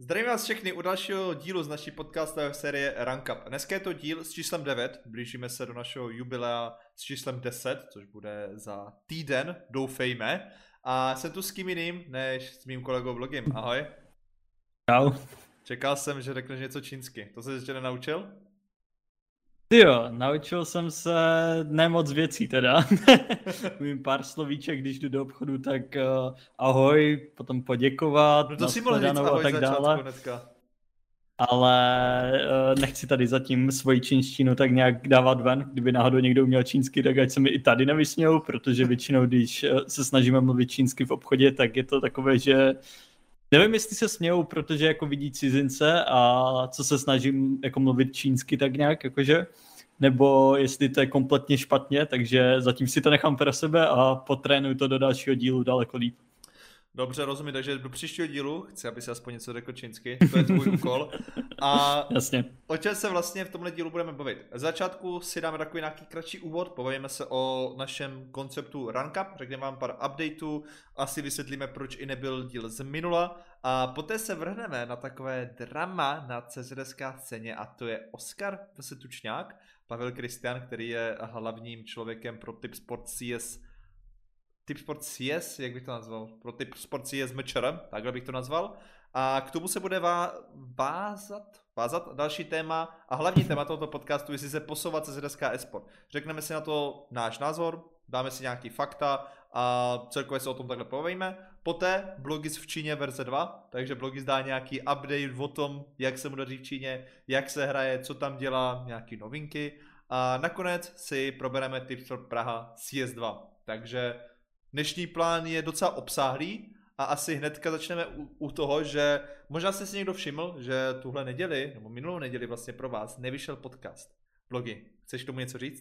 Zdravím vás všechny u dalšího dílu z naší podcastové série Rank Up. Dneska je to díl s číslem 9, blížíme se do našeho jubilea s číslem 10, což bude za týden, doufejme. A jsem tu s kým jiným, než s mým kolegou Blogim. Ahoj. Čau. Čekal jsem, že řekneš něco čínsky. To jsi ještě nenaučil? Jo, naučil jsem se nemoc věcí teda. Vím pár slovíček, když jdu do obchodu, tak ahoj, potom poděkovat, no to si mohl říct ahoj a tak dále. Hnedka. Ale nechci tady zatím svoji čínštinu tak nějak dávat ven. Kdyby náhodou někdo uměl čínsky, tak ať se mi i tady nevysmějou, protože většinou, když se snažíme mluvit čínsky v obchodě, tak je to takové, že nevím, jestli se smějou, protože jako vidí cizince a co se snažím jako mluvit čínsky tak nějak, jakože, nebo jestli to je kompletně špatně, takže zatím si to nechám pro sebe a potrénuju to do dalšího dílu daleko líp. Dobře, rozumím, takže do příštího dílu chci, aby si aspoň něco řekl čínsky, to je tvůj úkol. A jasně. O čem se vlastně v tomhle dílu budeme bavit? Z začátku si dáme takový nějaký kratší úvod, povíme se o našem konceptu Rank Up, řekneme vám pár updateů, asi vysvětlíme, proč i nebyl díl z minula a poté se vrhneme na takové drama na CZSK scéně a to je Oskar Vsetučňák, Pavel Kristian, který je hlavním člověkem pro Tipsport CS. Tipsport CS, jak bych to nazval? Pro Tipsport CS MČR, takhle bych to nazval. A k tomu se bude vázat další téma a hlavní téma tohoto podcastu, jestli se posouvat CZSK eSport. Řekneme si na to náš názor, dáme si nějaký fakta a celkově se o tom takhle povíme. Poté Blogis v Číně verze 2, takže Blogis dá nějaký update o tom, jak se mu daří v Číně, jak se hraje, co tam dělá, nějaký novinky. A nakonec si probereme Tipsport Praha CS2. Takže dnešní plán je docela obsáhlý. A asi hnedka začneme u toho, že možná jste si někdo všiml, že tuhle neděli, nebo minulou neděli vlastně pro vás, nevyšel podcast. Blogy, chceš k tomu něco říct?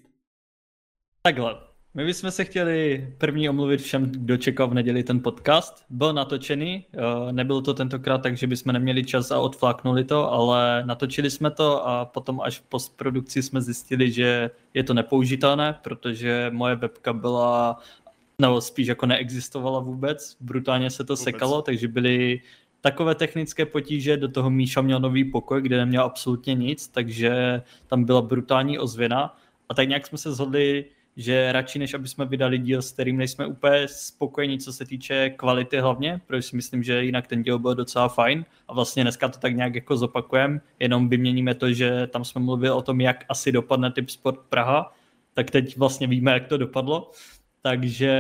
Takhle, my bychom se chtěli první omluvit všem, kdo čekal v neděli ten podcast. Byl natočený, nebyl to tentokrát tak, že bychom neměli čas a odfláknuli to, ale natočili jsme to a potom až v postprodukci jsme zjistili, že je to nepoužitelné, protože moje webka byla... nebo spíš jako neexistovala vůbec, brutálně se to sekalo, takže byly takové technické potíže, do toho Míša měl nový pokoj, kde neměl absolutně nic, takže tam byla brutální ozvěna a tak nějak jsme se shodli, že radši než aby jsme vydali díl, s kterým nejsme úplně spokojení, co se týče kvality hlavně, protože si myslím, že jinak ten díl byl docela fajn a vlastně dneska to tak nějak jako zopakujeme, jenom vyměníme to, že tam jsme mluvili o tom, jak asi dopadne Tipsport Praha, tak teď vlastně víme, jak to dopadlo. Takže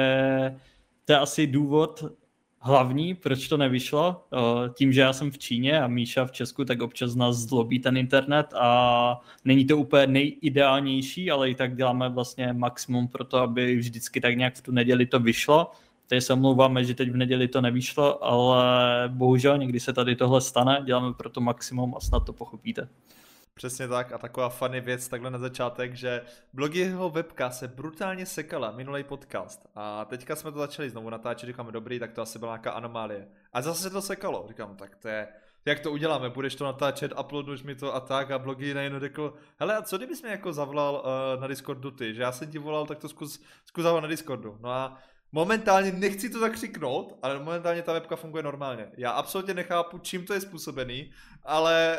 to je asi důvod hlavní, proč to nevyšlo. Tím, že já jsem v Číně a Míša v Česku, tak občas nás zlobí ten internet a není to úplně nejideálnější, ale i tak děláme vlastně maximum pro to, aby vždycky tak nějak v tu neděli to vyšlo. Teď se omlouváme, že teď v neděli to nevyšlo, ale bohužel někdy se tady tohle stane, děláme pro to maximum a snad to pochopíte. Přesně tak a taková funny věc takhle na začátek, že Blogyho webka se brutálně sekala minulý podcast a teďka jsme to začali znovu natáčet, říkáme dobrý, tak to asi byla nějaká anomálie. A zase se to sekalo, říkám, tak to je, jak to uděláme, budeš to natáčet, uploadneš mi to a tak a Blogy najednou řekl, hele a co kdybys mě jako zavolal na Discordu ty, že já jsem ti volal, tak to zkus zavolat na Discordu, no a momentálně nechci to zakřiknout, ale momentálně ta webka funguje normálně. Já absolutně nechápu, čím to je způsobený, ale...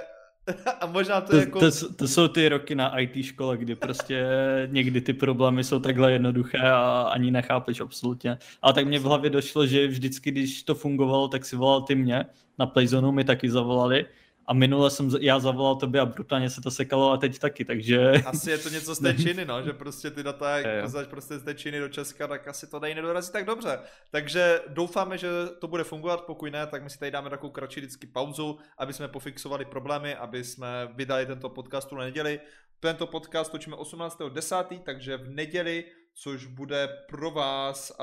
A možná to je jako... To jsou ty roky na IT škole, kdy prostě někdy ty problémy jsou takhle jednoduché a ani nechápeš absolutně. Ale tak mě v hlavě došlo, že vždycky, když to fungovalo, tak si volal ty mě. Na Playzonu mi taky zavolali. A minule jsem já zavolal tobě a brutálně se to sekalo a teď taky, takže... Asi je to něco z té Číny, no, že prostě ty data, jak poznáš prostě z té Číny do Česka, tak asi to dají nedorazit tak dobře. Takže doufáme, že to bude fungovat, pokud ne, tak my si tady dáme takovou kratší vždycky pauzu, aby jsme pofixovali problémy, aby jsme vydali tento podcast na neděli. Tento podcast točíme 18.10., takže v neděli, což bude pro vás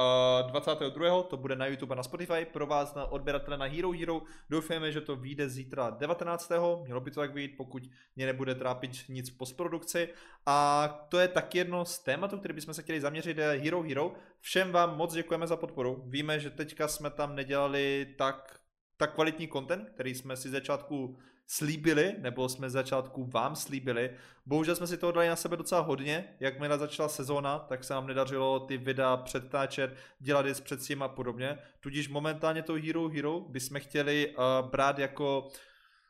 22. to bude na YouTube a na Spotify, pro vás na odběratele na Hero Hero. Doufáme, že to vyjde zítra 19. Mělo by to tak vyjít, pokud mě nebude trápit nic v postprodukci. A to je tak jedno z tématů, který bychom se chtěli zaměřit, je Hero Hero. Všem vám moc děkujeme za podporu. Víme, že teďka jsme tam nedělali tak kvalitní content, který jsme si začátku slíbili, nebo jsme z začátku vám slíbili. Bohužel jsme si toho dali na sebe docela hodně. Jakmile začala sezóna, tak se nám nedařilo ty videa předtáčet, dělat je s předsím a podobně. Tudíž momentálně to Hero Hero bychom chtěli brát jako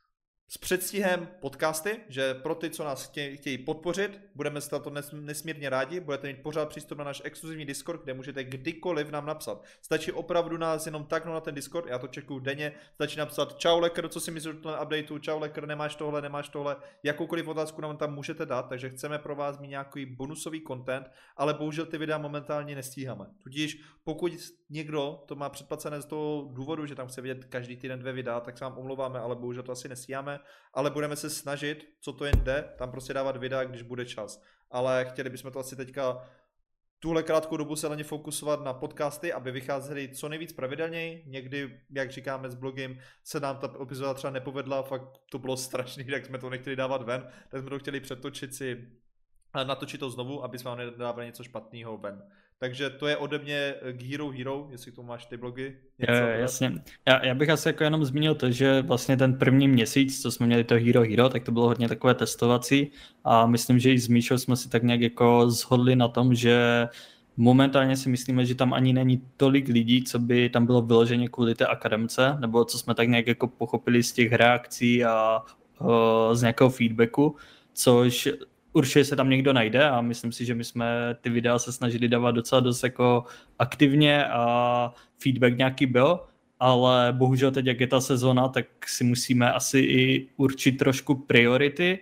s předstihem podcasty, že pro ty, co nás chtějí podpořit, budeme za to nesmírně rádi, budete mít pořád přístup na náš exkluzivní Discord, kde můžete kdykoliv nám napsat. Stačí opravdu nás jenom taknout na ten Discord, já to čekuju denně, stačí napsat čau Lekr, co si myslíš o tom updateu, čau Lekr, nemáš tohle, jakoukoliv otázku nám tam můžete dát, takže chceme pro vás mít nějaký bonusový content, ale bohužel ty videa momentálně nestíháme. Tudíž pokud někdo to má předplacené z toho důvodu, že tam chce vidět každý týden 2 videa, tak se vám omlouváme, ale bohužel to asi nestíháme, ale budeme se snažit, co to jen jde, tam prostě dávat videa, když bude čas. Ale chtěli bychom to asi teďka tuhle krátkou dobu se na ně fokusovat na podcasty, aby vycházely co nejvíc pravidelněji. Někdy, jak říkáme s blogem, se nám ta epizoda třeba nepovedla, fakt to bylo strašný, tak jsme to nechtěli dávat ven, tak jsme to chtěli přetočit si a natočit to znovu, aby jsme vám nedávali něco špatného ven. Takže to je ode mě k Hero, jestli k tomu máš ty blogy. Jasně. Já bych asi jako jenom zmínil to, že vlastně ten první měsíc, co jsme měli to Hero, tak to bylo hodně takové testovací a myslím, že i s Míšou jsme si tak nějak jako shodli na tom, že momentálně si myslíme, že tam ani není tolik lidí, co by tam bylo vyloženě kvůli té akademce, nebo co jsme tak nějak jako pochopili z těch reakcí a z nějakého feedbacku, což určitě se tam někdo najde a myslím si, že my jsme ty videa se snažili dávat docela dost jako aktivně a feedback nějaký byl, ale bohužel teď, jak je ta sezona, tak si musíme asi i určit trošku priority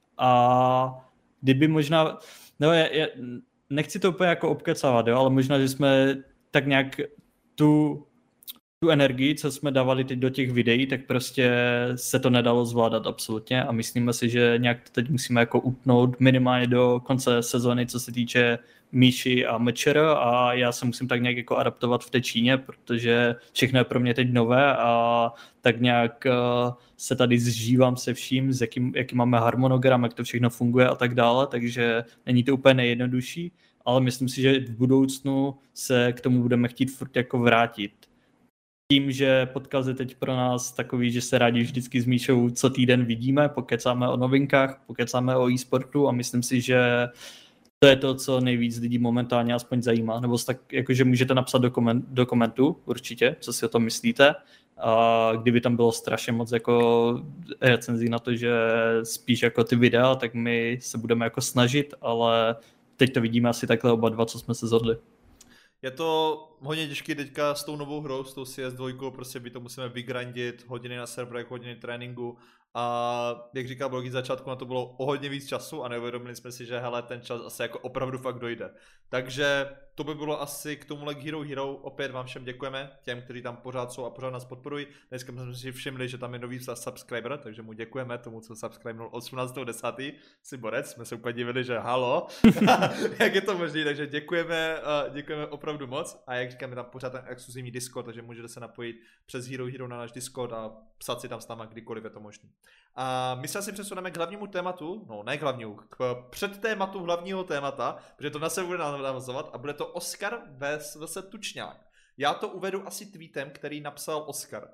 a kdyby možná, no já nechci to úplně jako obkecávat, jo, ale možná, že jsme tak nějak tu energii, co jsme dávali teď do těch videí, tak prostě se to nedalo zvládat absolutně a myslíme si, že nějak to teď musíme jako utnout minimálně do konce sezony, co se týče Míši a Mečer a já se musím tak nějak jako adaptovat v té Číně, protože všechno je pro mě teď nové a tak nějak se tady zžívám se vším, jaký máme harmonogram, jak to všechno funguje a tak dále, takže není to úplně nejjednodušší, ale myslím si, že v budoucnu se k tomu budeme chtít furt jako vrátit. Tím, že podcast je teď pro nás takový, že se rádi vždycky s Míšou co týden vidíme, pokecáme o novinkách, pokecáme o e-sportu a myslím si, že to je to, co nejvíc lidí momentálně aspoň zajímá. Nebo tak, jakože můžete napsat do komentu určitě, co si o tom myslíte. A kdyby tam bylo strašně moc jako recenzí na to, že spíš jako ty videa, tak my se budeme jako snažit, ale teď to vidíme asi takhle oba dva, co jsme se shodli. Je to hodně těžké teďka s tou novou hrou, s tou CS2, prostě by to musíme vygrindit, hodiny na serverech, hodiny tréninku a jak říkal Blogy, začátku na to bylo o hodně víc času a neuvědomili jsme si, že hele, ten čas asi jako opravdu fakt dojde. Takže to by bylo asi k tomuhle Hero. Opět vám všem děkujeme, těm, kteří tam pořád jsou a pořád nás podporují. Dneska jsme si všimli, že tam je nový subscriber, takže mu děkujeme, tomu, co subscribenul 18.10. si borec, jsme se úplně divili, že halo, jak je to možné, takže děkujeme opravdu moc a jak říkáme, tam pořád ten exkluzivní Discord, takže můžete se napojit přes Hero na náš Discord a psat si tam s náma kdykoliv je to možné. A my se asi přesuneme k hlavnímu tématu, no ne k hlavnímu, k předtématu hlavního témata, protože to na sebe bude navazovat a bude to Oskar vs. Tučňák. Já to uvedu asi tweetem, který napsal Oskar.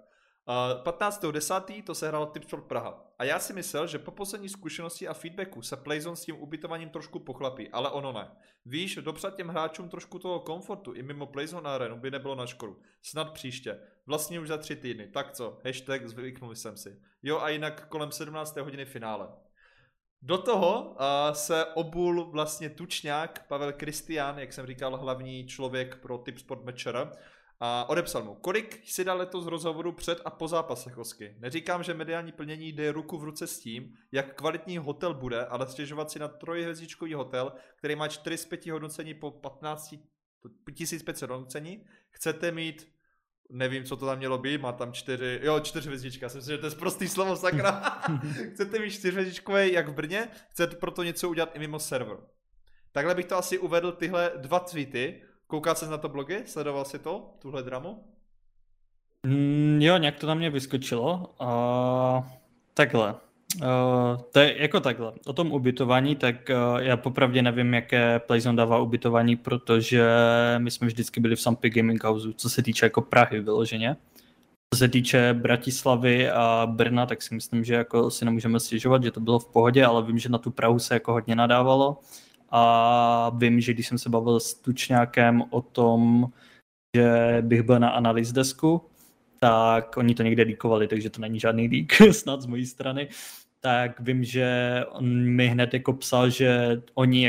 15.10. to se hrálo Tipsport Praha. A já si myslel, že po poslední zkušenosti a feedbacku se Playzone s tím ubytováním trošku pochlapí, ale ono ne. Víš, dopřát těm hráčům trošku toho komfortu i mimo Playzone Arenu by nebylo na škodu. Snad příště. Vlastně už za 3 týdny. Tak co? Hashtag zvyknul jsem si. Jo a jinak kolem 17. hodiny finále. Do toho se obul vlastně Tučňák, Pavel Kristián, jak jsem říkal, hlavní člověk pro Tipsport Matcher, a odepsal mu, kolik si dal letos rozhovoru před a po zápasech Osky. Neříkám, že mediální plnění jde ruku v ruce s tím, jak kvalitní hotel bude, ale stěžovat si na 3hvězdičkový hotel, který má 4 z 5 hodnocení po 1500 hodnocení, chcete mít, nevím, co to tam mělo být, má tam 4 hvězdička, jsem si, že to je prostý slovo, sakra. Chcete mít 4hvězdičkové jak v Brně, chcete proto něco udělat i mimo server. Takhle bych to asi uvedl tyhle 2 tweety. Koukal jsi na to blogy? Sledoval jsi to? Tuhle dramu? Jo, nějak to na mě vyskočilo. Takhle. To je jako takhle. O tom ubytování, tak já popravdě nevím, jaké Playzone dává ubytování, protože my jsme vždycky byli v Sampy Gaming Houseu, co se týče jako Prahy vyloženě. Co se týče Bratislavy a Brna, tak si myslím, že jako si nemůžeme stěžovat, že to bylo v pohodě, ale vím, že na tu Prahu se jako hodně nadávalo. A vím, že když jsem se bavil s Tučňákem o tom, že bych byl na analýz desku, tak oni to někde líkovali, takže to není žádný lík snad z mojí strany. Tak vím, že on mi hned jako psal, že oni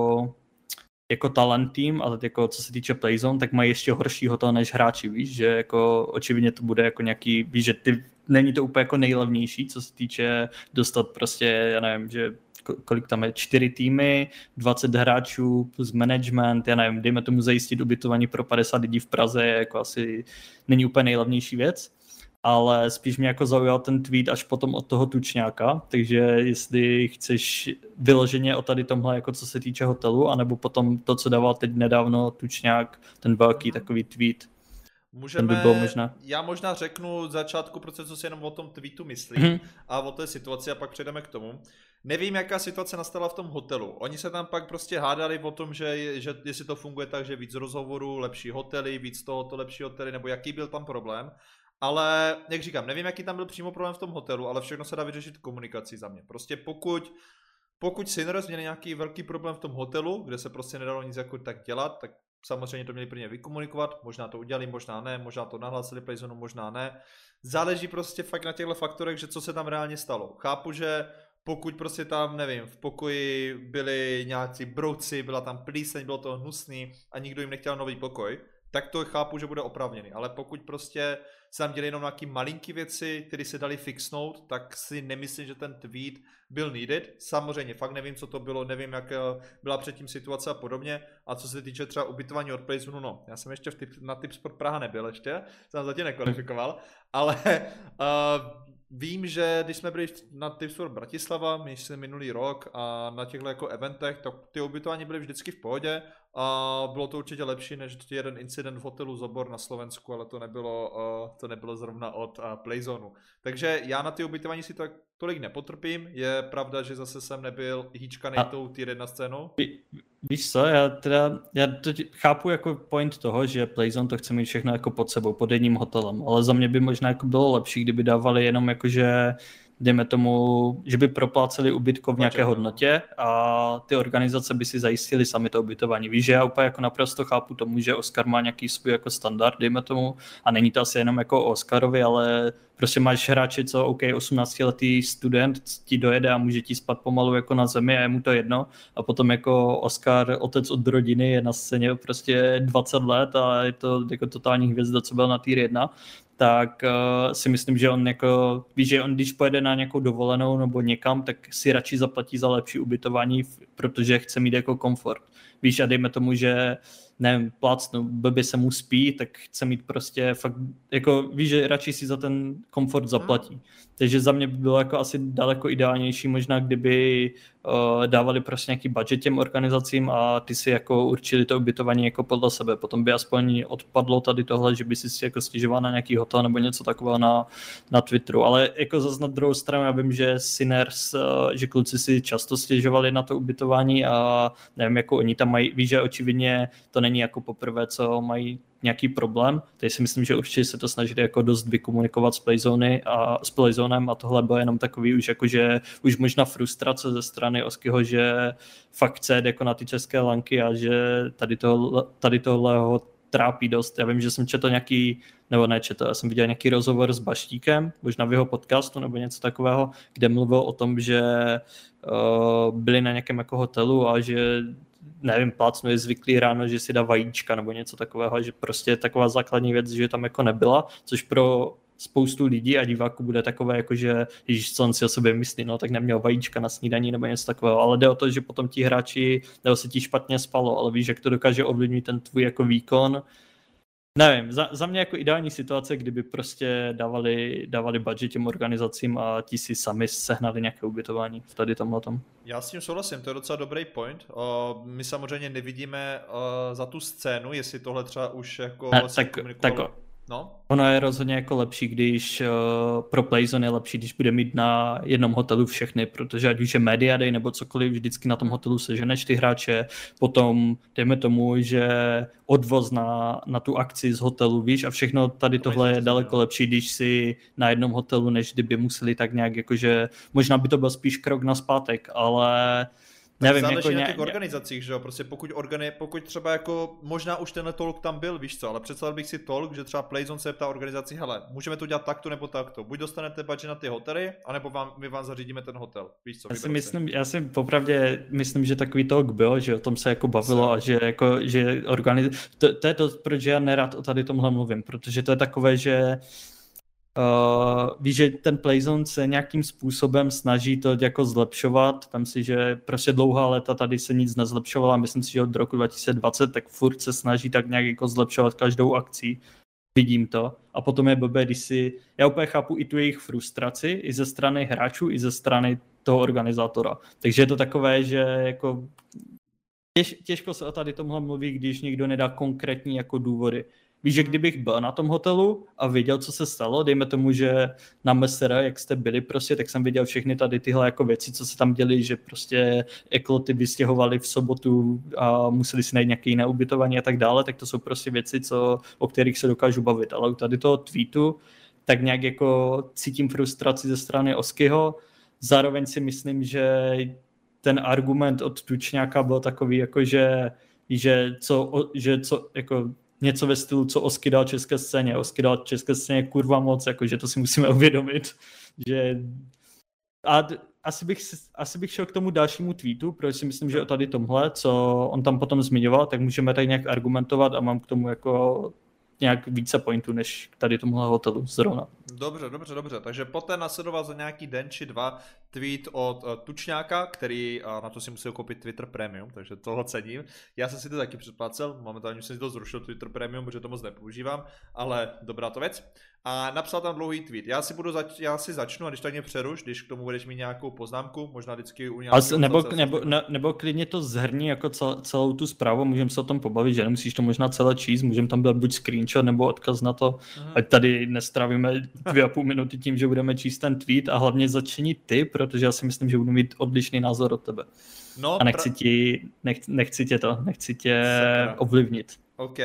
jako talent tým, ale jako co se týče Playzone, tak mají ještě horší hotel než hráči, víš, že jako očividně to bude jako nějaký, víš, že není to úplně jako nejlevnější, co se týče dostat prostě, já nevím, že kolik tam je, 4 týmy, 20 hráčů plus management, já nevím, dejme tomu zajistit ubytování pro 50 lidí v Praze, jako asi není úplně nejlevnější věc, ale spíš mě jako zaujal ten tweet až potom od toho Tučňáka, takže jestli chceš vyloženě o tady tomhle, jako co se týče hotelu, anebo potom to, co dával teď nedávno Tučňák, ten velký takový tweet. Můžeme, já možná řeknu začátku procesu, si jenom o tom tweetu myslím a o té situaci a pak přejdeme k tomu. Nevím, jaká situace nastala v tom hotelu. Oni se tam pak prostě hádali o tom, že jestli to funguje tak, že víc rozhovorů, lepší hotely, víc tohoto lepší hotely, nebo jaký byl tam problém. Ale, jak říkám, nevím, jaký tam byl přímo problém v tom hotelu, ale všechno se dá vyřešit komunikací za mě. Prostě pokud Sinners měli nějaký velký problém v tom hotelu, kde se prostě nedalo nic jako tak dělat, tak samozřejmě to měli prvně vykomunikovat, možná to udělali, možná ne, možná to nahlásili Playzone, možná ne. Záleží prostě fakt na těchto faktorech, že co se tam reálně stalo. Chápu, že pokud prostě tam, nevím, v pokoji byli nějací brouci, byla tam plíseň, bylo to hnusný a nikdo jim nechtěl nový pokoj, tak to chápu, že bude oprávněný. Ale pokud prostě se tam děli jenom nějaký malinký věci, které se dali fixnout, tak si nemyslím, že ten tweet byl needed. Samozřejmě, fakt nevím, co to bylo, nevím, jak byla předtím situace a podobně. A co se týče třeba ubytování od Playzone, no, já jsem ještě na Tipsport Praha nebyl ještě, jsem zatím nekvalifikoval, ale vím, že když jsme byli na Tipsport Bratislava, myslím minulý rok a na těchto jako eventech, tak ty ubytování byly vždycky v pohodě a bylo to určitě lepší než jeden incident v hotelu Zobor na Slovensku, ale to nebylo zrovna od Playzonu. Takže já na ty ubytování si tak tolik nepotrpím, je pravda, že zase jsem nebyl hýčkanej tou tier 1 scénou. Víš co, já to chápu jako point toho, že Playzone to chce mít všechno jako pod sebou, pod jedním hotelem, ale za mě by možná jako bylo lepší, kdyby dávali jenom jakože dejme tomu, že by propláceli ubytko v nějaké hodnotě a ty organizace by si zajistili sami to ubytování. Víš, že já úplně jako naprosto chápu tomu, že Oscar má nějaký svůj jako standard, dejme tomu, a není to asi jenom jako Oscarovi, ale prostě máš hráče, co 18letý student ti dojede a může ti spat pomalu jako na zemi a je mu to jedno a potom jako Oscar, otec od rodiny, je na scéně prostě 20 let a je to jako totální hvězda, co byl na tier 1, tak si myslím, že on jako, víš, že on když pojede na nějakou dovolenou nebo někam, tak si radši zaplatí za lepší ubytování, protože chce mít jako komfort. Víš, a dejme tomu, že nevím, plácnu, blbě se mu spí, tak chce mít prostě fakt, jako víš, že radši si za ten komfort zaplatí. Takže za mě by bylo jako asi daleko ideálnější možná, kdyby dávali prostě nějaký budget těm organizacím a ty si jako určili to ubytování jako podle sebe. Potom by aspoň odpadlo tady tohle, že by si jako stěžoval na nějaký hotel nebo něco takového na Twitteru. Ale jako zase na druhou stranu, já vím, že Sinners, že kluci si často stěžovali na to ubytování a nevím, jako oni tam mají, víš, že očividně to není jako poprvé, co mají nějaký problém, takže si myslím, že určitě se to snažili jako dost vykomunikovat s Playzonem a tohle bylo jenom takový už jakože už možná frustrace ze strany Oskyho, že fakt chce jako na ty české lanky a že tady tohle ho trápí dost. Já vím, že jsem četl nějaký, nebo nečetl, já jsem viděl nějaký rozhovor s Baštíkem, možná v jeho podcastu nebo něco takového, kde mluvil o tom, že byli na nějakém jako hotelu a že nevím, plácnu je zvyklý ráno, že si dá vajíčka nebo něco takového, že prostě taková základní věc, že tam jako nebyla, což pro spoustu lidí a diváků bude takové, jako že když co on si o sobě myslí, no tak neměl vajíčka na snídaní nebo něco takového, ale jde o to, že potom ti hráči, nebo se ti špatně spalo, ale víš, jak to dokáže ovlivnit ten tvůj jako výkon. Nevím, za mě jako ideální situace, kdyby prostě dávali budget těm organizacím a ti si sami sehnali nějaké ubytování v tady tomhletom. Já s tím souhlasím, to je docela dobrý point. My samozřejmě nevidíme za tu scénu, jestli tohle třeba už jako se komunikovalo. No? Ono je rozhodně jako lepší, když pro Playzone je lepší, když bude mít na jednom hotelu všechny, protože ať už je Media Day nebo cokoliv, vždycky na tom hotelu seženeš ty hráče, potom dejme tomu, že odvoz na tu akci z hotelu, víš, a všechno tady tohle je daleko lepší, když si na jednom hotelu, než kdyby museli tak nějak jakože, možná by to byl spíš krok nazpátek, ale nevím, záleží jako na těch organizacích, že jo, prostě pokud třeba jako, možná už tenhle talk tam byl, víš co, ale představil bych si talk, že třeba Playzone se ptá organizaci, hele, můžeme to dělat takto nebo takto, buď dostanete budget na ty hotely, anebo my vám zařídíme ten hotel, víš co, já si popravdě myslím, že takový talk byl, že o tom se jako bavilo a že jako, že to je to, proč já nerad o tady tomhle mluvím, protože to je takové, že víš, že ten Playzone se nějakým způsobem snaží to jako zlepšovat. Vem si, že prostě dlouhá léta tady se nic nezlepšovalo a myslím si, že od roku 2020 tak furt se snaží tak nějak jako zlepšovat každou akcí. Vidím to. A potom je blbé, když já úplně chápu i tu jejich frustraci, i ze strany hráčů, i ze strany toho organizátora. Takže je to takové, že jako těžko se o tady tomhle mluví, když někdo nedá konkrétní jako důvody. Víš, že kdybych byl na tom hotelu a viděl, co se stalo, dejme tomu, že na MSR, jak jste byli prostě, tak jsem viděl všechny tady tyhle jako věci, co se tam děli, že prostě ekloty vystěhovali v sobotu a museli si najít nějaké jiné ubytování a tak dále, tak to jsou prostě věci, o kterých se dokážu bavit. Ale u tady toho tweetu tak nějak jako cítím frustraci ze strany Oskyho, zároveň si myslím, že ten argument od Tučňáka byl takový, jako že jako něco ve stylu, co Osky dal české scéně. Osky dal české scéně kurva moc, jakože to si musíme uvědomit. Že... A asi bych šel k tomu dalšímu tweetu, protože si myslím, že o tady tomhle, co on tam potom zmiňoval, tak můžeme tady nějak argumentovat a mám k tomu jako nějak více pointů, než tady tomuhle hotelu zrovna. Dobře. Takže poté nasledoval za nějaký den či dva tweet od Tučňáka, který na to si musel koupit Twitter Premium, takže toho cením. Já jsem si to taky předplacel, momentálně jsem si to zrušil Twitter Premium, protože to moc nepoužívám, ale dobrá to věc. A napsal tam dlouhý tweet. Já si začnu a když tak mě přeruš, když k tomu budeš mít nějakou poznámku, možná vždycky u nějakého... Nebo klidně to zhrni jako celou tu zprávu, můžeme se o tom pobavit, že nemusíš to možná celé číst, můžeme tam dát buď screenshot nebo odkaz na to, ať tady nestravíme 2,5 minuty tím, že budeme číst ten tweet a hlavně začni ty, protože já si myslím, že budu mít odlišný názor od tebe. No, a nechci tě ovlivnit. OK.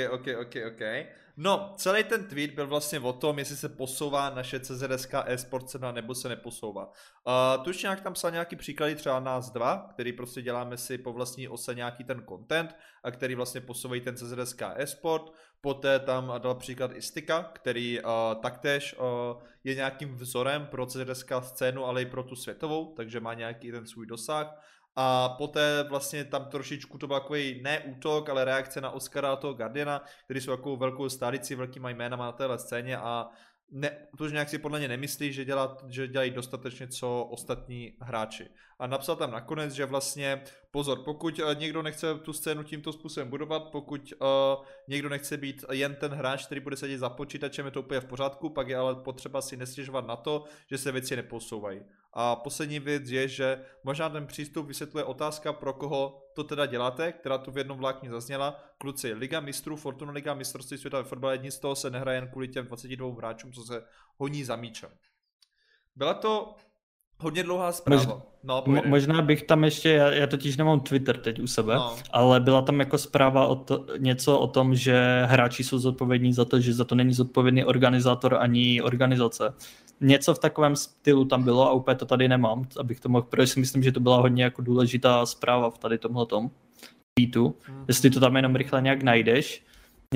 No, celý ten tweet byl vlastně o tom, jestli se posouvá naše CZSK e-sport cena nebo se neposouvá. Tučňák tam psal nějaký příklady, třeba nás dva, který prostě děláme si po vlastní ose nějaký ten content a který vlastně posouvají ten CZSK e-sport. Poté tam dal příklad i Stika, který taktéž je nějakým vzorem pro CZSK scénu, ale i pro tu světovou, takže má nějaký ten svůj dosah. A poté vlastně tam trošičku to byl takový ne útok, ale reakce na Oscara a toho Guardiana, který jsou takovou velkou stálici, velkýma jménama na téhle scéně a to, že nějak si podle mě nemyslí, že dělají dostatečně co ostatní hráči. A napsal tam nakonec, že vlastně pozor, pokud někdo nechce tu scénu tímto způsobem budovat, pokud někdo nechce být jen ten hráč, který bude sedět za počítačem, je to úplně v pořádku, pak je ale potřeba si nestěžovat na to, že se věci neposouvají. A poslední věc je, že možná ten přístup vysvětluje otázka, pro koho to teda děláte, která tu v jednom vlákně zazněla. Kluci, Liga mistrů, Fortuna Liga, mistrovství světa ve fotbale, nic z toho se nehraje jen kvůli těm 22 hráčům, co se honí za míčem. Byla to hodně dlouhá zpráva. Možná bych tam ještě, já totiž nemám Twitter teď u sebe, ale byla tam jako zpráva něco o tom, že hráči jsou zodpovědní za to, že za to není zodpovědný organizátor ani organizace. Něco v takovém stylu tam bylo a úplně to tady nemám, abych to mohl, protože si myslím, že to byla hodně jako důležitá zpráva v tady tomhletom tweetu. Jestli to tam jenom rychle nějak najdeš,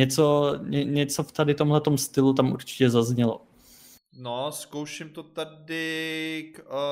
něco v tady tomhletom stylu tam určitě zaznělo. No, zkouším to tady...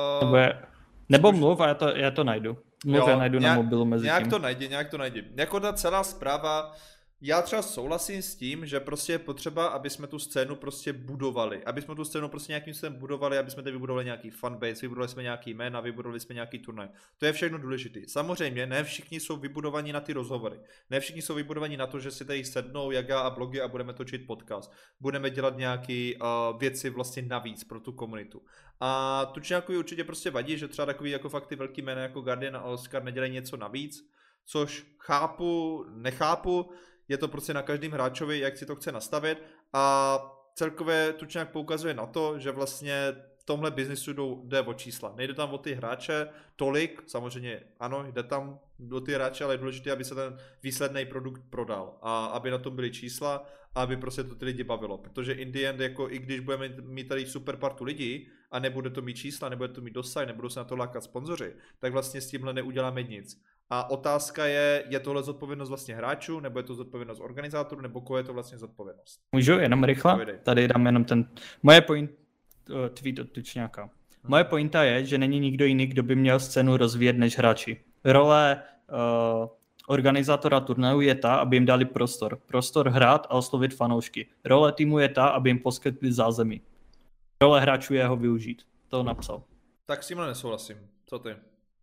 Nebo mluv a já to najdu. Já najdu na mobilu mezi tím. Nějak to najdi. Jako ta celá zpráva, já třeba souhlasím s tím, že prostě je potřeba, aby jsme tu scénu prostě budovali. Aby jsme tu scénu prostě nějakým způsobem budovali, aby jsme tady vybudovali nějaký fanbase, vybudovali jsme nějaký jména, vybudovali jsme nějaký turnaj. To je všechno důležité. Samozřejmě ne všichni jsou vybudovaní na ty rozhovory. Ne všichni jsou vybudovaní na to, že si tady sednou Jaga a blogy a budeme točit podcast. Budeme dělat nějaké věci vlastně navíc pro tu komunitu. A Tučňákovi určitě prostě vadí, že třeba takový jako fakt ty velký jména jako Guardian a Oscar nedělají něco navíc, což nechápu. Je to prostě na každém hráčovi, jak si to chce nastavit a celkově Tučňák poukazuje na to, že vlastně tomhle biznisu jde o čísla. Nejde tam o ty hráče tolik, samozřejmě ano, jde tam o ty hráče, ale je důležité, aby se ten výsledný produkt prodal a aby na tom byly čísla a aby prostě to ty lidi bavilo. Protože in the end, jako i když budeme mít tady super partu lidí a nebude to mít čísla, nebude to mít dosah, nebudou se na to lákat sponzoři, tak vlastně s tímhle neuděláme nic. A otázka je tohle zodpovědnost vlastně hráčů, nebo je to zodpovědnost organizátorů, nebo koho je to vlastně zodpovědnost? Můžu jenom rychle? Tady dám jenom ten... Moje tweet od Tučňáka. Moje pointa je, že není nikdo jiný, kdo by měl scénu rozvíjet než hráči. Role organizátora turnaju je ta, aby jim dali prostor hrát a oslovit fanoušky. Role týmu je ta, aby jim poskytli zázemí. Role hráčů je ho využít. To napsal. Tak s tímhle nesouhlasím. Co ty?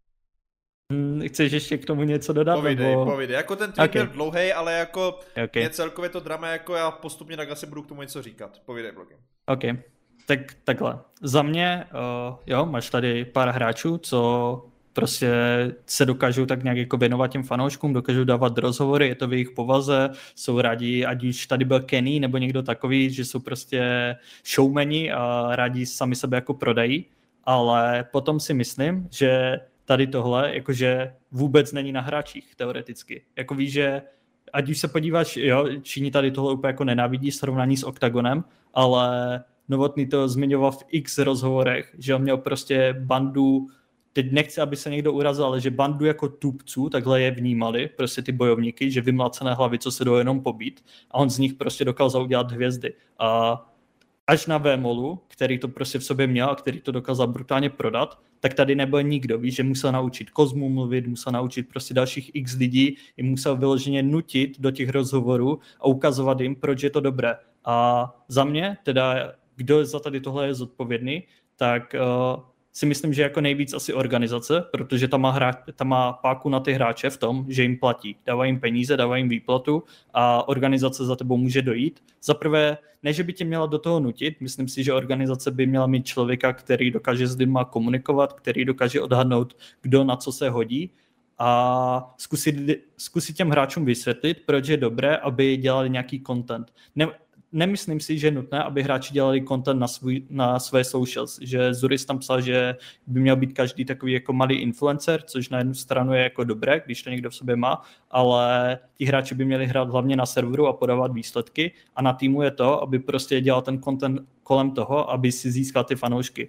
Chceš ještě k tomu něco dodat? Povídej. Jako ten tweet byl dlouhej, ale jako je celkově to drama, jako já postupně tak asi budu k tomu něco říkat. Povídej, blogy. OK. Tak takhle. Za mě, máš tady pár hráčů, co prostě se dokážou tak nějak jako věnovat těm fanouškům, dokážou dávat rozhovory, je to v jejich povaze, jsou rádi, ať už tady byl Kenny nebo někdo takový, že jsou prostě showmani a rádi sami sebe jako prodají, ale potom si myslím, že tady tohle jakože vůbec není na hráčích teoreticky. Jako víš, že ať už se podíváš, Číni tady tohle úplně jako nenávidí srovnání s Octagonem, ale Novotný to zmiňoval v x rozhovorech, že on měl prostě bandu, teď nechci, aby se někdo urazil, ale že bandu jako tupců, takhle je vnímali, prostě ty bojovníky, že vymlácené hlavy, co se jdou jenom pobít, a on z nich prostě dokázal udělat hvězdy. A až na Vémolu, který to prostě v sobě měl a který to dokázal brutálně prodat, tak tady nebyl nikdo, víš, že musel naučit Kozmu mluvit, musel naučit prostě dalších x lidí, i musel vyloženě nutit do těch rozhovorů a ukazovat jim, proč je to dobré. A za mě, teda kdo za tady tohle je zodpovědný, tak si myslím, že jako nejvíc asi organizace, protože ta má páku na ty hráče v tom, že jim platí. Dávají jim peníze, dávají jim výplatu a organizace za tebou může dojít. Za prvé, ne, že by tě měla do toho nutit, myslím si, že organizace by měla mít člověka, který dokáže s lidma komunikovat, který dokáže odhadnout, kdo na co se hodí a zkusit těm hráčům vysvětlit, proč je dobré, aby dělali nějaký content. Nemyslím si, že je nutné, aby hráči dělali content na své socials, že Zuris tam psal, že by měl být každý takový jako malý influencer, což na jednu stranu je jako dobré, když to někdo v sobě má, ale ti hráči by měli hrát hlavně na serveru a podávat výsledky a na týmu je to, aby prostě dělal ten content kolem toho, aby si získal ty fanoušky.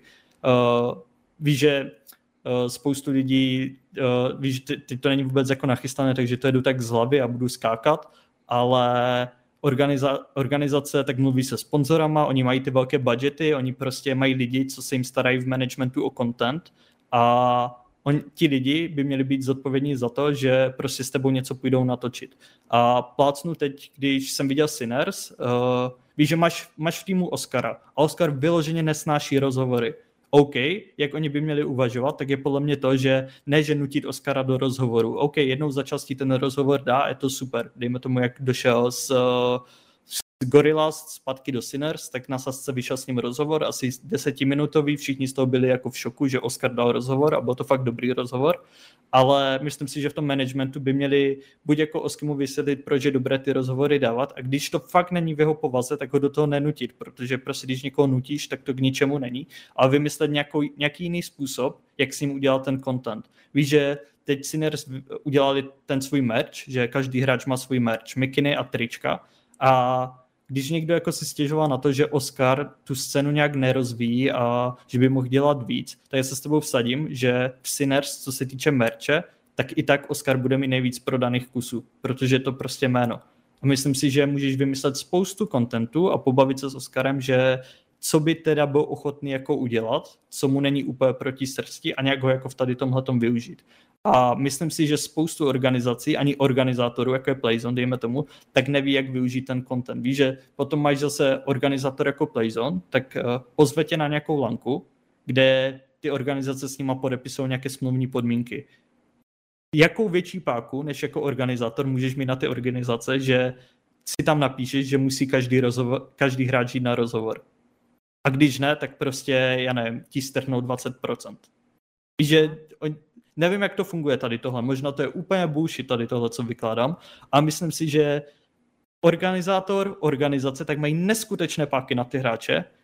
Víš, že spoustu lidí, víš, teď to není vůbec jako nachystané, takže to jedu tak z hlavy a budu skákat, ale organizace tak mluví se sponzorama, oni mají ty velké budgety, oni prostě mají lidi, co se jim starají v managementu o content a ti lidi by měli být zodpovědní za to, že prostě s tebou něco půjdou natočit. A plácnu teď, když jsem viděl Sinners, víš, že máš v týmu Oscara a Oscar vyloženě nesnáší rozhovory. OK, jak oni by měli uvažovat, tak je podle mě to, že ne, že nutit Oscara do rozhovoru. OK, jednou za častí ten rozhovor dá, je to super. Dejme tomu, jak došel z Gorillaz zpátky do Sinners, tak na Sasce vyšel s ním rozhovor, asi 10minutový, všichni z toho byli jako v šoku, že Oscar dal rozhovor a byl to fakt dobrý rozhovor, ale myslím si, že v tom managementu by měli buď jako Oskimu vysvětlit, proč je dobré ty rozhovory dávat a když to fakt není v jeho povaze, tak ho do toho nenutit, protože prostě když někoho nutíš, tak to k ničemu není, ale vymyslet nějaký jiný způsob, jak s ním udělat ten content. Víš, že teď Sinners udělali ten svůj merch, že každý hráč má svůj merch, mikiny a trička a když někdo jako si stěžoval na to, že Oscar tu scénu nějak nerozvíjí a že by mohl dělat víc, tak já se s tebou vsadím, že v Sinners, co se týče merče, tak i tak Oscar bude mít nejvíc prodaných kusů, protože je to prostě jméno. A myslím si, že můžeš vymyslet spoustu contentu a pobavit se s Oscarem, že co by teda byl ochotný jako udělat, co mu není úplně proti srsti a nějak ho jako v tady tomhletom využít. A myslím si, že spoustu organizací, ani organizátorů, jako je Playzone, dejme tomu, tak neví, jak využít ten content. Víš, že potom máš zase organizátor jako Playzone, tak pozve tě na nějakou lanku, kde ty organizace s nima podepisují nějaké smluvní podmínky. Jakou větší páku, než jako organizátor, můžeš mít na ty organizace, že si tam napíšeš, že musí každý hráč jít na rozhovor. A když ne, tak prostě, já nevím, ti strhnou 20%. Víš, že nevím, jak to funguje tady tohle. Možná to je úplně bullshit tady tohle, co vykládám. A myslím si, že organizátor, organizace, tak mají neskutečné páky na ty hráče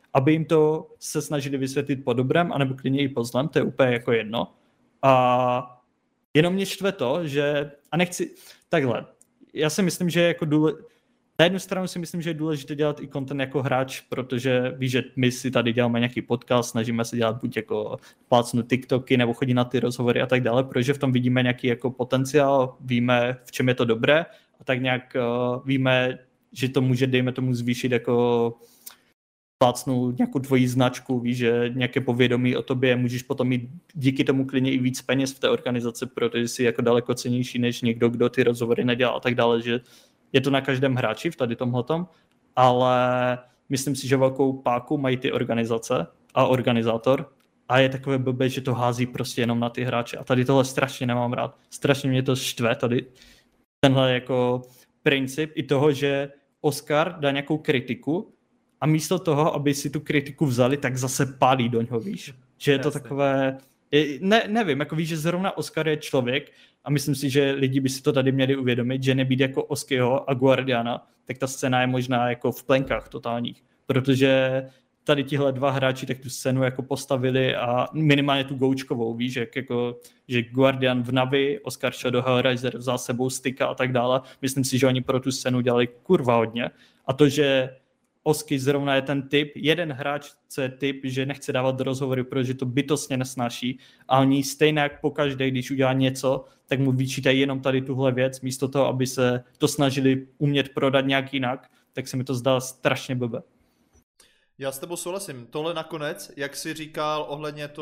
aby jim to se snažili vysvětlit po dobrém, anebo klidně i po zlém, to je úplně jako jedno. A jenom mě štve to, že, a nechci, takhle, já si myslím, že jako na jednu stranu si myslím, že je důležité dělat i content jako hráč, protože víš, že my si tady děláme nějaký podcast, snažíme se dělat buď jako plácnu TikToky nebo chodit na ty rozhovory a tak dále, protože v tom vidíme nějaký jako potenciál, víme, v čem je to dobré a tak nějak víme, že to může, dejme tomu, zvýšit jako plácnu nějakou tvoji značku, víš, že nějaké povědomí o tobě, můžeš potom mít díky tomu klidně i víc peněz v té organizaci, protože jsi jako daleko cennější než někdo, kdo ty rozhovory nedělá a tak dále, že je to na každém hráči v tady tomhletom, ale myslím si, že velkou páku mají ty organizace a organizátor a je takové blbé, že to hází prostě jenom na ty hráče a tady tohle strašně nemám rád. Strašně mě to štve tady tenhle jako princip i toho, že Oscar dá nějakou kritiku a místo toho, aby si tu kritiku vzali, tak zase pálí do něho, víš. Že je to takové, nevím, jako víš, že zrovna Oscar je člověk a myslím si, že lidi by si to tady měli uvědomit, že nebýt jako Oskyho a Guardiana, tak ta scéna je možná jako v plenkách totálních, protože tady tihle dva hráči tak tu scénu jako postavili a minimálně tu goučkovou, víš, jako, že Guardian v Navi, Oscar šel do Hellraiser, vzal sebou styka a tak dále. Myslím si, že oni pro tu scénu dělali kurva hodně a to, že Osky zrovna je ten typ, jeden hráč, co je typ, že nechce dávat do rozhovoru, protože to bytostně nesnáší a oni stejně jak pokaždé, když udělá něco, tak mu vyčítají jenom tady tuhle věc, místo toho, aby se to snažili umět prodat nějak jinak, tak se mi to zdá strašně blbé. Já s tebou souhlasím. Tohle nakonec, jak jsi říkal ohledně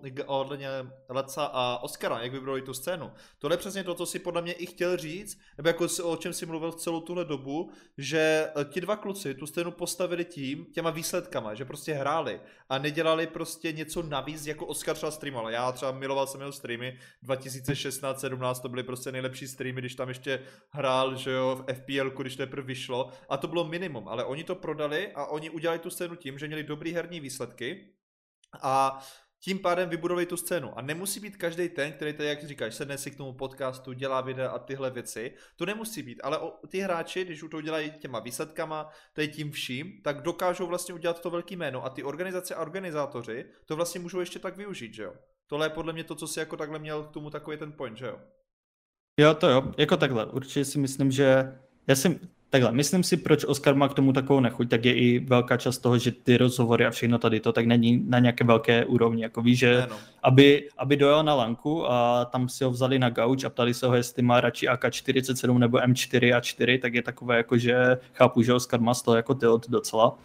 Leca a Oscara, jak vybrali tu scénu, tohle je přesně to, co si podle mě i chtěl říct, nebo jako o čem si mluvil celou tuhle dobu, že ti dva kluci tu scénu postavili těma výsledkama, že prostě hráli a nedělali prostě něco navíc, jako Oscar třeba streamoval. Já třeba miloval jsem jeho streamy 2016-17, to byly prostě nejlepší streamy, když tam ještě hrál, že jo, v FPL, když teprve vyšlo a to bylo minimum, ale oni to prodali a oni udělali tu scénu tím, že měli dobrý herní výsledky a tím pádem vybudovali tu scénu. A nemusí být každý ten, který tady, jak říkáš, sedne si k tomu podcastu, dělá videa a tyhle věci. To nemusí být, ale ty hráči, když to udělají těma výsledkama, tady tím vším, tak dokážou vlastně udělat to velký jméno a ty organizace a organizátoři to vlastně můžou ještě tak využít, že jo? Tohle je podle mě to, co si jako takhle měl k tomu takový ten point, že jo? Jo, to jo, jako takhle. Určitě si myslím, že myslím si, proč Oscar má k tomu takovou nechuť, tak je i velká část toho, že ty rozhovory a všechno tady to tak není na nějaké velké úrovni. Jako víš, že aby dojel na lanku a tam si ho vzali na gauč a ptali se ho, jestli má radši AK-47 nebo M4A4, tak je takové jako, že chápu, že Oscar má z toho jako tilt docela.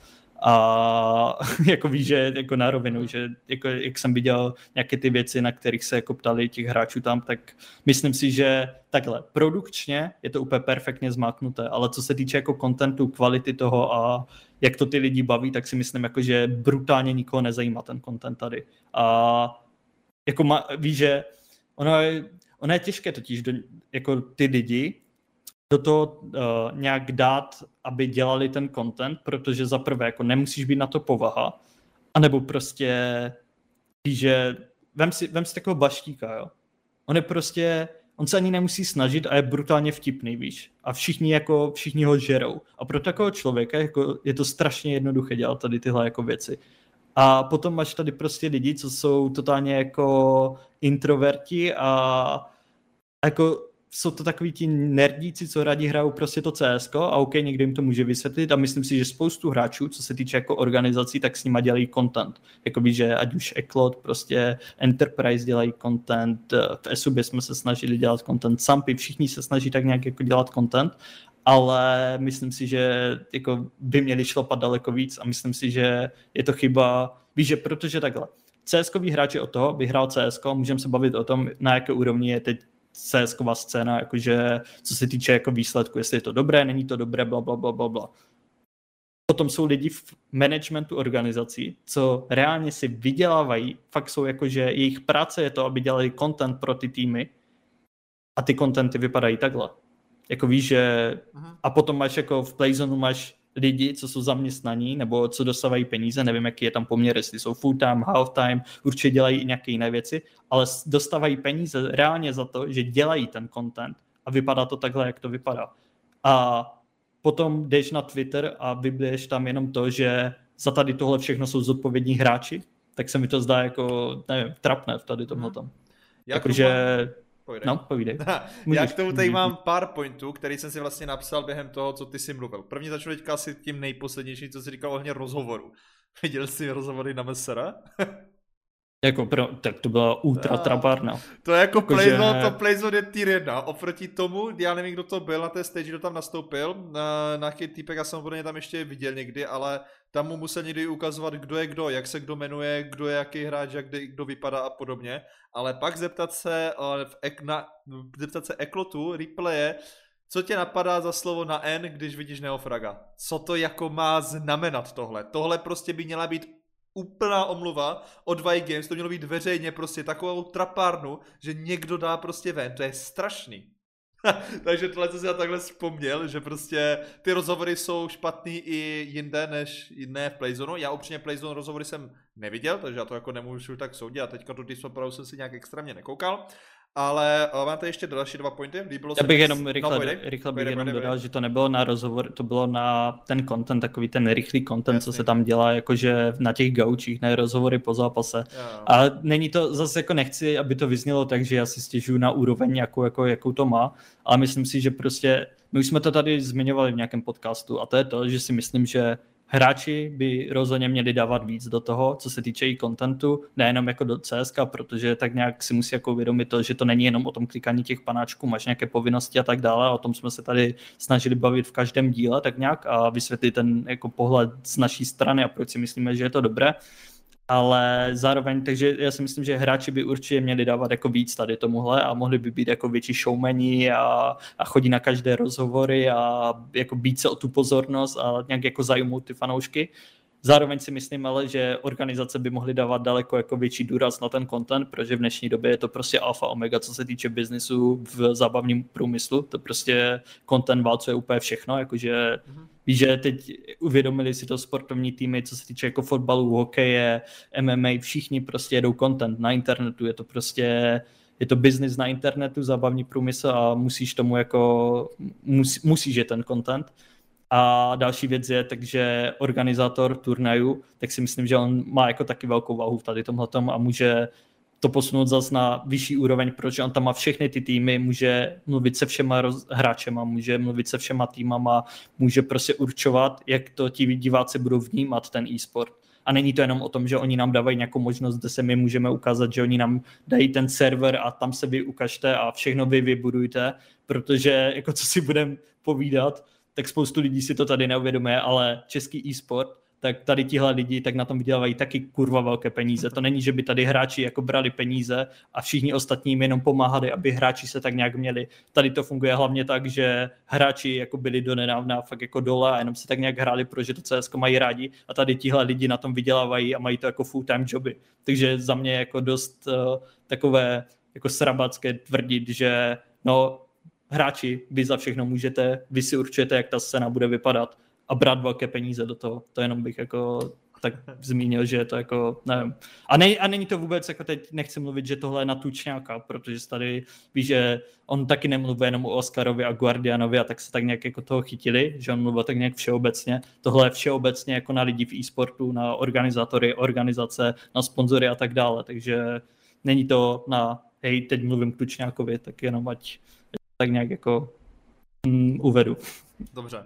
A jako víš, že jako na rovinu, že jako, jak jsem viděl nějaké ty věci, na kterých se jako ptali těch hráčů tam, tak myslím si, že takhle produkčně je to úplně perfektně zmáknuté, ale co se týče jako contentu, kvality toho a jak to ty lidi baví, tak si myslím, jako, že brutálně nikoho nezajímá ten content tady. A jako víš, že ono je těžké totiž jako ty lidi do toho nějak dát, aby dělali ten content, protože za prvé jako nemusíš být na to povaha, anebo prostě víš, že vem si takového Baštíka, jo. On se ani nemusí snažit a je brutálně vtipný, víš. A všichni ho žerou. A pro takového člověka jako je to strašně jednoduché dělat tady tyhle jako věci. A potom máš tady prostě lidi, co jsou totálně jako introverti a jako jsou to takový ti nerdíci, co rádi hrajou prostě to CSko a OK, někdo jim to může vysvětlit a myslím si, že spoustu hráčů, co se týče jako organizací, tak s nima dělají content. Jakoby, že ať už Eklot, prostě Enterprise dělají content, v SUB jsme se snažili dělat content, Sampy, všichni se snaží tak nějak jako dělat content, ale myslím si, že jako by měli šlapat daleko víc a myslím si, že je to chyba, víš, že protože takhle, CSkový hráči od toho vyhrál CSko, můžeme se bavit o tom, na jaké úrovni je teď CSková scéna, jakože co se týče jako výsledku, jestli je to dobré, není to dobré, blablabla. Potom jsou lidi v managementu organizací, co reálně si vydělávají, fakt jsou jakože jejich práce je to, aby dělali content pro ty týmy a ty contenty vypadají takhle. Jako víš, že a potom máš jako v Playzonu máš lidi, co jsou zaměstnaní nebo co dostávají peníze, nevím, jaký je tam poměr, jestli jsou full time, half time, určitě dělají i nějaké jiné věci, ale dostávají peníze reálně za to, že dělají ten content a vypadá to takhle, jak to vypadá. A potom jdeš na Twitter a vybliješ tam jenom to, že za tady tohle všechno jsou zodpovědní hráči, tak se mi to zdá jako, nevím, trapné v tady tomhle tom. Jakože... No, povídej. Já k tomu tady mám pár pointů, který jsem si vlastně napsal během toho, co ty jsi mluvil. První začnu teďka asi tím nejposlednějším, co jsi říkal ohledně rozhovoru. Viděl jsi rozhovory na Messera? Jako tak to byla ultra trapárna. To je jako Playzone je tier 1. Oproti tomu, já nevím, kdo to byl na té stage, kdo tam nastoupil. Nějaký týpek, já jsem podle tam ještě viděl někdy, ale tam mu musel někdy ukazovat, kdo je kdo, jak se kdo jmenuje, kdo je jaký hráč, jak kdo vypadá a podobně. Ale pak zeptat se Eklotu, replaye, co tě napadá za slovo na N, když vidíš Neofraga? Co to jako má znamenat tohle? Tohle prostě by měla být úplná omluva od Vice Games, to mělo být veřejně prostě takovou trapárnu, že někdo dá prostě ven, to je strašný. Takže tohle jsem si já takhle vzpomněl, že prostě ty rozhovory jsou špatný i jinde než jiné v Playzonu. Já upřímně Playzone rozhovory jsem neviděl, takže já to jako nemůžu tak soudit a teďka tu Discord jsem si nějak extrémně nekoukal. Ale mám tady ještě další 2 pointy. Já bych jenom rychle dodal, že to nebylo na rozhovor, to bylo na ten content, takový ten rychlý content, jasný, co se tam dělá, jakože na těch gaučích, ne rozhovory po zápase. A není to, zase jako nechci, aby to vyznělo tak, že já si stěžuju na úroveň, jakou to má, ale myslím si, že prostě, my už jsme to tady zmiňovali v nějakém podcastu a to je to, že si myslím, že hráči by rozhodně měli dávat víc do toho, co se týče i contentu, nejenom jako do CSK, protože tak nějak si musí jako uvědomit to, že to není jenom o tom klikání těch panáčků, máš nějaké povinnosti a tak dále, o tom jsme se tady snažili bavit v každém díle tak nějak a vysvětlit ten jako pohled z naší strany a proč si myslíme, že je to dobré. Ale zároveň, takže já si myslím, že hráči by určitě měli dávat jako víc tady tomuhle a mohli by být jako větší showmani a chodit na každé rozhovory a jako být se o tu pozornost a nějak jako zajmout ty fanoušky. Zároveň si myslím ale, že organizace by mohly dávat daleko jako větší důraz na ten content, protože v dnešní době je to prostě alfa omega, co se týče biznisu v zábavním průmyslu. To prostě content válcuje úplně všechno, jakože víš, že teď uvědomili si to sportovní týmy, co se týče jako fotbalu, hokeje, MMA, všichni prostě jedou content na internetu, je to prostě, je to business na internetu, zábavní průmysl a musíš tomu jako, musíš je ten content. A další věc je, takže organizátor turnaju, tak si myslím, že on má jako taky velkou váhu v tady tomhletom a může to posunout zase na vyšší úroveň, protože on tam má všechny ty týmy, může mluvit se všema hráčema, může mluvit se všema týmama, může prostě určovat, jak to ti diváci budou vnímat ten e-sport. A není to jenom o tom, že oni nám dávají nějakou možnost, kde se my můžeme ukázat, že oni nám dají ten server a tam se vy ukažte a všechno vy vybudujte, protože jako co si budeme povídat, tak spoustu lidí si to tady neuvědomuje, ale český e-sport, tak tady tihle lidi tak na tom vydělávají taky kurva velké peníze. To není, že by tady hráči jako brali peníze a všichni ostatní jim jenom pomáhali, aby hráči se tak nějak měli. Tady to funguje hlavně tak, že hráči jako byli donedávna fakt jako dole a jenom si tak nějak hráli, protože to CSko mají rádi a tady tihle lidi na tom vydělávají a mají to jako full-time joby. Takže za mě jako dost takové jako srabacké tvrdit, že no hráči, vy za všechno můžete, vy si určujete, jak ta scéna bude vypadat a brát velké peníze do toho. To jenom bych jako tak zmínil, že je to jako, nevím. A není to vůbec, jako teď nechci mluvit, že tohle je na tučňáka, protože tady víš, že on taky nemluví jenom o Oscarovi a Guardianovi a tak se tak nějak jako toho chytili, že on mluvil tak nějak všeobecně. Tohle je všeobecně jako na lidi v e-sportu, na organizátory, organizace, na sponzory a tak dále, takže není to na, hej, teď mluvím k tučňákovi, tak jenom ať tak nějak jako uvedu. Dobře.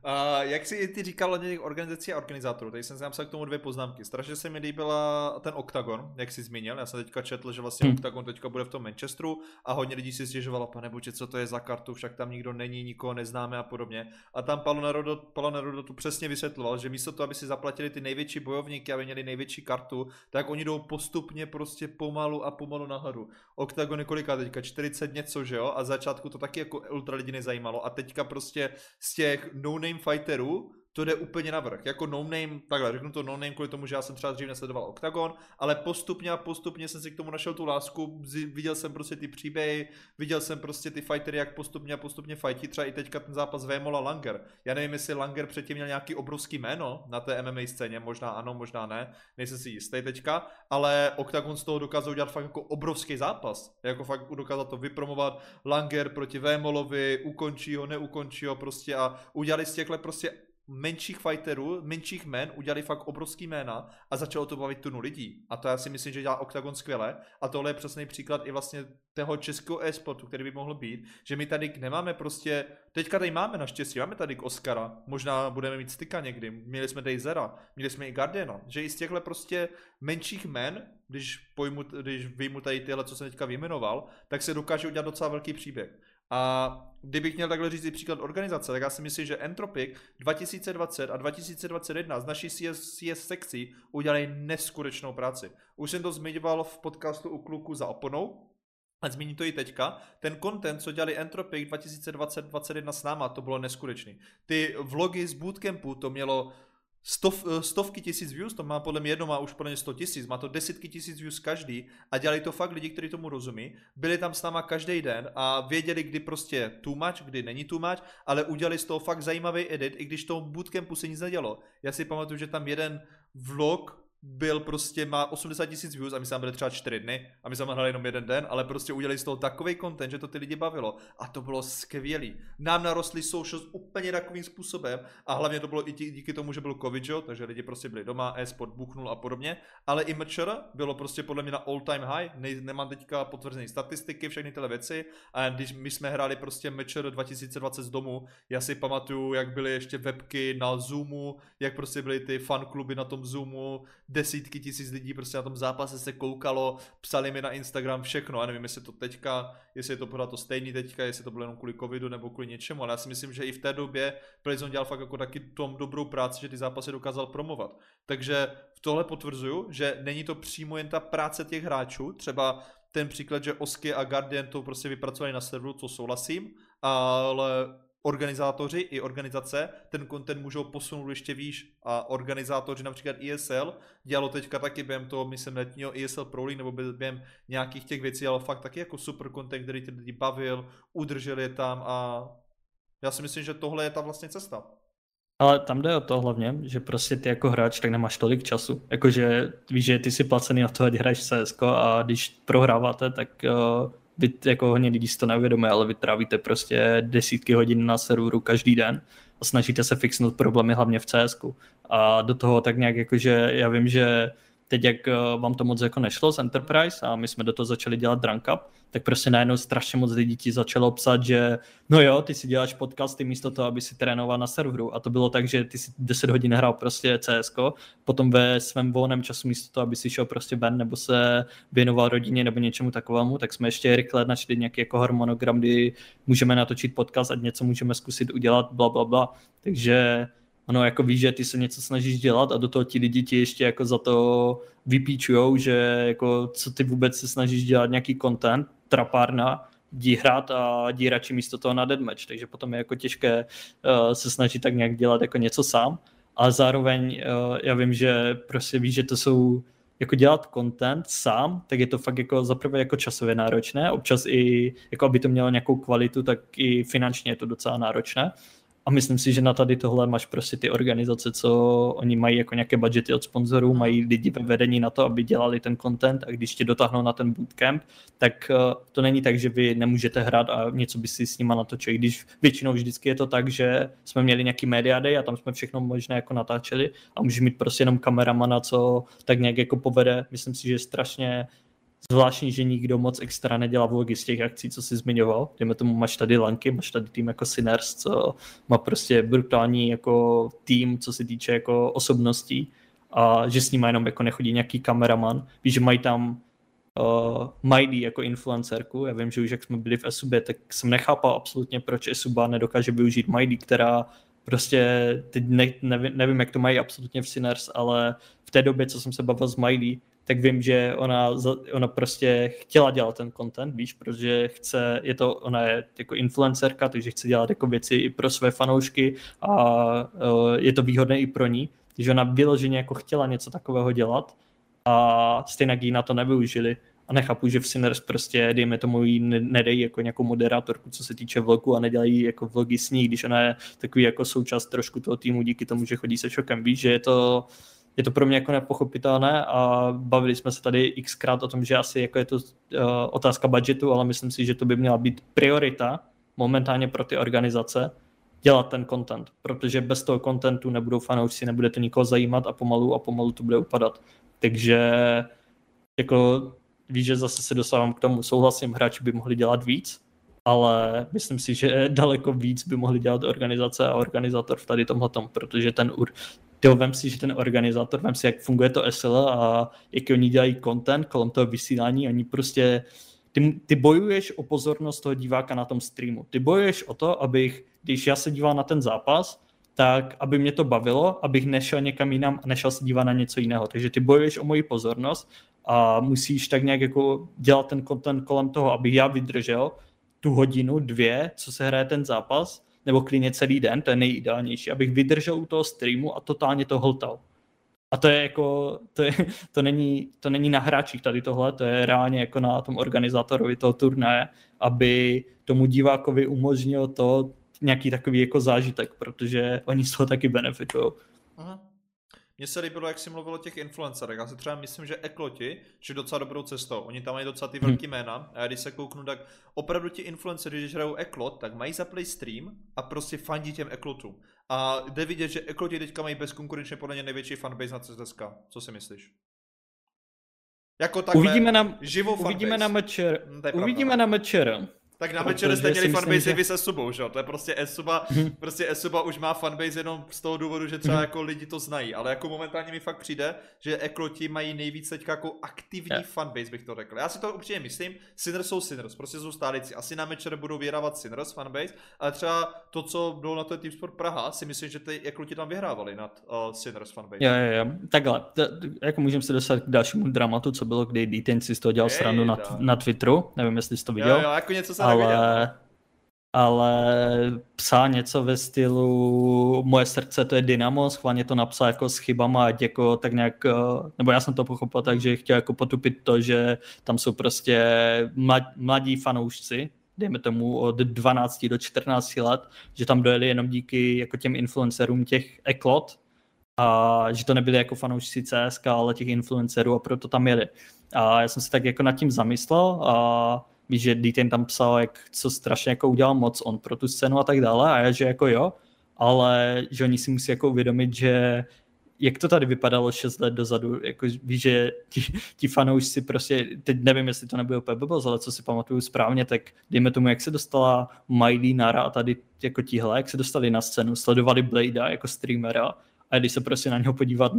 Jak jsi ty říkal o těch organizací a organizátorů, tady jsem si napsal k tomu 2 poznámky. Strašně se mi líbila ten Octagon, jak jsi zmínil. Já jsem teďka četl, že vlastně Octagon teďka bude v tom Manchesteru a hodně lidí si stěžovalo, pane bože, co to je za kartu, však tam nikdo není, nikoho neznáme a podobně. A tam Palo Nerudo tu přesně vysvětloval, že místo toho, aby si zaplatili ty největší bojovníky, aby měli největší kartu, tak oni jdou postupně prostě pomalu nahoru. Octagon je kolika teďka, 40 něco, že jo? A začátku to taky jako ultra lidi nezajímalo a teďka prostě z těch no-name fighterů to jde úplně navrch, jako no-name, takhle, řeknu to no-name kvůli tomu, že já jsem třeba dřív nesledoval Octagon, ale postupně jsem si k tomu našel tu lásku, viděl jsem prostě ty příběhy, viděl jsem prostě ty fightery, jak postupně fightí, třeba i teďka ten zápas Vémola Langer. Já nevím, jestli Langer předtím měl nějaký obrovský jméno na té MMA scéně, možná ano, možná ne, nejsem si jistý teďka, ale Octagon z toho dokázal udělat fakt jako obrovský zápas, jako fakt dokázal to vypromovat, Langer proti Vémolovi, ukončí ho, neukončí ho prostě a udělali z těchhle prostě menších fighterů, menších men udělali fakt obrovský jména a začalo to bavit tunu lidí. A to já si myslím, že dělá Octagon skvěle. A tohle je přesný příklad i vlastně toho českého e-sportu, který by mohl být, že my tady nemáme prostě, teďka tady máme naštěstí, máme tady Oscara, možná budeme mít Styka někdy, měli jsme Dazera, měli jsme i Guardiana, že i z těchhle prostě menších men, když vyjmu tady tyhle, co jsem teďka vyjmenoval, tak se dokáže udělat docela velký příběh. A kdybych měl takhle říct příklad organizace, tak já si myslím, že Entropic 2020 a 2021 z naší CS sekcí udělali neskutečnou práci. Už jsem to zmiňoval v podcastu u Kluku za oponou, a zmíním to i teďka, ten content, co dělali Entropic 2020-2021 s náma, to bylo neskutečný. Ty vlogy z bootcampu, to mělo stovky tisíc views, to má podle mě jedno, má už podle mě 100 000, má to desítky tisíc views každý a dělali to fakt lidi, kteří tomu rozumí, byli tam s náma každý den a věděli, kdy prostě too much, kdy není too much, ale udělali z toho fakt zajímavý edit, i když toho bootcampu se nic nedělo. Já si pamatuju, že tam jeden vlog byl prostě, má 80 000 views a my jsme tam byli třeba 4 dny a my jsme hrali jenom jeden den, ale prostě udělali z toho takovej content, že to ty lidi bavilo a to bylo skvělý. Nám narostly socials úplně takovým způsobem a hlavně to bylo i díky tomu, že byl covid, jo? Takže lidi prostě byli doma, e-sport buchnul a podobně, ale i MČR bylo prostě podle mě na all time high, nemám teďka potvrzené statistiky, všechny tyhle věci a když my jsme hráli prostě MČR 2020 z domu, já si pamatuju, jak byly ještě webky na Zoomu, jak prostě byly ty fankluby na tom Zoomu, desítky tisíc lidí prostě na tom zápase se koukalo, psali mi na Instagram všechno, já nevím, jestli to teďka, jestli je to pořád to stejný teďka, jestli to bylo jenom kvůli covidu nebo kvůli něčemu, ale já si myslím, že i v té době Playzone dělal fakt jako taky tom dobrou práci, že ty zápasy dokázal promovat. Takže v tohle potvrzuju, že není to přímo jen ta práce těch hráčů, třeba ten příklad, že Osky a Guardian to prostě vypracovali na serveru, co souhlasím, ale organizátoři i organizace ten content můžou posunout ještě výš a organizátoři například ESL dělalo teďka taky během toho, myslím, letního ESL Pro League nebo během nějakých těch věcí, ale fakt taky jako super content, který ty lidi bavil, udrželi je tam a já si myslím, že tohle je ta vlastně cesta. Ale tam jde o to hlavně, že prostě ty jako hráč tak nemáš tolik času. Jakože víš, že ty jsi placený na to, ať hraješ CSko a když prohráváte, tak vy jako hodně lidí si to neuvědomuje, ale vy trávíte prostě desítky hodin na serveru každý den a snažíte se fixnout problémy hlavně v CSku. A do toho tak nějak jakože já vím, že teď jak vám to moc jako nešlo z Enterprise a my jsme do toho začali dělat Rank Up, tak prostě najednou strašně moc lidí ti začalo psat, že no jo, ty si děláš podcasty místo toho, aby si trénoval na serveru. A to bylo tak, že ty si 10 hodin hrál prostě CSko, potom ve svém volném času místo toho, aby si šel prostě ven nebo se věnoval rodině nebo něčemu takovému, tak jsme ještě rychle načli nějaký jako harmonogram, kdy můžeme natočit podcast a něco můžeme zkusit udělat, bla, bla, bla. Takže ono jako víš, že ty se něco snažíš dělat a do toho ti lidi ti ještě jako za to vypíčujou, že jako co ty vůbec se snažíš dělat nějaký content, trapárna, jdi hrát a jdi radši místo toho na deathmatch, takže potom je jako těžké se snažit tak nějak dělat jako něco sám, ale zároveň já vím, že prostě víš, že to jsou jako dělat content sám, tak je to fakt jako zaprvé jako časově náročné, občas i jako aby to mělo nějakou kvalitu, tak i finančně je to docela náročné. A myslím si, že na tady tohle máš prostě ty organizace, co oni mají jako nějaké budgety od sponzorů, mají lidi ve vedení na to, aby dělali ten content a když tě dotáhnou na ten bootcamp, tak to není tak, že vy nemůžete hrát a něco by si s nima natočili. Když většinou vždycky je to tak, že jsme měli nějaký media day a tam jsme všechno možné jako natáčeli a můžeš mít prostě jenom kameramana, co tak nějak jako povede. Myslím si, že je strašně zvláštní, že nikdo moc extra nedělá vlogy z těch akcí, co jsi zmiňoval. Dejme tomu, máš tady Lanky, máš tady tým jako Sinners, co má prostě brutální jako tým, co se týče jako osobností a že s ním jenom jako nechodí nějaký kameraman. Víš, že mají tam Miley jako influencerku. Já vím, že už jak jsme byli v Esubě, tak jsem nechápal absolutně, proč Esuba nedokáže využít Miley, která prostě teď nevím, jak to mají absolutně v Sinners, ale v té době, co jsem se bavil s Miley, tak vím, že ona prostě chtěla dělat ten content, víš, protože ona je jako influencerka, takže chce dělat jako věci i pro své fanoušky a je to výhodné i pro ní, takže ona vyloženě jako chtěla něco takového dělat a stejně jí na to nevyužili. A nechápu, že v Sinners prostě, dejme tomu, jí nedají jako nějakou moderátorku, co se týče vlogu a nedělají jako vlogy s ní, když ona je takový jako součást trošku toho týmu díky tomu, že chodí se Šokem, víš, že je to pro mě jako nepochopitelné a bavili jsme se tady xkrát o tom, že asi jako je to otázka budgetu, ale myslím si, že to by měla být priorita momentálně pro ty organizace dělat ten content, protože bez toho contentu nebudou fanoušci, nebude to nikoho zajímat a pomalu to bude upadat. Takže jako víš, že zase se dostávám k tomu, souhlasím, hráči by mohli dělat víc, ale myslím si, že daleko víc by mohli dělat organizace a organizátor v tady tomhletom, protože vem si, že ten organizátor, vem si, jak funguje to SL a jak oni dělají content kolem toho vysílání, oni prostě, ty bojuješ o pozornost toho diváka na tom streamu. Ty bojuješ o to, když já se díval na ten zápas, tak aby mě to bavilo, abych nešel někam jinam a nešel se dívat na něco jiného. Takže ty bojuješ o moji pozornost a musíš tak nějak jako dělat ten content kolem toho, abych já vydržel tu hodinu, 2, co se hraje ten zápas, nebo klidně celý den, to je nejideálnější, abych vydržel u toho streamu a totálně to hltal. A to je jako, to není na hráčích tady tohle, to je reálně jako na tom organizátorovi toho turnaje, aby tomu divákovi umožnil to nějaký takový jako zážitek, protože oni z toho taky benefitují. Mně se líbilo, jak jsi mluvil o těch influencerech. Já si třeba myslím, že Ekloti šli docela dobrou cestou. Oni tam mají docela ty velký jména. A já když se kouknu, tak opravdu ti influenceři, když hrajou Eklot, tak mají zaplay stream a prostě fandí těm Eklotům. A jde vidět, že Ekloti teďka mají bezkonkurenčně podle mě největší fanbase na CS:GO. Co si myslíš? Jako takhle uvidíme na mečer. Tak na večer jste měli fanbase vy se Subou, že jo? To je prostě Esuba už má fanbase jenom z toho důvodu, že třeba jako lidi to znají, ale jako momentálně mi fakt přijde, že Ekloti mají nejvíc teďka jako aktivní fanbase, bych to řekl. Já si to upřímně myslím, Sinners jsou Sinners, prostě jsou stálici. Asi na večer budou vyhrávat Sinners fanbase, ale třeba to, co bylo na to Team Sport Praha, si myslím, že ty Ekloti tam vyhrávali nad Sinners fanbase. Jo. Takhle, jako můžeme se dostat k dalšímu dramatu, co bylo, kdy D10 si z toho dělal srandu na Twitteru, nevím, jestli jsi to viděl. Jo, jako něco se ale psal něco ve stylu moje srdce to je Dynamo, schválně to napsal jako s chybama, ať jako tak nějak, nebo já jsem to pochopil tak, že chtěl jako potupit to, že tam jsou prostě mladí fanoušci, dejme tomu od 12 do 14 let, že tam dojeli jenom díky jako těm influencerům těch Eklot a že to nebyli jako fanoušci CSK, ale těch influencerů a proto tam jeli. A já jsem se tak jako nad tím zamyslel a víš, že D10 tam psal, co strašně jako udělal moc on pro tu scénu a tak dále a já, že jako jo, ale že oni si musí jako uvědomit, že jak to tady vypadalo 6 let dozadu, jako víš, že ti fanoušci prostě, teď nevím, jestli to nebylo úplně blbost, ale co si pamatuju správně, tak dejme tomu, jak se dostala Miley, Nara a tady jako tihle, jak se dostali na scénu, sledovali Bladea jako streamera a když se prostě na něho podívat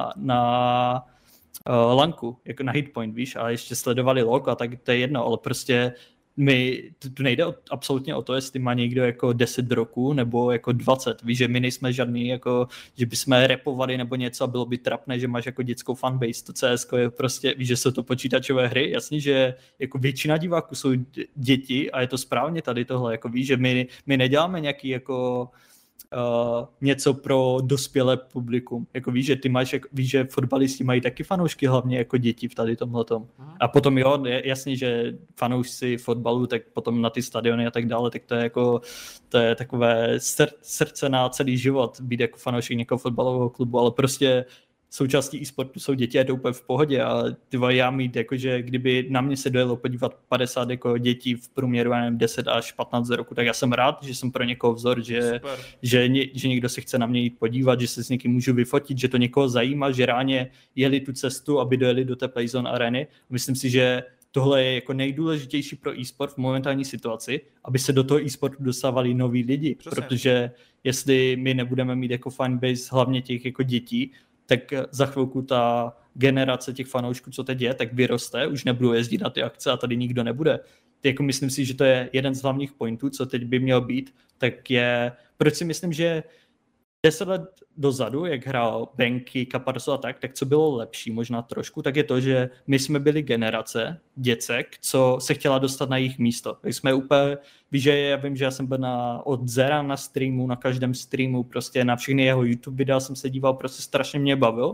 na lanku, jako na hitpoint, víš, a ještě sledovali log a tak to je jedno, ale prostě tu nejde absolutně o to, jestli má někdo jako 10 roků nebo jako 20, víš, že my nejsme žádný, jako, že bychom repovali nebo něco a bylo by trapné, že máš jako dětskou fanbase, to CS:GO je prostě, víš, že jsou to počítačové hry, jasně, že jako většina diváků jsou děti a je to správně tady tohle, jako víš, že my neděláme nějaký jako něco pro dospělé publikum. Jako víš, že ty máš, víš, že fotbalisti mají taky fanoušky, hlavně jako děti v tady tomhletom. A potom jo, jasně, že fanoušci fotbalu, tak potom na ty stadiony a tak dále, tak to je takové srdce na celý život, být jako fanoušek někoho fotbalového klubu, ale prostě součástí e-sportu jsou děti a je to úplně v pohodě a já mít, jakože kdyby na mě se dojelo podívat 50 jako dětí v průměru, nevím, 10 až 15 roku, tak já jsem rád, že jsem pro někoho vzor, že někdo se chce na mě jít podívat, že se s někým můžu vyfotit, že to někoho zajímá, že reálně jeli tu cestu, aby dojeli do té Playzone areny. Myslím si, že tohle je jako nejdůležitější pro e-sport v momentální situaci, aby se do toho e-sportu dostávali noví lidi, protože jestli my nebudeme mít jako fanbase hlavně těch jako dětí, tak za chvilku ta generace těch fanoušků, co teď je, tak vyroste, už nebudou jezdit na ty akce a tady nikdo nebude. Jako myslím si, že to je jeden z hlavních pointů, co teď by měl být, tak je, proč si myslím, že 10 let dozadu, jak hrál Benky, Kaparso a tak co bylo lepší možná trošku, tak je to, že my jsme byli generace děcek, co se chtěla dostat na jejich místo. Tak jsme úplně, víš, že já vím, že já jsem byl od Zera na streamu, na každém streamu, prostě na všechny jeho YouTube videa jsem se díval, prostě strašně mě bavil.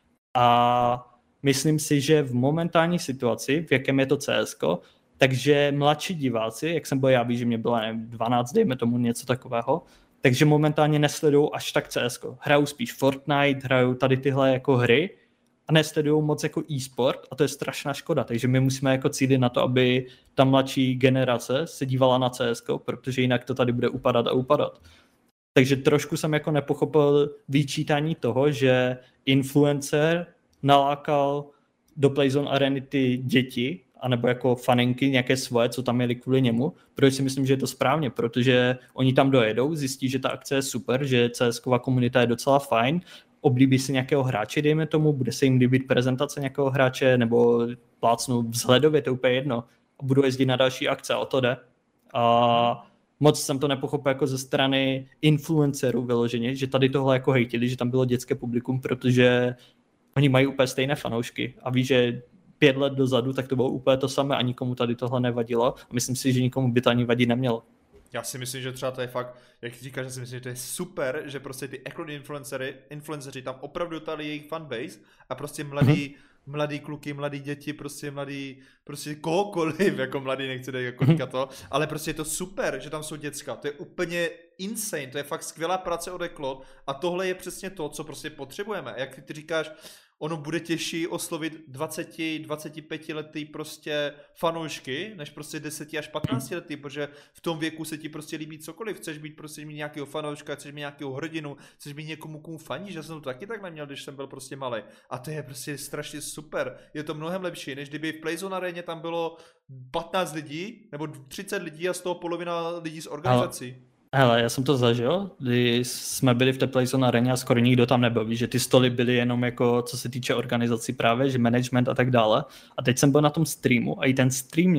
A myslím si, že v momentální situaci, v jakém je to CS:GO, takže mladší diváci, jak jsem byl já, víš, že mě bylo 12, dejme tomu něco takového, takže momentálně nesledují až tak CS:GO. Hrajou spíš Fortnite, hrajou tady tyhle jako hry a nesledují moc jako e-sport a to je strašná škoda. Takže my musíme jako cílit na to, aby ta mladší generace se dívala na CS:GO, protože jinak to tady bude upadat a upadat. Takže trošku jsem jako nepochopil vyčítání toho, že influencer nalákal do Playzone Areny ty děti, anebo jako faninky nějaké svoje, co tam měli kvůli němu, protože si myslím, že je to správně, protože oni tam dojedou, zjistí, že ta akce je super, že CSková komunita je docela fajn, oblíbí si nějakého hráče, dejme tomu, bude se jim líbit prezentace nějakého hráče, nebo plácnou vzhledově, to je úplně jedno, a budou jezdit na další akce, o to jde. A moc jsem to nepochopil jako ze strany influencerů vyloženě, že tady tohle jako hejtili, že tam bylo dětské publikum, protože oni mají úplně stejné fanoušky a ví, že 5 let dozadu, tak to bylo úplně to samé a nikomu tady tohle nevadilo a myslím si, že nikomu by to ani vadit nemělo. Já si myslím, že třeba to je fakt, jak říkáš, já si myslím, že to je super, že prostě ty influenceři tam opravdu dotali jejich fanbase a prostě mladý kluky, mladí děti, prostě kohokoliv, jako mladý, nechci dát jako říkat to, ale prostě je to super, že tam jsou děcka, to je úplně insane, to je fakt skvělá práce od Eklot a tohle je přesně to, co prostě potřebujeme. Jak ty říkáš, ono bude těžší oslovit 20-25 letý prostě fanoušky, než prostě 10 až 15 letý, protože v tom věku se ti prostě líbí cokoliv, chceš mít nějakého fanouška, chceš mít nějakého hrdinu, chceš mít někomu, komu faníš, já jsem to taky tak neměl, když jsem byl prostě malý. A to je prostě strašně super, je to mnohem lepší, než kdyby v Playzone aréně tam bylo 15 lidí, nebo 30 lidí a z toho polovina lidí z organizací. Hele, já jsem to zažil, když jsme byli v té Playzone aréně a skoro nikdo tam nebyl, víš, že ty stoly byly jenom jako, co se týče organizací právě, že management a tak dále. A teď jsem byl na tom streamu a i ten stream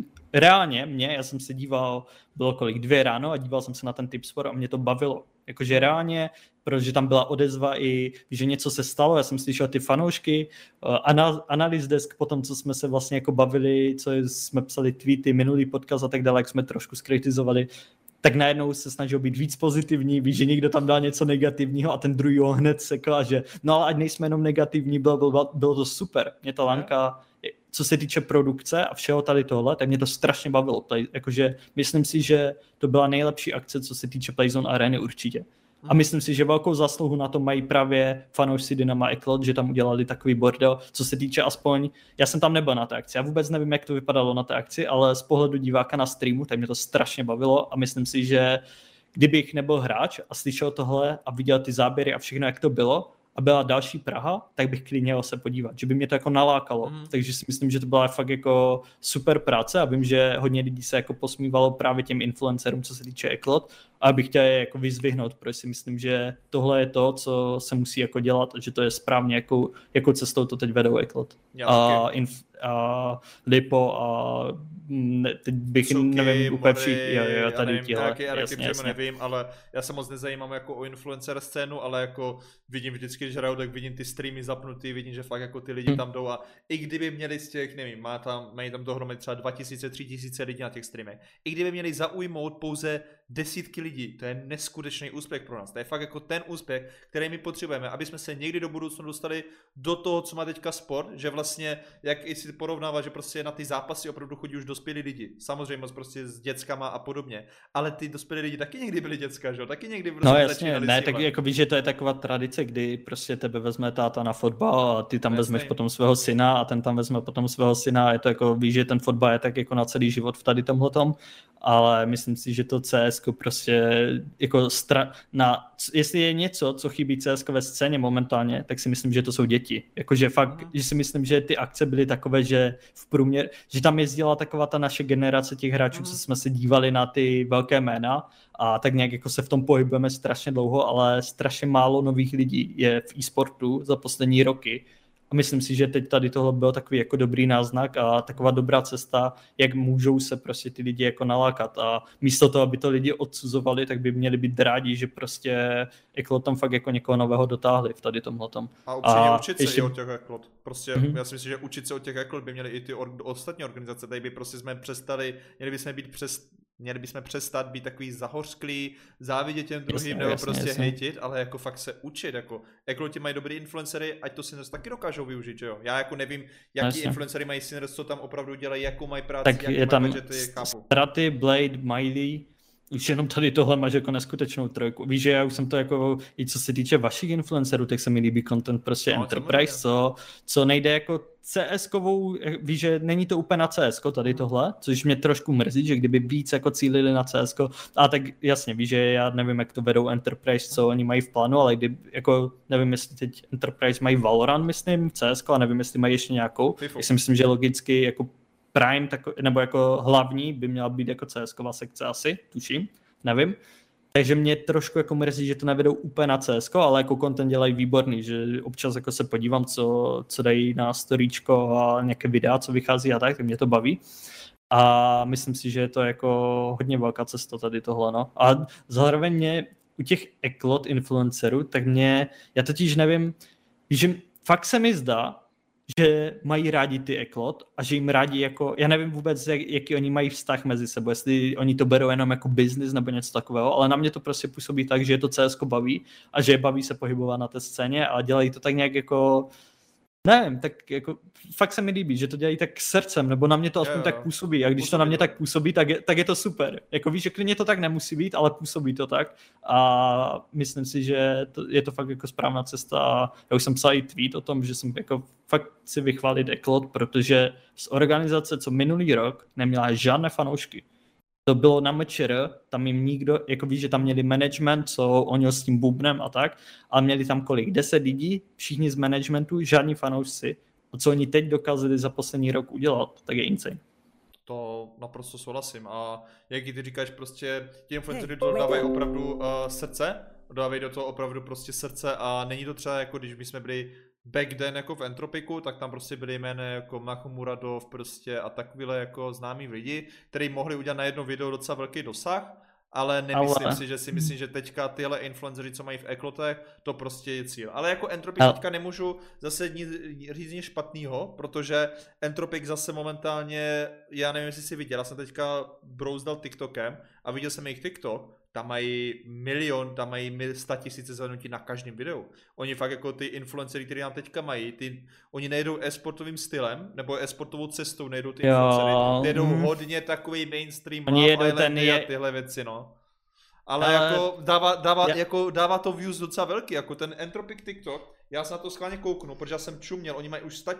já jsem se díval, bylo kolik, 2 ráno a díval jsem se na ten Tipsport a mě to bavilo. Jakože reálně, protože tam byla odezva i, že něco se stalo, já jsem slyšel ty fanoušky, Analyst Desk potom, co jsme se vlastně jako bavili, co jsme psali tweety, minulý podcast a tak dále, jak jsme trošku skritizovali, tak najednou se snažil být víc pozitivní, víš, že někdo tam dal něco negativního a ten druhý ho hned sekl a že no ale ať nejsme jenom negativní, bylo to super. Mě ta lanka, co se týče produkce a všeho tady tohle, tak mě to strašně bavilo. Jakože myslím si, že to byla nejlepší akce, co se týče Playzone Areny určitě. A myslím si, že velkou zasluhu na to mají právě fanoušci Dynama Eklot, že tam udělali takový bordel, co se týče aspoň, já jsem tam nebyl na té akci, já vůbec nevím, jak to vypadalo na té akci, ale z pohledu diváka na streamu, tak mě to strašně bavilo a myslím si, že kdybych nebyl hráč a slyšel tohle a viděl ty záběry a všechno, jak to bylo, a byla další Praha, tak bych klidně se podívat, že by mě to jako nalákalo. Takže si myslím, že to byla fakt jako super práce a vím, že hodně lidí se jako posmívalo právě těm influencerům, co se týče Eklot, a bych chtěl je jako vyzdvihnout, protože si myslím, že tohle je to, co se musí jako dělat a že to je správně, jako cestou to teď vedou Eklot. A Lipo a teď bych Suky, nevím úplně tady tihle. Jasně. Nevím, ale já se moc nezajímám jako o influencer scénu, ale jako vidím vždycky, když hraju, tak vidím ty streamy zapnutý, vidím, že fakt jako ty lidi tam jdou a i kdyby měli z těch, nevím, mají tam dohromady třeba 2000-3000 lidí na těch streamech, i kdyby měli zaujmout pouze desítky lidí, to je neskutečný úspěch pro nás. To je fakt jako ten úspěch, který my potřebujeme, aby jsme se někdy do budoucna dostali do toho, co má teďka sport, že vlastně, jak i si porovnává, že prostě na ty zápasy opravdu chodí už dospělí lidi. Samozřejmě prostě s dětskama a podobně, ale ty dospělí lidi taky někdy byli děcka, že jo? Taky někdy prostě no jasně, ne, tak jako víš, že to je taková tradice, kdy prostě tebe vezme táta na fotbal a ty tam vezmeš potom svého syna a ten tam vezme potom svého syna a je to jako, víš, že ten fotbal je tak jako na celý život v tady tomhletom, ale myslím si, že to CS prostě jako jestli je něco, co chybí CS ve scéně momentálně, tak si myslím, že to jsou děti. Jakože fakt, že si myslím, že ty akce byly takové, že v průměr, že tam jezdila taková ta naše generace těch hráčů, co jsme se dívali na ty velké jména a tak nějak jako se v tom pohybujeme strašně dlouho, ale strašně málo nových lidí je v e-sportu za poslední roky. A myslím si, že teď tady tohle byl takový jako dobrý náznak a taková dobrá cesta, jak můžou se prostě ty lidi jako nalákat. A místo toho, aby to lidi odsuzovali, tak by měli být rádi, že prostě Eklot tam fakt jako někoho nového dotáhli v tady tomhletom. A upřímně učit se i od těch Eklot. Prostě já si myslím, že učit se od těch Eklot by měly i ty ostatní organizace. Tady by prostě jsme přestali, měli bychom přestat být takový zahořklý, závidět těm druhým nebo prostě hejtit, ale jako fakt se učit, jako Ekloti mají dobrý influencery, ať to Sinners taky dokážou využít, že jo? Já jako nevím, jaký influencery mají Sinners, co tam opravdu dělají, jakou mají práci, tak jaké je mají budgety, chápu. Straty, Blade, Miley, už jenom tady tohle máš jako neskutečnou trojku. Víš, že já už jsem to jako, i co se týče vašich influencerů, tak se mi líbí content prostě Enterprise, co nejde jako CS-kovou, víš, že není to úplně na CS-ko tady tohle, což mě trošku mrzí, že kdyby víc jako cílili na CS-ko, a tak jasně, víš, že já nevím, jak to vedou Enterprise, co oni mají v plánu, ale kdy, jako nevím, jestli teď Enterprise mají Valorant, myslím, CS-ko, a nevím, jestli mají ještě nějakou, já si myslím, že logicky jako Prime, nebo jako hlavní by měla být jako CS-ková sekce asi, tuším, nevím. Takže mě trošku jako mrzí, že to nevedou úplně na CS, ale jako content dělají výborný, že občas jako se podívám, co dají na storíčko a nějaké videa, co vychází a tak mě to baví. A myslím si, že je to jako hodně velká cesta tady tohle, no. A zároveň mě u těch eklot influencerů, tak já totiž nevím, že fakt se mi zdá, že mají rádi ty eklot a že jim rádi jako, já nevím vůbec, jaký oni mají vztah mezi sebou, jestli oni to berou jenom jako business nebo něco takového, ale na mě to prostě působí tak, že je to CSko baví a že je baví se pohybovat na té scéně a dělají to tak nějak jako, nevím, tak jako fakt se mi líbí, že to dělají tak srdcem, nebo na mě to aspoň tak působí a když to na mě tak působí, tak je to super. Jako víš, že klidně to tak nemusí být, ale působí to tak a myslím si, že je to fakt jako správná cesta a já už jsem psal i tweet o tom, že jsem jako fakt si vychválit Eklot, protože z organizace, co minulý rok neměla žádné fanoušky. To bylo na MČR, tam jim nikdo, jako víš, že tam měli management, co oni s tím bubnem a tak, ale měli tam kolik? 10 lidí, všichni z managementu, žádní fanoušci. A co oni teď dokázali za poslední rok udělat, tak je insane. To naprosto souhlasím a jak ty říkáš, prostě ti influencery to dávají opravdu srdce, dávají do toho opravdu prostě srdce a není to třeba jako když my jsme byli back then jako v Entropiku, tak tam prostě byly jména jako Machomuradov prostě a takovýhle jako známí lidi, kteří mohli udělat na jedno video docela velký dosah, ale myslím, že teďka tyhle influenceři, co mají v eklotech, to prostě je cíl. Ale jako Entropik teďka nemůžu zase říct nic špatného, protože Entropik zase momentálně, já nevím, jestli jsi viděl, já jsem teďka brouzdal TikTokem a viděl jsem jejich TikTok, tam mají 100 000 zhlédnutí na každém videu. Oni fakt jako ty influencery, který nám teďka mají, oni nejdou e-sportovým stylem, nebo e-sportovou cestou nejdou ty influencery, ty jedou hodně takový mainstream, a tyhle věci, no. Ale jako dává to views docela velký, jako ten Entropic TikTok, já se na to schválně kouknu, protože já jsem čuměl, oni mají už 100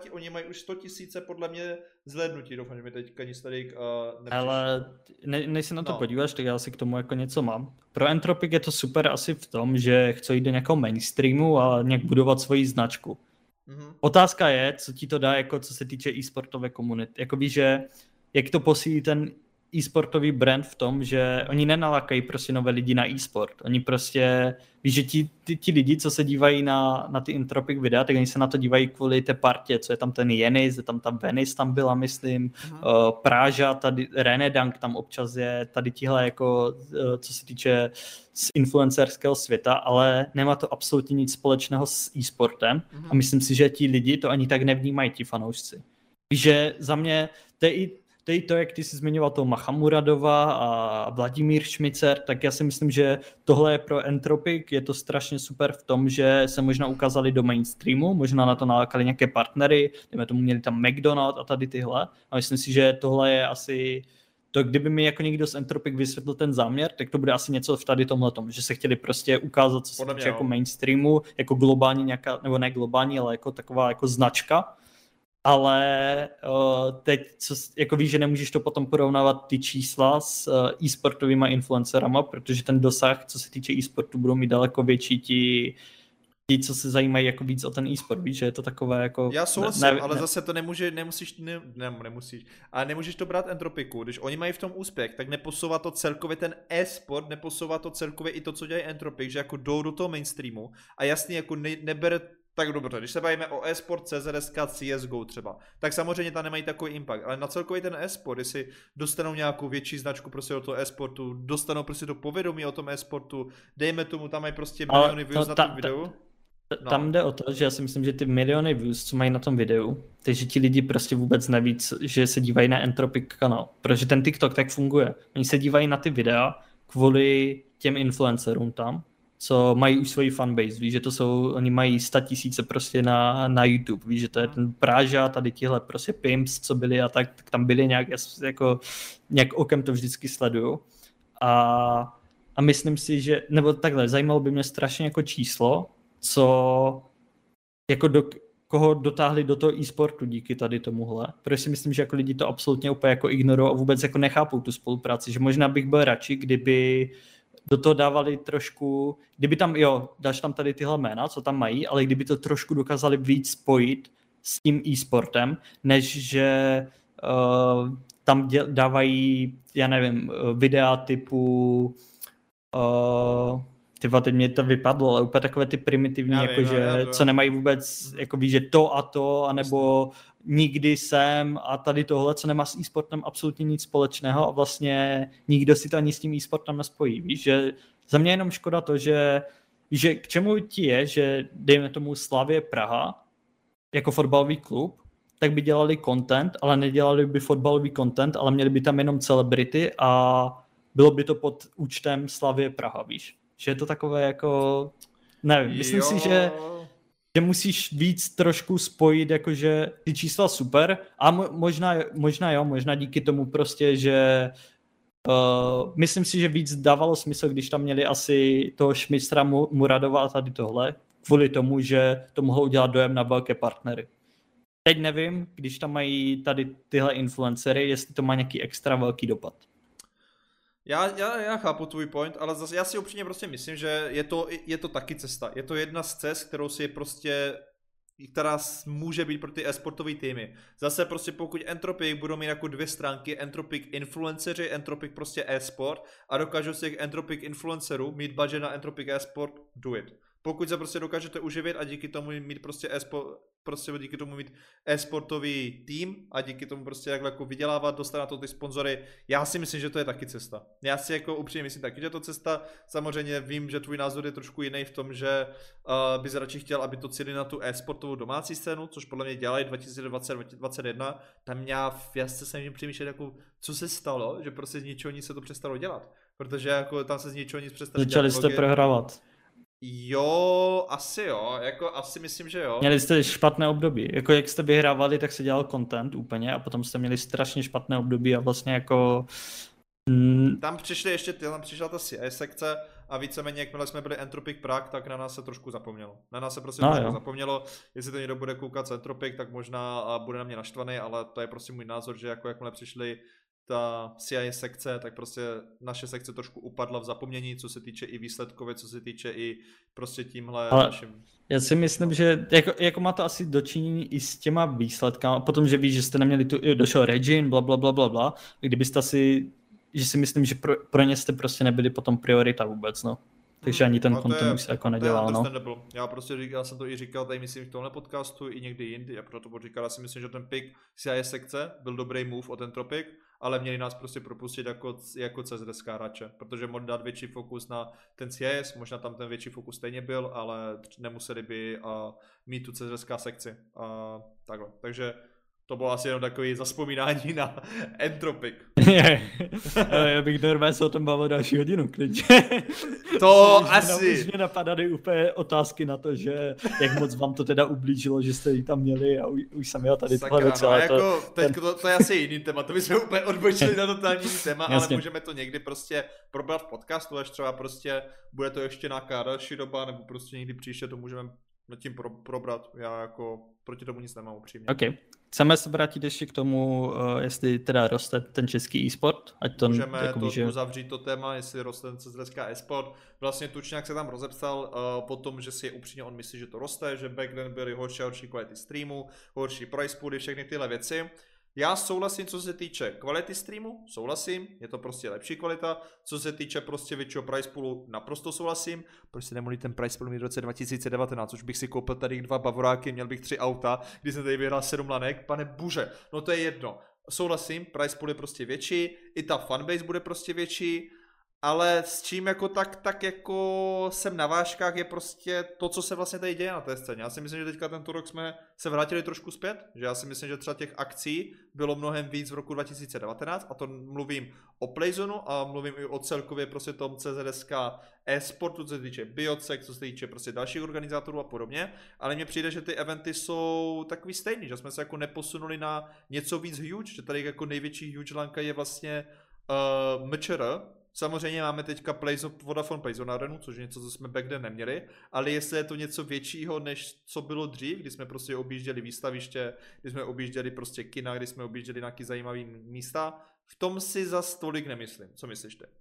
000 podle mě zhlédnutí, doufám, že mi teďka nic tady nepřišlo. Ale než se na to podíváš, tak já si k tomu jako něco mám. Pro Entropic je to super asi v tom, že chce jít do nějakého mainstreamu a nějak budovat svoji značku. Mm-hmm. Otázka je, co ti to dá, jako co se týče e-sportové komunity. Jako víš, že jak to posílí ten e-sportový brand v tom, že oni nenalakají prostě nové lidi na e-sport. Oni prostě, víš, že ti lidi, co se dívají na ty Entropic videa, tak oni se na to dívají kvůli té partě, co je tam ten Jenis, je tam ta Venice tam byla, myslím, Práža, tady René Dank tam občas je, tady tihle jako, co se týče z influencerského světa, ale nemá to absolutně nic společného s e-sportem a myslím si, že ti lidi to ani tak nevnímají, ti fanoušci. Víš, že za mě to je to, jak ty jsi zmiňoval toho Machamuradova a Vladimír Šmicer, tak já si myslím, že tohle je pro Entropic, je to strašně super v tom, že se možná ukázali do mainstreamu, možná na to nalákali nějaké partnery, dejme tomu měli tam McDonald a tady tyhle. A myslím si, že tohle je asi to, kdyby mi jako někdo z Entropic vysvětlil ten záměr, tak to bude asi něco v tady tomhletom, že se chtěli prostě ukázat, co se týče jako mainstreamu, jako globální nějaká, nebo ne globální, ale jako taková jako značka. Ale teď, jako víš, že nemůžeš to potom porovnávat ty čísla s e-sportovými influencerama, protože ten dosah, co se týče e-sportu, budou mít daleko větší ti, co se zajímají jako víc o ten e-sport, víš, že je to takové jako... Já souhlasím, ale zase to nemusíš, ale nemůžeš to brát Entropiku, když oni mají v tom úspěch, tak neposouvá to celkově ten e-sport, neposouvá to celkově i to, co dělají Entropic, že jako jdou do toho mainstreamu a jasně jako nebere tak dobře, když se bavíme o e-sport, CZSK, CSGO třeba, tak samozřejmě tam nemají takový impact, ale na celkový ten e-sport, jestli dostanou nějakou větší značku prostě do toho e-sportu, dostanou prostě to povědomí o tom e-sportu, dejme tomu, tam mají prostě miliony views na tom videu. Tam jde o to, že já si myslím, že ty miliony views, co mají na tom videu, takže ti lidi prostě vůbec neví, že se dívají na Entropic kanál, protože ten TikTok tak funguje. Oni se dívají na ty videa kvůli těm influencerům tam, co mají už svoji fanbase, víš, že to jsou, oni mají 100 000 prostě na YouTube, víš, že to je ten Práža, tady tihle prostě pimps, co byli a tak tam byli nějak okem to vždycky sleduju. a myslím si, že, nebo takhle, zajímalo by mě strašně jako číslo, co jako koho dotáhli do toho e-sportu díky tady tomuhle. Protože si myslím, že jako lidi to absolutně úplně jako ignorují a vůbec jako nechápou tu spolupráci, že možná bych byl radši, kdyby do toho dávali trošku, kdyby tam, dáš tam tady tyhle jména, co tam mají, ale kdyby to trošku dokázali víc spojit s tím e-sportem, než že tam dávají, já nevím, videa typu teď mě to vypadlo, ale úplně takové ty primitivní, co nemají vůbec, jako víš, že to a to, anebo nikdy jsem a tady tohle, co nemá s e-sportem absolutně nic společného a vlastně nikdo si to ani s tím e-sportem nespojí, víš, že za mě je jenom škoda to, že k čemu ti je, že dejme tomu Slavie Praha jako fotbalový klub, tak by dělali content, ale nedělali by fotbalový content, ale měli by tam jenom celebrity a bylo by to pod účtem Slavie Praha, víš. Že je to takové jako, nevím, myslím si, že musíš víc trošku spojit, jakože ty čísla super a možná díky tomu prostě, že myslím si, že víc dávalo smysl, když tam měli asi toho Šmistra, Muradova a tady tohle, kvůli tomu, že to mohlo udělat dojem na velké partnery. Teď nevím, když tam mají tady tyhle influencery, jestli to má nějaký extra velký dopad. Já chápu tvůj point, ale zase já si upřímně prostě myslím, že je to taky cesta. Je to jedna z cest, kterou si prostě, která může být pro ty e-sportové týmy. Zase prostě pokud Entropic budou mít jako 2 stránky, Entropic influenceři, Entropic prostě e-sport a dokážou si těch Entropic influencerů mít budget na Entropic e-sport, do it. Pokud se prostě dokážete uživit a díky tomu mít prostě díky tomu mít e-sportový tým a díky tomu prostě jako vydělávat, dostat na to ty sponzory, já si myslím, že to je taky cesta. Já si jako upřímně myslím taky, že to cesta. Samozřejmě vím, že tvůj názor je trošku jiný v tom, že bys radši chtěl, aby to cílili na tu e-sportovou domácí scénu, což podle mě dělají 2020-2021. Tam já se snažím přemýšlet, jako, co se stalo, že prostě z ničeho nic se to přestalo dělat. Protože jako tam se z ničeho nic přestalo dělat. Začali jste prohrávat. Jo, asi myslím, že jo. Měli jste špatné období, jako jak jste vyhrávali, tak se dělal content úplně a potom jste měli strašně špatné období a vlastně jako... Tam přišla ta CI sekce a víceméně jakmile jsme byli Entropic Prague, tak na nás se trošku zapomnělo. Na nás se prostě trošku zapomnělo, jestli to někdo bude koukat z Entropic, tak možná bude na mě naštvaný, ale to je prostě můj názor, že jako jakmile přišli ta CIA sekce, tak prostě naše sekce trošku upadla v zapomnění, co se týče i výsledkově, co se týče i prostě tímhle naším... Já si myslím, že jako má to asi dočinění i s těma výsledkama, potom, že víš, že jste neměli došel Regin, blablabla, kdybyste že si myslím, že pro ně jste prostě nebyli potom priorita vůbec, no. Takže ani ten content už se jako nedělal, no. Já jsem to i říkal tady myslím v tomhle podcastu i někdy jindy, a proto říkal, já si myslím, že ten pick CIA sekce byl dobrý move od Entropic, ale měli nás prostě propustit jako CSDSK hráče, protože mohli dát větší fokus na ten CS, možná tam ten větší fokus stejně byl, ale nemuseli by mít tu CSDSK sekci a takhle. Takže to bylo asi jenom takový zavzpomínání na Entropic. Já bych normálně se o tom bavil další hodinu, klidně. To asi. Už mě napadaly úplně otázky na to, že jak moc vám to teda ublížilo, že jste ji tam měli a už jsem jel tady tohle věc. To je asi jiný téma, to bychom úplně odbočili na totální téma, ale můžeme to někdy prostě probrat v podcastu, až třeba prostě bude to ještě nějaká další doba, nebo prostě někdy příště to můžeme nad tím probrat. Já jako proti tomu nic nemám upřímně. Okay. Chceme se vrátit ještě k tomu, jestli teda roste ten český e-sport? Můžeme uzavřít to téma, jestli roste ten CSDSK e-sport. Vlastně Tučňák se tam rozepsal po tom, že si upřímně on myslí, že to roste, že back then byly horší a horší kvality streamu, horší price pooly, všechny tyhle věci. Já souhlasím, co se týče kvality streamu, souhlasím, je to prostě lepší kvalita, co se týče prostě většího price poolu, naprosto souhlasím, prostě nemohli ten price pool mít v roce 2019, už bych si koupil tady 2 bavoráky, měl bych 3 auta, když jsem tady vyhrál 7 lanek, pane buže, no to je jedno, souhlasím, price pool je prostě větší, i ta fanbase bude prostě větší, ale s čím jako tak jako jsem na vážkách je prostě to, co se vlastně tady děje na té scéně. Já si myslím, že teďka tento rok jsme se vrátili trošku zpět, že já si myslím, že třeba těch akcí bylo mnohem víc v roku 2019 a to mluvím o Playzonu a mluvím i o celkově prostě tom CZSK e-sportu, co se týče Biocek, co se týče prostě dalších organizátorů a podobně, ale mně přijde, že ty eventy jsou takový stejný, že jsme se jako neposunuli na něco víc huge, že tady jako největší huge lanka je vlastně MČR, Samozřejmě máme teďka Vodafone Plays on Arenu, což je něco, co jsme back then neměli, ale jestli je to něco většího, než co bylo dřív, kdy jsme prostě objížděli výstaviště, kdy jsme objížděli prostě kina, kdy jsme objížděli nějaký zajímavý místa, v tom si zas tolik nemyslím. Co myslíš ty?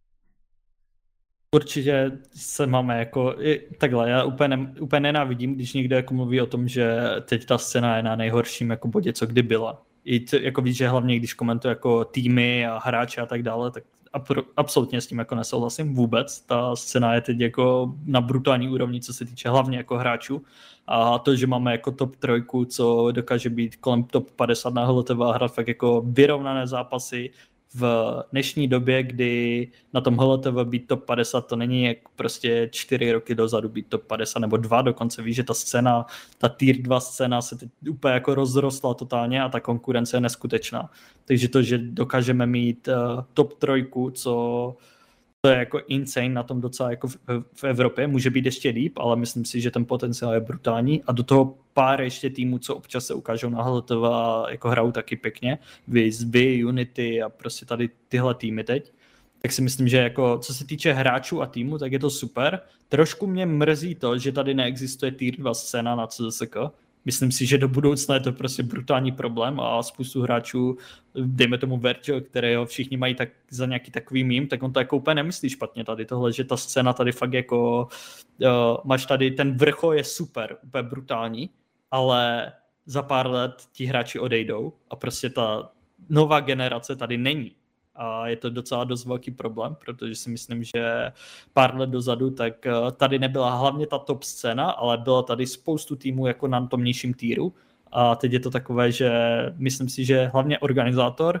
Určitě se máme jako, takhle, já úplně nenávidím, když někdo jako mluví o tom, že teď ta scéna je na nejhorším jako bodě, co kdy byla. Jako víš, že hlavně když komentuje jako týmy a hráče a tak dále, tak absolutně s tím jako nesouhlasím vůbec. Ta scéna je teď jako na brutální úrovni, co se týče hlavně jako hráčů. A to, že máme jako top 3, co dokáže být kolem top 50 na HLTV a hrát fakt jako vyrovnané zápasy, v dnešní době, kdy na tom HLTV být top 50, to není jak prostě 4 roky dozadu být top 50, nebo 2 dokonce. Víš, že ta scéna, ta tier 2 scéna se teď úplně jako rozrostla totálně a ta konkurence je neskutečná. Takže to, že dokážeme mít top 3, co to je jako insane na tom docela jako v Evropě, může být ještě líp, ale myslím si, že ten potenciál je brutální a do toho pár ještě týmů, co občas se ukážou na HLTV a jako hrajou taky pěkně, Vy, Unity a prostě tady tyhle týmy teď, tak si myslím, že jako co se týče hráčů a týmu, tak je to super. Trošku mě mrzí to, že tady neexistuje tier 2 scéna na CSK. Myslím si, že do budoucna je to prostě brutální problém a spoustu hráčů, dejme tomu Vergil, kterého všichni mají tak za nějaký takový mím, tak on to jako úplně nemyslí špatně tady tohle, že ta scéna tady fakt jako, máš tady, ten vrchol je super, úplně brutální, ale za pár let ti hráči odejdou a prostě ta nová generace tady není. A je to docela dost velký problém, protože si myslím, že pár let dozadu, tak tady nebyla hlavně ta top scéna, ale byla tady spoustu týmů jako na tom nižším týru. A teď je to takové, že myslím si, že hlavně organizátor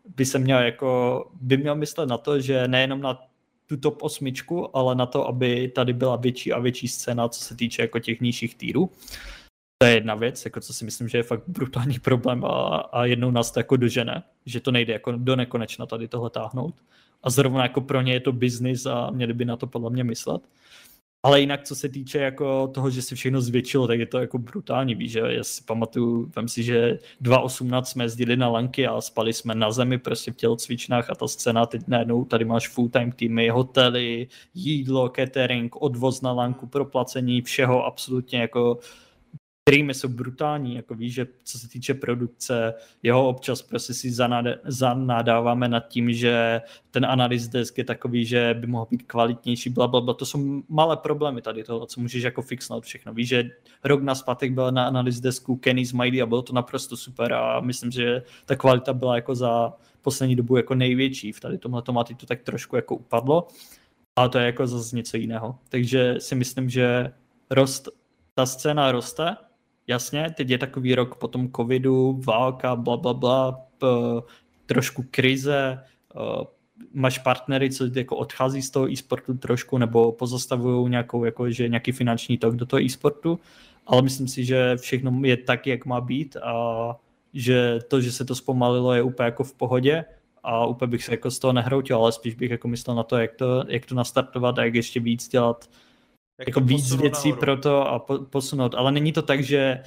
by měl myslet na to, že nejenom na tu top 8, ale na to, aby tady byla větší a větší scéna, co se týče jako těch nižších týrů. To je jedna věc, jako co si myslím, že je fakt brutální problém a jednou nás to jako dožene, že to nejde jako do nekonečna tady tohle táhnout. A zrovna jako pro ně je to business a měli by na to podle mě myslet. Ale jinak, co se týče jako toho, že se všechno zvětšilo, tak je to jako brutální, víš, že já si pamatuju, vem si, že 2018 jsme jezdili na lanky a spali jsme na zemi prostě v tělocvičnách a ta scéna teď najednou, tady máš full-time týmy, hotely, jídlo, catering, odvoz na lanku, proplacení, všeho absolutně jako streamy jsou brutální, jako víš, že co se týče produkce, jeho občas prostě si zanádáváme nad tím, že ten analyst desk je takový, že by mohl být kvalitnější, blablabla, to jsou malé problémy tady toho, co můžeš jako fixnout všechno. Víš, že rok nazpátek byl na analyst desku Kenny Smiley a bylo to naprosto super a myslím, že ta kvalita byla jako za poslední dobu jako největší v tady tomhle tomatu to tak trošku jako upadlo, ale to je jako zase něco jiného. Takže si myslím, že ta scéna roste. Jasně, teď je takový rok po tom covidu, válka, blablabla, trošku krize, máš partnery, co jako odchází z toho e-sportu trošku, nebo pozastavují nějaký finanční tok do toho e-sportu, ale myslím si, že všechno je tak, jak má být a že to, že se to zpomalilo, je úplně jako v pohodě a úplně bych se jako z toho nehroutil, ale spíš bych jako myslel na to, jak to nastartovat a jak ještě víc dělat jako víc věcí pro to a posunout, ale není to tak, že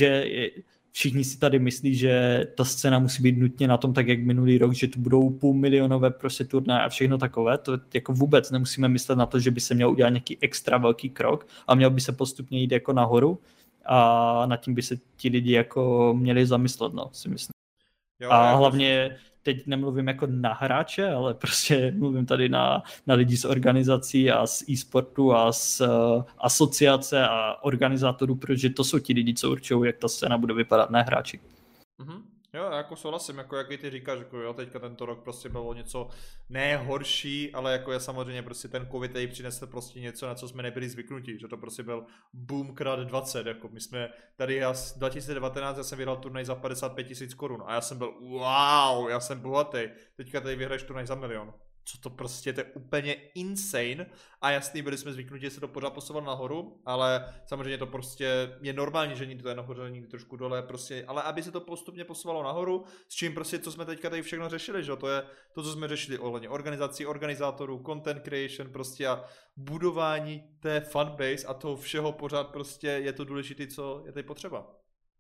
všichni si tady myslí, že ta scéna musí být nutně na tom tak, jak minulý rok, že to budou půlmilionové prostě turnaje a všechno takové, to jako vůbec nemusíme myslet na to, že by se měl udělat nějaký extra velký krok a měl by se postupně jít jako nahoru a nad tím by se ti lidi jako měli zamyslet, no, si myslím. Jo, a hlavně teď nemluvím jako na hráče, ale prostě mluvím tady na lidi z organizací a z e-sportu a z asociace a organizátorů, protože to jsou ti lidi, co určují, jak ta scéna bude vypadat, ne hráči. Mm-hmm. Jo, jako souhlasím, jako jak i ty říkáš, jako jo, teďka tento rok prostě bylo něco nehorší, ale jako je samozřejmě prostě ten covid tady přinesl prostě něco, na co jsme nebyli zvyknutí, že to prostě byl boom krát 20, jako my jsme tady, 2019 já jsem vyhrál turnaj za 55 000 korun a já jsem byl wow, já jsem bohatý, teďka tady vyhraješ turnaj za 1 000 000. Co to prostě, to je úplně insane a jasný, byli jsme zvyknutí, že se to pořád posouvalo nahoru, ale samozřejmě to prostě je normální, že někdy to je nahoře, někdy trošku dole, prostě, ale aby se to postupně posouvalo nahoru, s čím prostě, co jsme teďka tady všechno řešili, že to je to, co jsme řešili ohledně organizací, organizátorů, content creation prostě a budování té fanbase a toho všeho pořád prostě je to důležité, co je tady potřeba.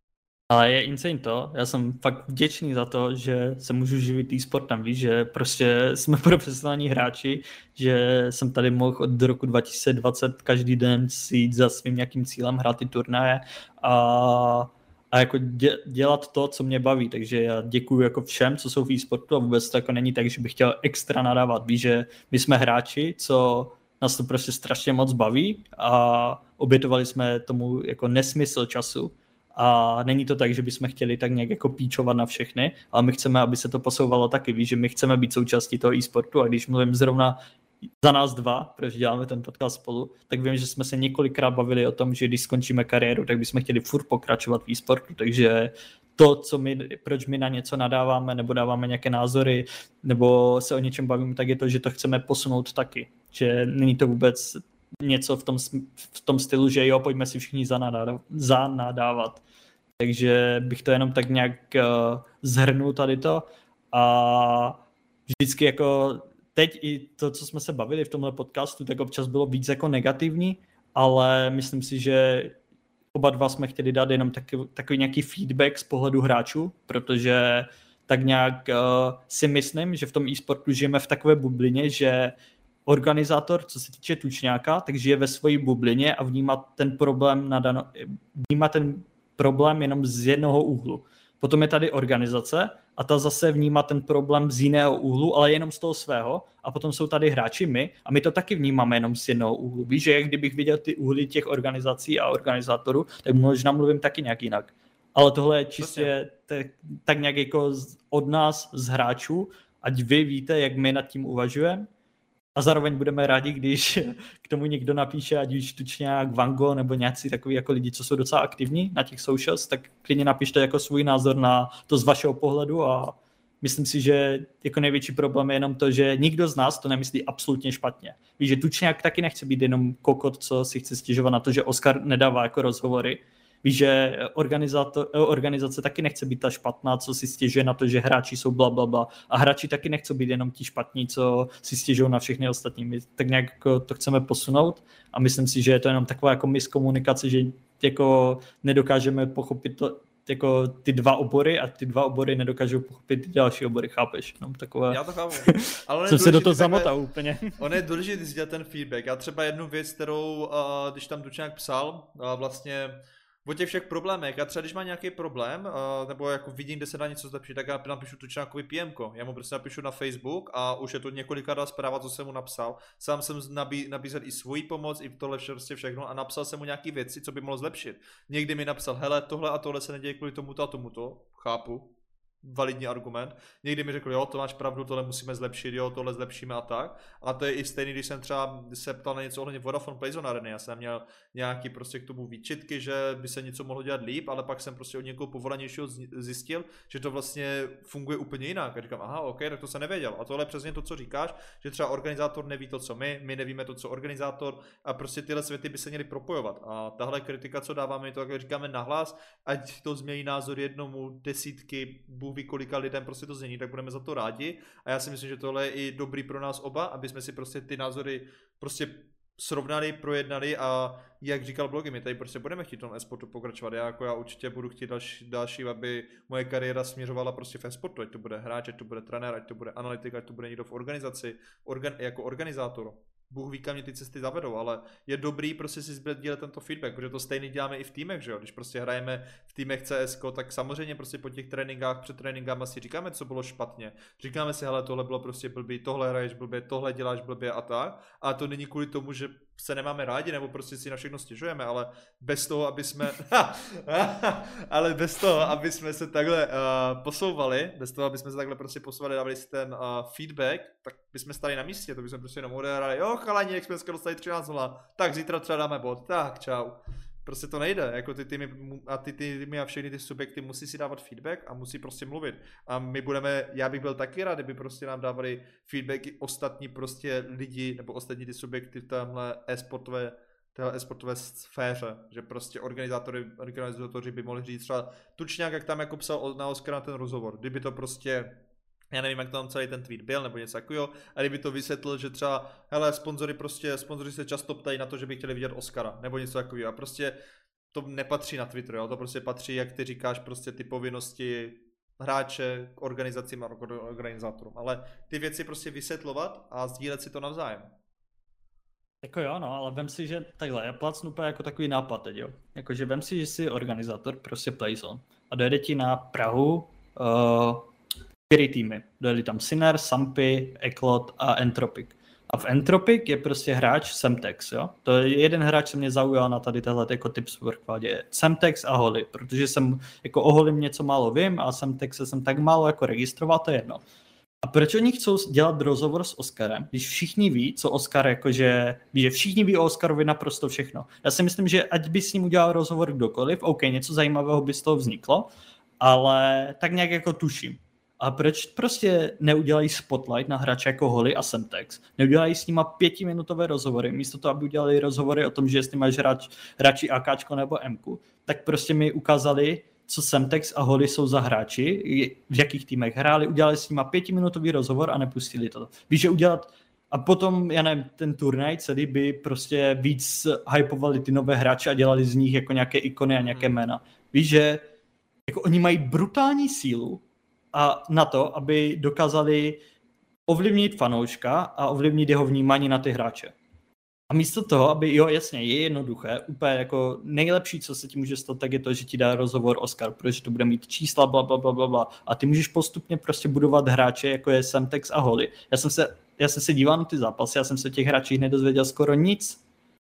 Ale je insane to, já jsem fakt vděčný za to, že se můžu živit e-sportem, víš, že prostě jsme profesionální hráči, že jsem tady mohl od roku 2020 každý den si jít za svým nějakým cílem, hrát ty turnaje a jako dělat to, co mě baví, takže já děkuju jako všem, co jsou v e-sportu a vůbec to jako není tak, že bych chtěl extra nadávat, víš, že my jsme hráči, co nás to prostě strašně moc baví a obětovali jsme tomu jako nesmysl času. A není to tak, že bychom chtěli tak nějak jako píčovat na všechny, ale my chceme, aby se to posouvalo taky, víš, že my chceme být součástí toho e-sportu a když mluvím zrovna za nás dva, protože děláme ten podcast spolu, tak vím, že jsme se několikrát bavili o tom, že když skončíme kariéru, tak bychom chtěli furt pokračovat v e-sportu, takže to, proč my na něco nadáváme nebo dáváme nějaké názory nebo se o něčem bavíme, tak je to, že to chceme posunout taky, že není to vůbec něco v tom stylu, že jo, pojďme si všichni zanadávat. Takže bych to jenom tak nějak zhrnul tady to a vždycky jako teď i to, co jsme se bavili v tomhle podcastu, tak občas bylo víc jako negativní, ale myslím si, že oba dva jsme chtěli dát jenom takový nějaký feedback z pohledu hráčů, protože tak nějak si myslím, že v tom e-sportu žijeme v takové bublině, že organizátor, co se týče tučňáka, tak žije ve své bublině a vnímá ten problém jenom z jednoho úhlu. Potom je tady organizace a ta zase vnímá ten problém z jiného úhlu, ale jenom z toho svého. A potom jsou tady hráči my a my to taky vnímáme jenom z jednoho úhlu. Víš, že jak kdybych viděl ty úhly těch organizací a organizátorů, tak možná mluvím taky nějak jinak. Ale tohle je čistě tak nějak jako od nás, z hráčů, ať vy víte, jak my nad tím uvažujeme. A zároveň budeme rádi, když k tomu někdo napíše, ať už tučňák, Vango nebo nějací takový jako lidi, co jsou docela aktivní na těch socials, tak klidně napište jako svůj názor na to z vašeho pohledu a myslím si, že jako největší problém je jenom to, že nikdo z nás to nemyslí absolutně špatně. Víš, že tučňák taky nechce být jenom kokot, co si chce stěžovat na to, že Oskar nedává jako rozhovory. Víš, že organizace taky nechce být ta špatná, co si stěžuje na to, že hráči jsou blablabla. A hráči taky nechcou být jenom ti špatní, co si stěžují na všechny ostatní. My tak nějak jako to chceme posunout a myslím si, že je to jenom taková jako miskomunikace, že jako nedokážeme pochopit to, jako ty dva obory a ty dva obory nedokážou pochopit ty další obory, chápeš? No, takové... Já to chápu. Ale jsem se do toho zamotal úplně. On je důležitý sdělat ten feedback. Já třeba jednu věc, kterou, když tam tučňák psal, vlastně o těch všech problémech, já třeba když má nějaký problém, nebo jako vidím, kde se dá něco zlepšit, tak já napíšu tučňákovi PMko. Já mu prostě napíšu na Facebook a už je to několikrát zpráva, co jsem mu napsal. Sám jsem nabízel i svoji pomoc, i tohle všechno a napsal jsem mu nějaký věci, co by mohlo zlepšit. Někdy mi napsal, hele, tohle a tohle se neděje kvůli tomuto a tomuto, chápu. Validní argument. Někdy mi řekl, jo, to máš pravdu, tohle musíme zlepšit, jo, tohle zlepšíme a tak. A to je i stejný, když jsem třeba se ptal na něco ohledně Vodafone Playzone Areny. Já jsem měl nějaký prostě k tomu výčitky, že by se něco mohlo dělat líp, ale pak jsem prostě od někoho povolanějšího zjistil, že to vlastně funguje úplně jinak. A říkám, aha, ok, tak to jsem nevěděl. A tohle je přesně to, co říkáš, že třeba organizátor neví to, co my nevíme to, co organizátor a prostě tyhle světy by se měly propojovat. A tahle kritika, co dáváme, my to tak říkáme nahlas, ať to změní názor jednomu, desítky, Bůh ví kolika lidem prostě to změní, tak budeme za to rádi a já si myslím, že tohle je i dobrý pro nás oba, aby jsme si prostě ty názory prostě srovnali, projednali a jak říkal Blogy, my tady prostě budeme chtít v tom e-sportu pokračovat. Já určitě budu chtít další, aby moje kariéra směřovala prostě v e-sportu, ať to bude hráč, ať to bude trenér, ať to bude analytik, ať to bude někdo v organizaci, jako organizátor. Bůh ví, kam mě ty cesty zavedou, ale je dobrý prostě si sdílet tento feedback, protože to stejný děláme i v týmech, že jo? Když prostě hrajeme v týmech CSK, tak samozřejmě prostě po těch tréninkách, před tréninkama si říkáme, co bylo špatně. Říkáme si, hele, tohle bylo prostě blbý, tohle hraješ blbě, tohle děláš blbě a tak. A to není kvůli tomu, že se nemáme rádi, nebo prostě si na všechno stěžujeme, ale bez toho, aby jsme aby jsme se takhle posouvali, bez toho, aby jsme se takhle prostě posouvali, dávali si ten feedback, tak bychom stali na místě, to bychom prostě jenom odehrali, jo chalani, jak jsme dneska dostali 13-0, tak zítra třeba dáme bod, tak čau. Prostě to nejde, jako ty týmy a všechny ty subjekty musí si dávat feedback a musí prostě mluvit. A já bych byl taky rád, kdyby prostě nám dávali feedback i ostatní prostě lidi, nebo ostatní ty subjekty v téhle e-sportové sféře, že prostě organizátoři by mohli říct třeba tučňák, jak tam jako psal na Oskara ten rozhovor, kdyby to prostě, já nevím, jak tam celý ten tweet byl, nebo něco takového, a kdyby to vysvětlil, že třeba, hele, sponzoři se často ptají na to, že by chtěli vidět Oskara, nebo něco takového, a prostě to nepatří na Twitter, jo? To prostě patří, jak ty říkáš, prostě ty povinnosti hráče k organizacím a organizátorům, ale ty věci prostě vysvětlovat a sdílet si to navzájem. Jako jo, no, ale vem si, že takhle, já plácnu úplně jako takový nápad teď, jo. Jakože vem si, že jsi organizátor, prostě Playzone a dojede ti na Prahu 4 týmy. Dojeli tam Sinner, Sampy, Eklot a Entropic. A v Entropic je prostě hráč Semtex, jo. To je jeden hráč, co mě zaujal na tady tahle jako tips workvádě. Semtex a Holy, protože jsem jako o Holym něco málo vím a Semtexe jsem tak málo jako registroval, to je jedno. A proč oni chcou dělat rozhovor s Oscarem, když všichni ví, co Oscar jakože, ví, že všichni ví o Oscarovi naprosto všechno. Já si myslím, že ať by s ním udělal rozhovor kdokoliv, OK, něco zajímavého by z toho vzniklo, ale tak nějak jako tuším. A proč prostě neudělají spotlight na hráče jako Holy a Semtex? Neudělají s nima 5minutové rozhovory, místo toho, aby udělali rozhovory o tom, že jestli máš hráči AKčko nebo Mku, tak prostě mi ukázali, co Semtex a Holy jsou za hráči, v jakých týmech hráli, udělali s nima 5minutový rozhovor a nepustili to. Víš, že udělat a potom, já nevím, ten turnaj celý by prostě víc hypovali ty nové hráče a dělali z nich jako nějaké ikony a nějaké jména. Víš, že jako oni mají brutální sílu a na to, aby dokázali ovlivnit fanouška a ovlivnit jeho vnímání na ty hráče. A místo toho, aby, jo, jasně, je jednoduché, úplně jako nejlepší, co se ti může stát, tak je to, že ti dá rozhovor Oscar, protože to bude mít čísla, blablabla. A ty můžeš postupně prostě budovat hráče, jako je Semtex a Holy. Já jsem se díval na ty zápasy, já jsem se těch hráčích nedozvěděl skoro nic.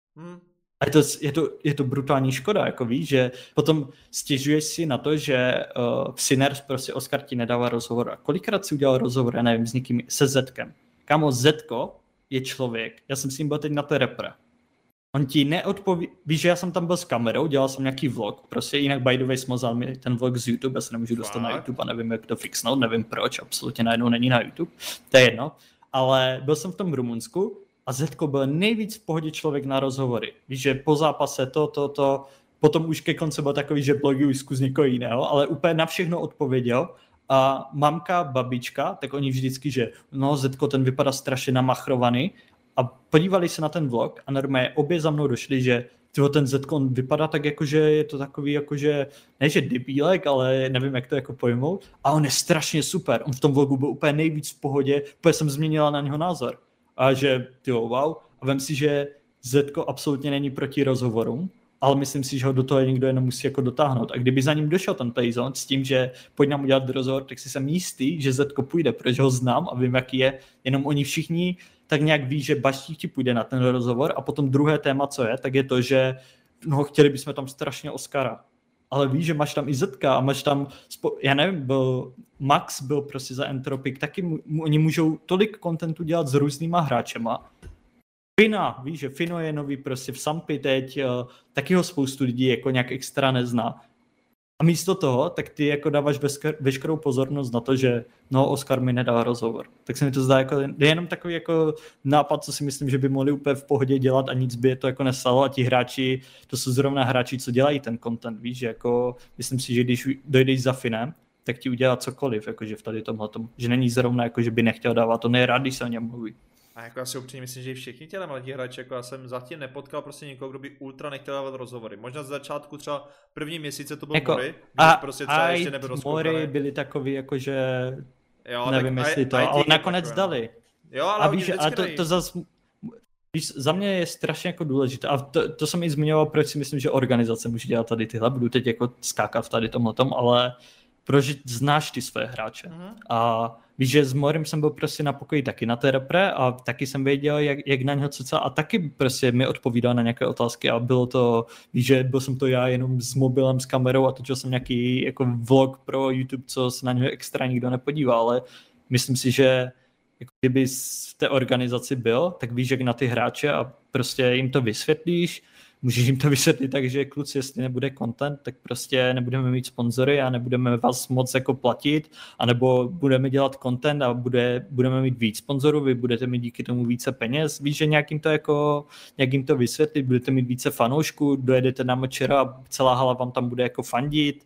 A je to brutální škoda, jako víš, že potom stěžuješ si na to, že v Sinners prostě Oscar ti nedává rozhovor. A kolikrát si udělal rozhovor, já nevím, s někým, se Zetkem. Kámo, Zetko je člověk, já jsem s ním byl teď na té repre. On ti neodpoví, víš, že já jsem tam byl s kamerou, dělal jsem nějaký vlog, prostě jinak by the way smazal mi ten vlog z YouTube, já se nemůžu dostat na YouTube a nevím, jak to fixnout, nevím proč, absolutně najednou není na YouTube, to je jedno, ale byl jsem v tom Rumunsku a Zetko byl nejvíc v pohodě člověk na rozhovory, víš, že po zápase to, potom už ke konci byl takový, že blogují zkus někoho jiného, ale úplně na všechno odpověděl. A mamka, babička, tak oni vždycky, že no Zetko, ten vypadá strašně namachrovaný a podívali se na ten vlog a normálně obě za mnou došli, že ten Zetko, on vypadá tak jakože je to takový jakože, ne že debílek, ale nevím, jak to jako pojmout a on je strašně super, on v tom vlogu byl úplně nejvíc v pohodě, úplně jsem změnila na něho názor a že tyjo, wow, a vem si, že Zetko absolutně není proti rozhovorům, ale myslím si, že ho do toho někdo jenom musí jako dotáhnout. A kdyby za ním došel ten Playzone s tím, že pojď nám udělat rozhovor, tak si jsem jistý, že Zetko půjde, protože ho znám a vím, jaký je. Jenom oni všichni tak nějak ví, že Baštík ti půjde na ten rozhovor a potom druhé téma, co je, tak je to, že no, chtěli bychom tam strašně Oscara. Ale víš, že máš tam i Zetka a máš tam, já nevím, Max byl prostě za Entropic, taky oni můžou tolik kontentu dělat s různýma hráčema. Fina, víš, že Fino je nový prostě v Sampy teď, taky ho spoustu lidí jako nějak extra nezná. A místo toho, tak ty jako dáváš veškerou pozornost na to, že no, Oscar mi nedá rozhovor. Tak se mi to zdá jako jenom takový jako nápad, co si myslím, že by mohli úplně v pohodě dělat a nic by je to jako nestalo a ti hráči, to jsou zrovna hráči, co dělají ten content, víš, že jako myslím si, že když dojdeš za Finem, tak ti udělá cokoliv, jakože v tady tomhletom, že není zrovna jako, že by nechtěl dávat, to nejrád, když se o něm mluví. A jako já si upřímně myslím, že všichni těle mladí hráči, jako já jsem zatím nepotkal prostě někoho, kdo by ultra nechtěl dávat rozhovory. Možná z začátku třeba první měsíce to byl jako, Mori, když prostě třeba ještě nebyl rozkoukaný. Mori byli takový jakože, jo, nevím jestli to, ale nakonec takový, dali. Jo, ale a víš, a to zase, víš, za mě je strašně jako důležité a to jsem i zmiňoval, proč si myslím, že organizace může dělat tady tyhle, budu teď jako skákat v tady tomhletom, ale proč znáš ty své hráče. A víš, že s Morem jsem byl prostě na pokoji taky na té repre a taky jsem věděl, jak na něho co a taky prostě mi odpovídal na nějaké otázky a bylo to, víš, že byl jsem to já jenom s mobilem, s kamerou a točil jsem nějaký jako vlog pro YouTube, co se na něho extra nikdo nepodívá, ale myslím si, že jako kdyby v té organizaci byl, tak víš, jak na ty hráče a prostě jim to vysvětlíš, můžeš jim to vysvětlit tak, že kluci, jestli nebude content, tak prostě nebudeme mít sponzory a nebudeme vás moc jako platit, anebo budeme dělat content a budeme mít víc sponzorů, vy budete mít díky tomu více peněz. Víš, že nějak jim to vysvětlit, budete mít více fanoušků, dojedete na Močera a celá hala vám tam bude jako fandit.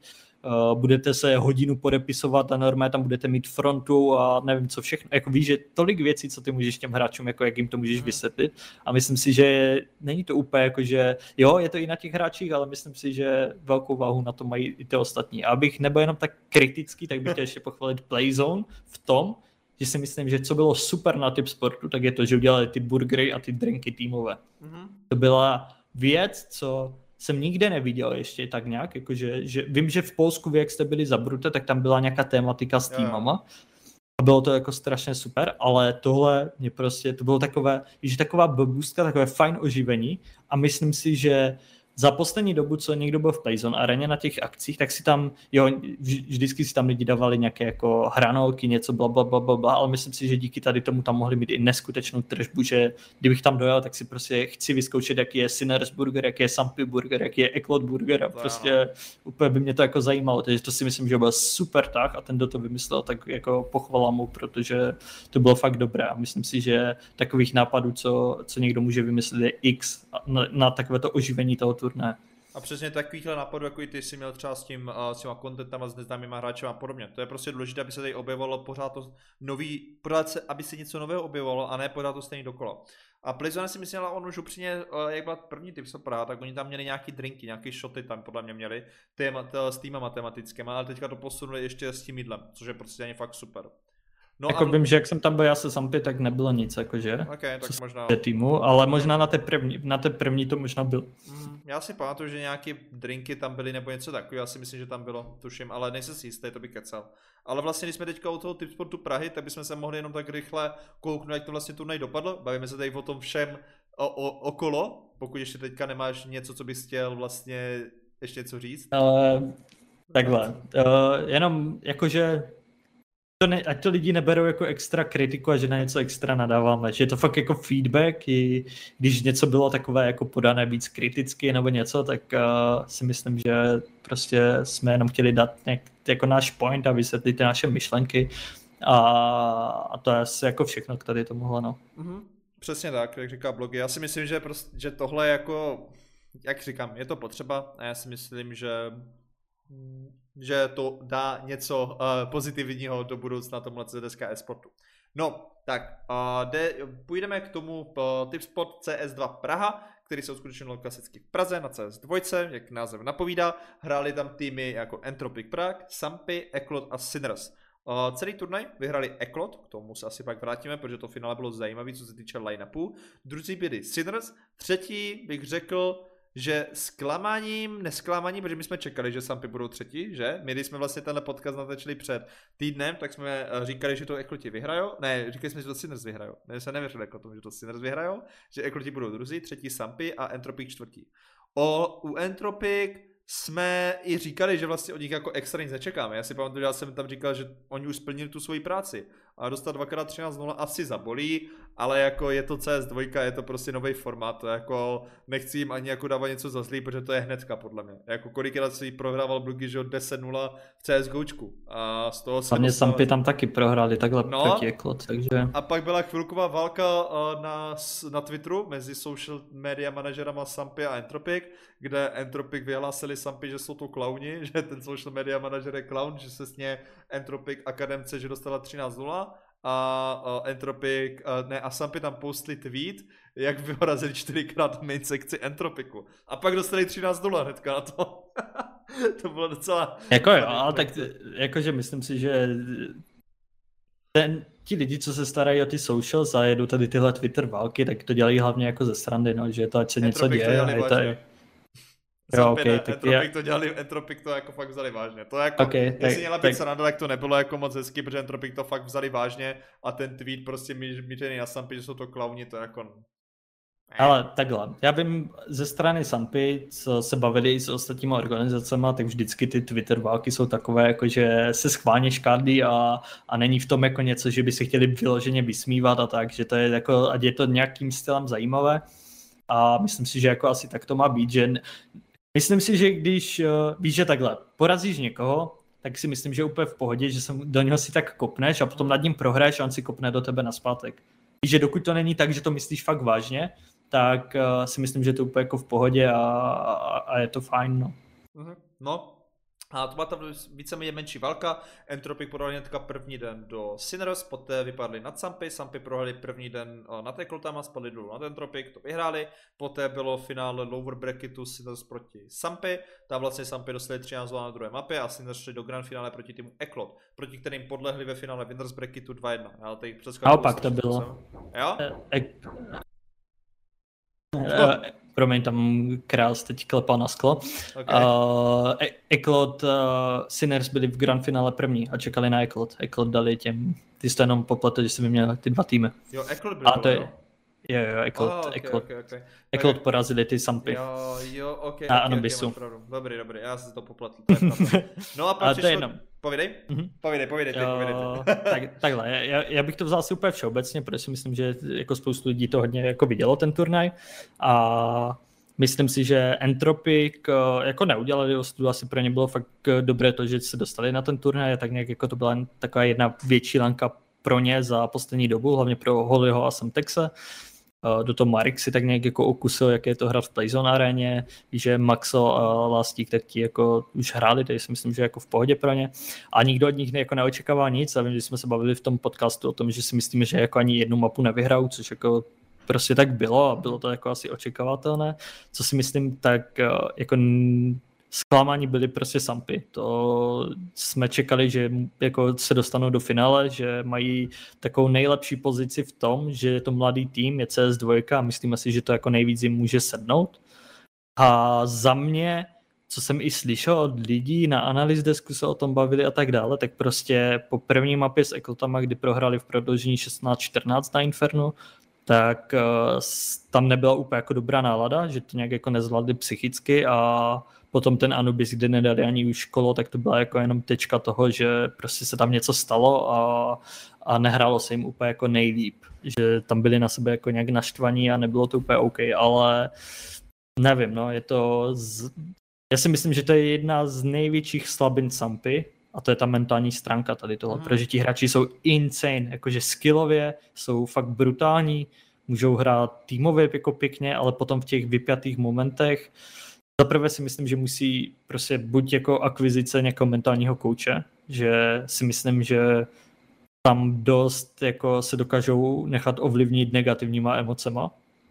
budete se hodinu podepisovat a normálně tam budete mít frontu a nevím co všechno. Jako víš, že tolik věcí, co ty můžeš těm hráčům, jako jak jim to můžeš vysvětlit. A myslím si, že není to úplně jako, že jo, je to i na těch hráčích, ale myslím si, že velkou váhu na to mají i ty ostatní. A abych nebyl jenom tak kritický, tak bych chtěl ještě pochválit Playzone v tom, že si myslím, že co bylo super na Tipsportu, tak je to, že udělali ty burgery a ty drinky týmové. To byla věc, co jsem nikde neviděl ještě tak nějak, jakože, že vím, že v Polsku, vy jak jste byli za Brute, tak tam byla nějaká tématika s týmama a bylo to jako strašně super, ale tohle mě prostě, to bylo takové, že taková blbůstka, takové fajn oživení a myslím si, že za poslední dobu, co někdo byl v Playzone areně na těch akcích, tak si tam, jo, vždycky si tam lidi dávali nějaké jako hranolky, něco blablabla, ale myslím si, že díky tady tomu tam mohli mít i neskutečnou tržbu, že kdybych tam dojel, tak si prostě chci vyzkoušet, jaký je Sinners Burger, jaký je Sampy Burger, jaký je Eklot Burger a prostě úplně by mě to jako zajímalo, takže to si myslím, že byl super tah a ten, kdo to vymyslel, tak jako pochvala mu, protože to bylo fakt dobré a myslím si, že takových nápadů, co někdo může vymyslet, je X na takovéto oživení toho turné. A přesně takovýchhle nápadů, jako i ty jsi měl třeba s těma contentama, s neznámýma hráči a podobně. To je prostě důležité, aby se tady objevovalo pořád to nový, aby se něco nového objevovalo a ne pořád to stejný dokola. A Playzone si myslel, on už upřímně, jak byla první Tipsport, tak oni tam měli nějaký drinky, nějaký shoty tam podle mě měli, s týmama tematickými, ale teďka to posunuli ještě s tím jídlem, což je prostě ani fakt super. No jako vím, že jak jsem tam byl já se Sampy, tak nebylo nic, jakože. Okay, tak možná týmu, ale možná na té první to možná byl. Já si pamatuju, že nějaké drinky tam byly nebo něco takového, já si myslím, že tam bylo, tuším, ale nejsem si jistý, to by kecal. Ale vlastně, když jsme teďka u toho Tipsportu Prahy, tak bychom se mohli jenom tak rychle kouknout, jak to vlastně turnaj dopadlo. Bavíme se tady o tom všem okolo, pokud ještě teďka nemáš něco, co bys chtěl vlastně ještě něco říct. Takhle, jenom jakože ať to lidi neberou jako extra kritiku a že na něco extra nadáváme, že je to fakt jako feedback, i když něco bylo takové jako podané víc kriticky nebo něco, tak si myslím, že prostě jsme jenom chtěli dát jako náš point a vysvětlit ty naše myšlenky a to je asi jako všechno k tady tomuhle, no. Přesně tak, jak říká blogy. Já si myslím, že tohle jako, jak říkám, je to potřeba a já si myslím, že to dá něco pozitivního do budoucna tomuhle CSK eSportu. No, tak, půjdeme k tomu Tipsport CS2 Praha, který se uskutečnil klasicky v Praze na CS2, jak název napovídá. Hráli tam týmy jako Entropic Prague, Sampy, Eklot a Sinners. Celý turnaj vyhrali Eklot, k tomu se asi pak vrátíme, protože to finále bylo zajímavé, co se týče line-upu. Druzí byli Sinners, třetí bych řekl, že nesklamáním, protože my jsme čekali, že Sampy budou třetí, že? My, když jsme vlastně tenhle podcast natáčeli před týdnem, tak jsme říkali, že to Ekloti vyhrajou. Ne, říkali jsme, že to Sinners vyhrajou. My jsme nevěřili jako tomu, že to Sinners vyhrajou, že Ekloti budou druzí, třetí Sampy a Entropic čtvrtí. U Entropic jsme i říkali, že vlastně od nich jako extra nic nečekáme. Já si pamatuju, že já jsem tam říkal, že oni už splnili tu svoji práci. A dostat 2x13-0 asi zabolí, ale jako je to CS2, je to prostě nový formát, to jako nechci jim ani jako dávat něco za zlý, protože to je hnedka podle mě. Jako kolikrát si prohrával Blugy, že 10-0 v CSGOčku a z toho se Sampy tam taky prohráli takhle proti Eklot, takže... A pak byla chvilková válka na Twitteru mezi social media manažerama Sampy a Entropic, kde Entropic vyhlásili Sampy, že jsou to klauni, že ten social media manažer je klaun, že se sně Entropic Akademce, že dostala 13-0 a Entropic, a Sampy tam postli tweet, jak vyhorazili 4x main sekci Entropicu. A pak dostali 13 hnedka na to. To bylo docela... Jako jo, ale tak jakože myslím si, že ti lidi, co se starají o ty socials a jedou tady tyhle Twitter války, tak to dělají hlavně jako ze srandy, no, že to ať se něco děje. Entropic to jako fakt vzali vážně. To jako, jestli měla být sranda, tak to nebylo jako moc hezky, protože Entropic to fakt vzali vážně a ten tweet prostě mířený na Sampy, že jsou to klauni, to jako... Ale takhle, já vím ze strany Sampy, co se bavili s ostatními organizacemi, tak vždycky ty Twitter války jsou takové, jako že se schválně škádlí a není v tom jako něco, že by se chtěli vyloženě vysmívat a tak, že to je jako, ať je to nějakým stylem zajímavé a myslím si, že jako asi tak to má být, že myslím si, že když víš, že takhle porazíš někoho, tak si myslím, že je úplně v pohodě, že do něho si tak kopneš a potom nad ním prohraješ a on si kopne do tebe nazpátek. Víš, že dokud to není tak, že to myslíš fakt vážně, tak si myslím, že to je úplně jako v pohodě a je to fajn, no. No, A to byla tam víceméně menší válka. Entropic prohrali hnedka první den do Sinners, poté vypadli nad Sampy. Sampy prohrali první den nad Eklotama, spadli dolů nad Entropic, to vyhráli. Poté bylo finále lower bracketu Sinners proti Sampy. Tam vlastně Sampy dostali 13 na druhé mapě a Sinners šli do grand finále proti týmu Eklot, proti kterým podlehli ve finále winners bracketu 2-1. Já tady naopak to bylo. Jo? Promiň, tam krás teď klepal na sklo. Okay. Eklot, Sinners byli v grand finále první a čekali na Eklot. Eklot dali těm, ty jste jenom popletli, že jsi vyměnil ty dva týmy. Jo, Eklot byl, jo, Eklot porazili ty Sampy. Jo, ok, na Anubisu. Dobrý, já jsem to popletl. No a pak přišlo... Povídej? Povídej. Takhle, já bych to vzal si úplně všeobecně, protože si myslím, že jako spoustu lidí to hodně jako vidělo ten turnaj a myslím si, že Entropic jako neudělali ostudu, asi pro ně bylo fakt dobré to, že se dostali na ten turnaj a tak nějak jako to byla taková jedna větší lanka pro ně za poslední dobu, hlavně pro Hollyho a Semtexe. Do toho Marek si tak nějak jako okusil, jak je to hrát v Playzone aréně, že Maxo a Lastík tak ti jako už hráli, takže si myslím, že jako v pohodě pro ně. A nikdo od nich jako neočekává nic. A vím, že jsme se bavili v tom podcastu o tom, že si myslíme, že jako ani jednu mapu nevyhrajou, což jako prostě tak bylo a bylo to jako asi očekávatelné. Co si myslím, tak jako zklamání byly prostě Sampy. To jsme čekali, že jako se dostanou do finále, že mají takovou nejlepší pozici v tom, že je to mladý tým, je CS2 a myslíme si, že to jako nejvíc jim může sednout. A za mě, co jsem i slyšel od lidí, na analýz desku se o tom bavili a tak dále, tak prostě po první mapě s Eklotama, kdy prohrali v prodloužení 16-14 na Infernu, tak tam nebyla úplně jako dobrá nálada, že to nějak jako nezvládli psychicky a potom ten Anubis, kde nedali ani už kolo, tak to byla jako jenom tečka toho, že prostě se tam něco stalo a nehrálo se jim úplně jako nejlíp. Že tam byli na sebe jako nějak naštvaní a nebylo to úplně OK, ale nevím, no, je to... Já si myslím, že to je jedna z největších slabin Sampy a to je ta mentální stránka tady toho, protože ti hráči jsou insane, jakože skillově jsou fakt brutální, můžou hrát týmově jako pěkně, ale potom v těch vypjatých momentech zaprvé si myslím, že musí prostě buď jako akvizice nějakého mentálního kouče, že si myslím, že tam dost jako se dokážou nechat ovlivnit negativníma emocema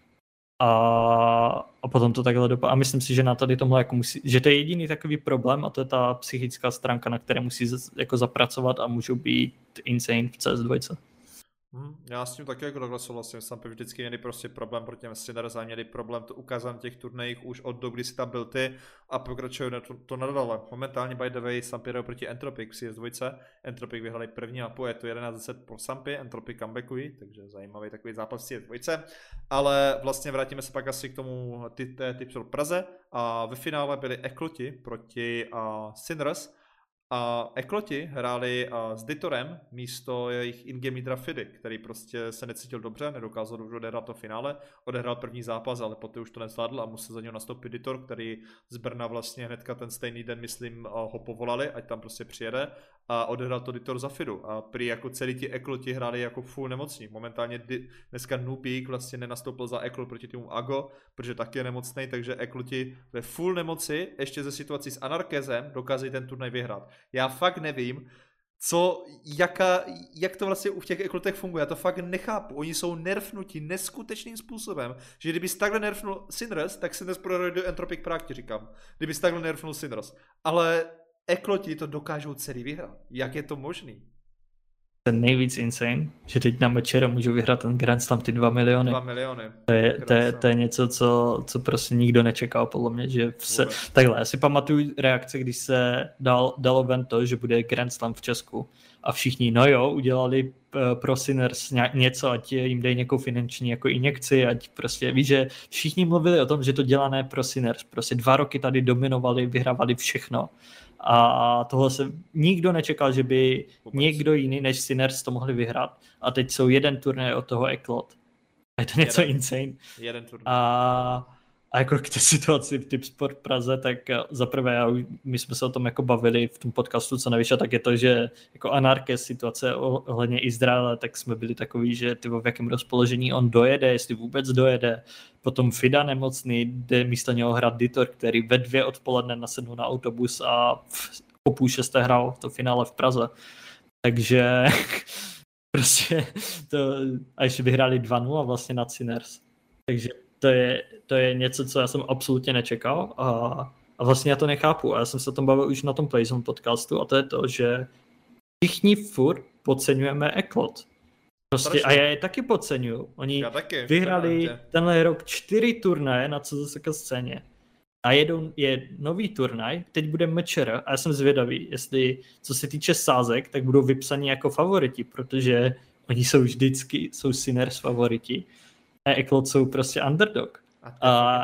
a potom to takhle dopadá. A myslím si, že na tady tomhle jako musí, že to je jediný takový problém a to je ta psychická stránka, na které musí jako zapracovat a můžou být insane v CS2. Já s tím taky jako takhle souhlasím, Sampy vždycky měli prostě problém proti těm Sinners a měli problém to ukázat na těch turnajích už od doby, kdy si tam byl ty a pokračují to nadále. Momentálně by the way Sampy jdou proti Entropic v CS2, Entropic vyhrali první mapu, je to 11-10 pro Sampy, Entropic comebackují, takže zajímavý takový zápas v CS2, ale vlastně vrátíme se pak asi k tomu typ Praze a ve finále byli Ekloti proti Sinners. A Ekloti hráli s Ditorem místo jejich in-game lídra Fidy, který prostě se necítil dobře, nedokázal dobře odehrát to finále, odehrál první zápas, ale poté už to nezvládl a musel za něho nastoupit Ditor, který z Brna vlastně hnedka ten stejný den, myslím, ho povolali, ať tam prostě přijede a odehrál to Ditor za Fidu. A prý jako celý ti Ekloti hráli jako full nemocní. Momentálně dneska Nubík vlastně nenastoupil za Eklot proti týmu Ago, protože taky je nemocný, takže Ekloti ve full nemoci, ještě ze situací s Anarkezem, dokázají ten turnaj vyhrát. Já fakt nevím, jak to vlastně u těch Eklotech funguje, já to fakt nechápu. Oni jsou nerfnutí neskutečným způsobem, že kdybys takhle nerfnul Sinners, tak Sinners prohrali do Entropic Prague, ti říkám. Kdybys takhle nerfnul Sinners. Ale Ekloti to dokážou celý vyhrát. Jak je to možný? Ten nejvíc insane, že teď na Mečera můžou vyhrát ten Grand Slam ty 2 miliony. 2 miliony. To je něco, co prostě nikdo nečekal, podle mě, že takhle, já si pamatuju reakce, když se dalo ven to, že bude Grand Slam v Česku a všichni, no jo, udělali pro Sinners něco, ať jim dej nějakou finanční jako injekci, ať prostě, víš, že všichni mluvili o tom, že to dělané pro Sinners, prostě 2 roky tady dominovali, vyhrávali všechno. A tohle se nikdo nečekal, že by někdo jiný než Sinners to mohli vyhrát. A teď jsou jeden turnaj od toho Eklot. A je to něco insane. Jeden turnaj. A jako k té situaci v Tipsport Praze, tak zaprvé my jsme se o tom jako bavili v tom podcastu, co nevyšlo, tak je to, že jako anarché situace ohledně Izraele, tak jsme byli takový, že v jakém rozpoložení on dojede, jestli vůbec dojede. Potom Fida nemocný, jde místo něho hrát Ditor, který ve 2 odpoledne nasedl na autobus a po 5:30 hrál to finále v Praze. Takže prostě to, a ještě vyhráli 2-0 vlastně nad Sinners. Takže to je něco, co já jsem absolutně nečekal a vlastně já to nechápu. A já jsem se o tom bavil už na tom Playzone podcastu a to je to, že všichni furt podceňujeme Eklot. Prostě a já je taky podceňuju. Oni vyhrali tenhle rok 4 turnaje na CZSK scéně. A je nový turnaj, teď bude MČR a já jsem zvědavý, jestli co se týče sázek, tak budou vypsaní jako favoriti, protože oni jsou vždycky, jsou Sinners favoriti a Eklot jsou prostě underdog. A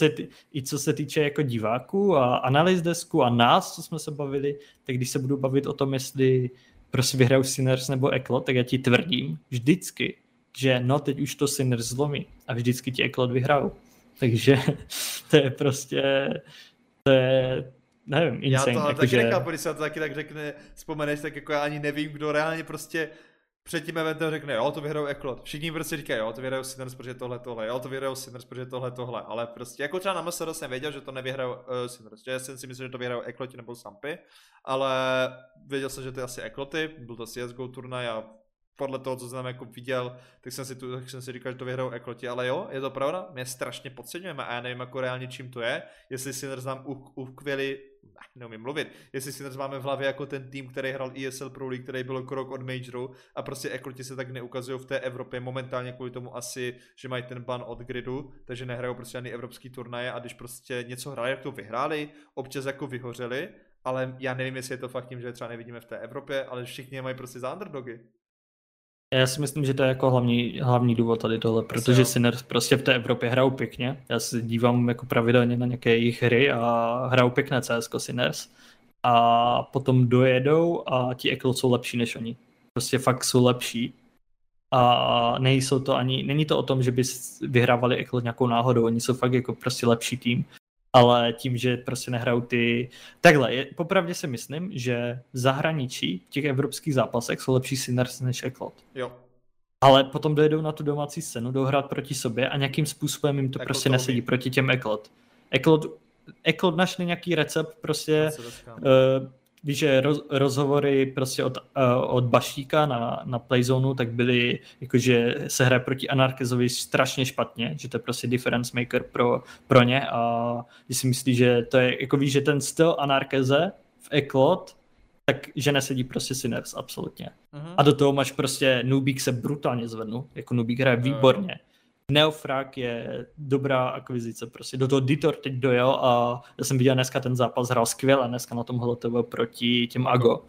i co se týče jako diváků a analyz desku a nás, co jsme se bavili, tak když se budu bavit o tom, jestli prostě vyhrajou Sinners nebo Eklot, tak já ti tvrdím vždycky, že no teď už to Sinners zlomí a vždycky ti Eklot vyhrajou. Takže to je prostě, to je, nevím, insane. Já to taky nechápu, když se to taky tak řekne, vzpomeneš, tak jako já ani nevím, kdo reálně prostě před tím eventem řekne, jo, to vyhrajou Eklot. Všichni prostě říkají, jo, to vyhrajou Sinners, protože tohle, jo, to vyhrajou Sinners, protože tohle, ale prostě, jako třeba na MSR jsem věděl, že to nevyhrajou Sinners, že jsem si myslel, že to vyhrajou Ekloti nebo Sampy, ale věděl jsem, že to je asi Ekloty, byl to CSGO turnaj a podle toho, co jsem jako viděl, tak jsem si říkal, že to vyhrajou Ekloti, ale jo, je to pravda, mě strašně podceňujeme a já nevím jako reálně čím to je, jestli Sinners nám ukvěli, neumím mluvit, jestli Sinners máme v hlavě jako ten tým, který hrál ESL Pro League, který byl krok od Majoru a prostě Ekloti se tak neukazují v té Evropě momentálně kvůli tomu asi, že mají ten ban od gridu, takže nehrajou prostě ani evropský turnaje a když prostě něco hráli, jak to vyhráli, občas jako vyhořeli, ale já nevím, jestli je to fakt tím, že třeba nevidíme v té Evropě, ale všichni mají prostě za underdogy. Já si myslím, že to je jako hlavní důvod tady tohle, protože Sinners prostě v té Evropě hrajou pěkně. Já se dívám jako pravidelně na nějaké jejich hry a hrajou pěkné CS:GO Sinners. A potom dojedou a ti Eklot jsou lepší než oni. Prostě fakt jsou lepší. A není to o tom, že by vyhrávali Eklot nějakou náhodou. Oni jsou fakt jako prostě lepší tým. Ale tím, že prostě nehrajou ty... Takhle, popravdě si myslím, že v zahraničí v těch evropských zápasech jsou lepší Sinners než Eklot. Jo. Ale potom dojedou na tu domácí scénu, jdou hrát proti sobě a nějakým způsobem jim to prostě nesedí proti těm Eklot. Eklot našli nějaký recept prostě... Víš, že rozhovory prostě od Baštíka na Playzonu tak byly, jakože se hraje proti Anarkezovi strašně špatně, že to je prostě difference maker pro ně a když si myslí, že to je, jako víš, že ten styl Anarkeze v Eklot, tak že nesedí prostě Sinners, absolutně. Uh-huh. A do toho máš prostě Nubík se brutálně zvednul, jako Nubík hraje výborně. Neofrag je dobrá akvizice, prostě do toho Ditor teď dojel a já jsem viděl dneska ten zápas, hrál skvěle dneska na tom HLTV proti těm Ago.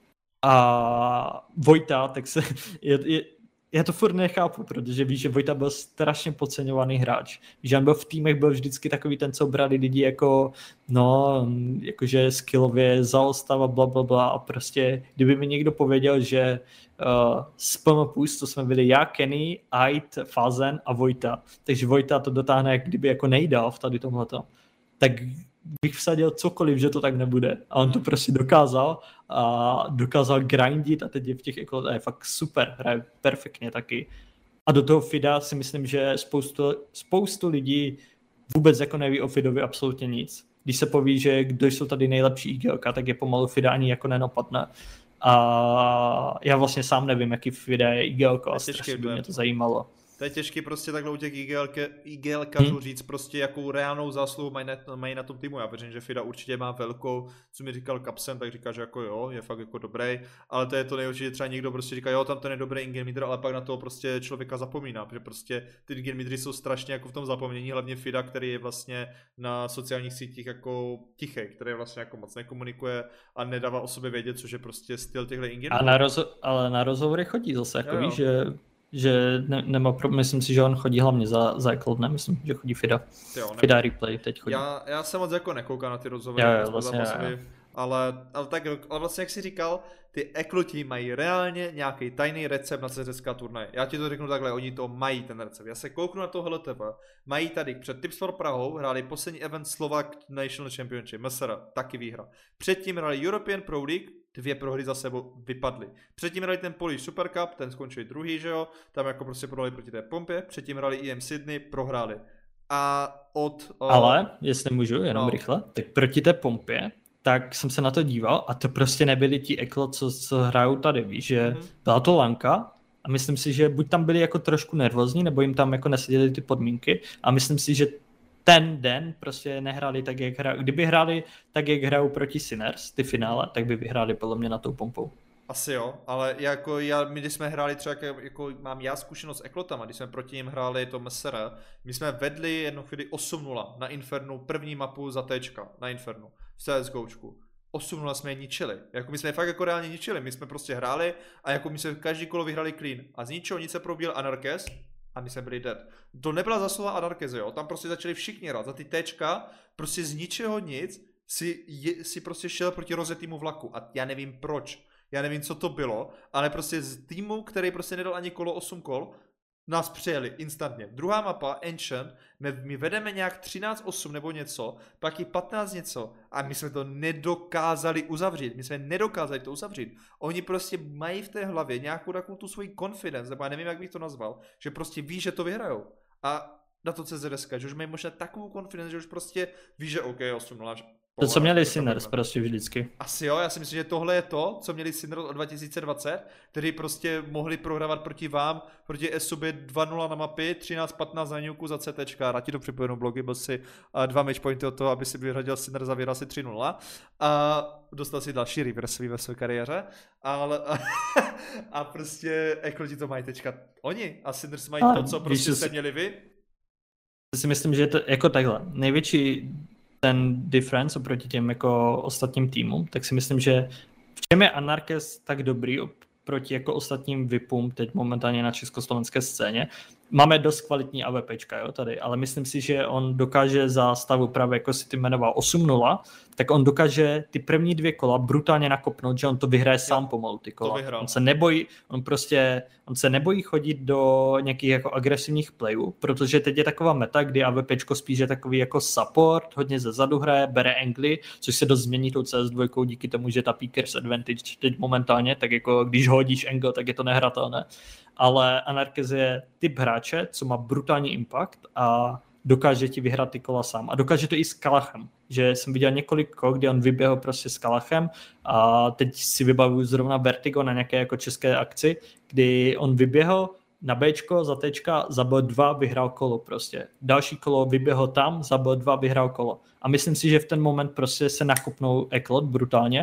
A Vojta, tak se, já to furt nechápu, protože víš, že Vojta byl strašně podceňovaný hráč. Víš, on byl v týmech, byl vždycky takový ten, co brali lidi jako, no, jakože skillově zaostava, blablabla a prostě, kdyby mi někdo pověděl, že z PMPus, to jsme byli já, Kenny, Ait, Fazen a Vojta. Takže Vojta to dotáhne, jak kdyby jako nejdál v tady tomhleto. Tak bych vsadil cokoliv, že to tak nebude. A on to prostě dokázal a dokázal grindit a teď je v těch Eklot a je fakt super, hraje perfektně taky. A do toho Fida si myslím, že spoustu lidí vůbec jako neví o Fidovi absolutně nic. Když se poví, že kdo jsou tady nejlepší IGLka, tak je pomalu Fida ani jako nenapadne. A já vlastně sám nevím, jaký Fida je IGLko a strašně by mě to zajímalo. To je těžké prostě takhle u těch IGLkařů říct prostě, jakou reálnou zásluhu mají na tom týmu. Já věřím, že Fida určitě má velkou, co mi říkal Kapsen, tak říká, že jako jo, je fakt jako dobrý, ale to je to nejhorší, že třeba někdo prostě říká, jo, tam ten je dobrý in-game leader, ale pak na to prostě člověka zapomíná, protože prostě ty in-game leadery jsou strašně jako v tom zapomnění, hlavně Fida, který je vlastně na sociálních sítích jako tichý, který vlastně jako moc nekomunikuje a nedává o sobě vědět, což je prostě styl těchto in-game. Ale na rozhovory chodí zase, jako víš, že nemá myslím si, že on chodí hlavně za Eklot, ne? Myslím, že chodí Fida. Fida replay teď chodí. Já se moc jako nekoukám na ty rozhovory, vlastně, ale vlastně jak jsi říkal, ty ekloti mají reálně nějaký tajný recept na CZSK turnaj. Já ti to řeknu takhle, oni to mají ten recept. Já se kouknu na to HLTV, mají tady před Tips for Prahou, hráli poslední event Slovak National Championship, MSR, taky výhra. Předtím hráli European Pro League, 2 prohry za sebou vypadly. Předtím hráli ten Polish Super Cup, ten skončili druhý, že jo, tam jako prostě prohráli proti té Pompě, předtím hráli EM Sydney, prohráli. A Ale, jestli můžu, jenom rychle, tak proti té Pompě, tak jsem se na to díval a to prostě nebyli ti eklo, co hrajou tady, víš, že byla to lanka a myslím si, že buď tam byli jako trošku nervózní, nebo jim tam jako neseděly ty podmínky a myslím si, že ten den prostě nehráli tak, jak hrajou. Kdyby hráli tak, jak hrajou proti Sinners, ty finále, tak by vyhráli podle mě na tou Pompou. Asi jo, ale my když jsme hráli třeba, jako mám já zkušenost s eklotama, když jsme proti ním hráli to MSR, my jsme vedli jednu chvíli 8-0 na Infernu, první mapu za Tčka na Infernu, v CSGOčku. 8-0 jsme je ničili, jako my jsme je fakt jako reálně ničili, my jsme prostě hráli a jako my jsme každý kolo vyhrali clean a z ničeho nic se probíjel Anarkes a my jsme byli dead. To nebyla zaslova Anarkeze, jo, tam prostě začali všichni hrát, za ty Tčka, prostě z ničeho nic si prostě šel proti rozetýmu vlaku a já nevím proč. Já nevím, co to bylo, ale prostě z týmu, který prostě nedal ani kolo 8 kol, nás přijeli instantně. Druhá mapa, Ancient, my vedeme nějak 13-8 nebo něco, pak i 15 něco a my jsme to nedokázali uzavřít. Oni prostě mají v té hlavě nějakou takovou tu svoji confidence, nebo já nevím, jak bych to nazval, že prostě ví, že to vyhrajou. A na to CZSK, že už mají možná takovou confidence, že už prostě ví, že OK, 8-0, to, co měli Sinners prostě vždycky. Asi jo, já si myslím, že tohle je to, co měli Sinners od 2020, který prostě mohli prohrávat proti vám, proti SUB 2-0 na mapy, 13-15 na Nuku za CT. Rád ti to připojenu blogy, byl si 2 matchpointy od toho, aby si vyhradil Sinners a vyhrál si 3-0. A dostal si další reverse ve své kariéře, ale a prostě ekloti to mají teďka oni a Sinners mají to, co prostě jste měli vy. Si myslím, že je to jako takhle. Největší ten difference oproti těm jako ostatním týmům, tak si myslím, že v čem je Anarkes tak dobrý proti jako ostatním VIPům teď momentálně na československé scéně. Máme dost kvalitní AWPčka, jo, tady, ale myslím si, že on dokáže za stavu právě, jako si ty jmenoval 8-0, tak on dokáže ty první 2 kola brutálně nakopnout, že on to vyhraje sám pomalu ty kola. On se nebojí chodit do nějakých jako agresivních playů, protože teď je taková meta, kdy AWPčko spíš je takový jako support, hodně ze zadu hraje, bere angly, což se dost změní tou CS2 díky tomu, že ta Peekers advantage teď momentálně, tak jako když hodíš angle, tak je to nehratelné. Ale Anarkes je typ hráče, co má brutální impact a dokáže ti vyhrát ty kola sám. A dokáže to i s Kalachem. Že jsem viděl několik kol, kdy on vyběhl prostě s Kalachem a teď si vybavuju zrovna Vertigo na nějaké jako české akci, kdy on vyběhl na Bčko, za Tčka, zabil 2, vyhrál kolo prostě. Další kolo vyběhl tam, zabil 2, vyhrál kolo. A myslím si, že v ten moment prostě se nakopnou eklot brutálně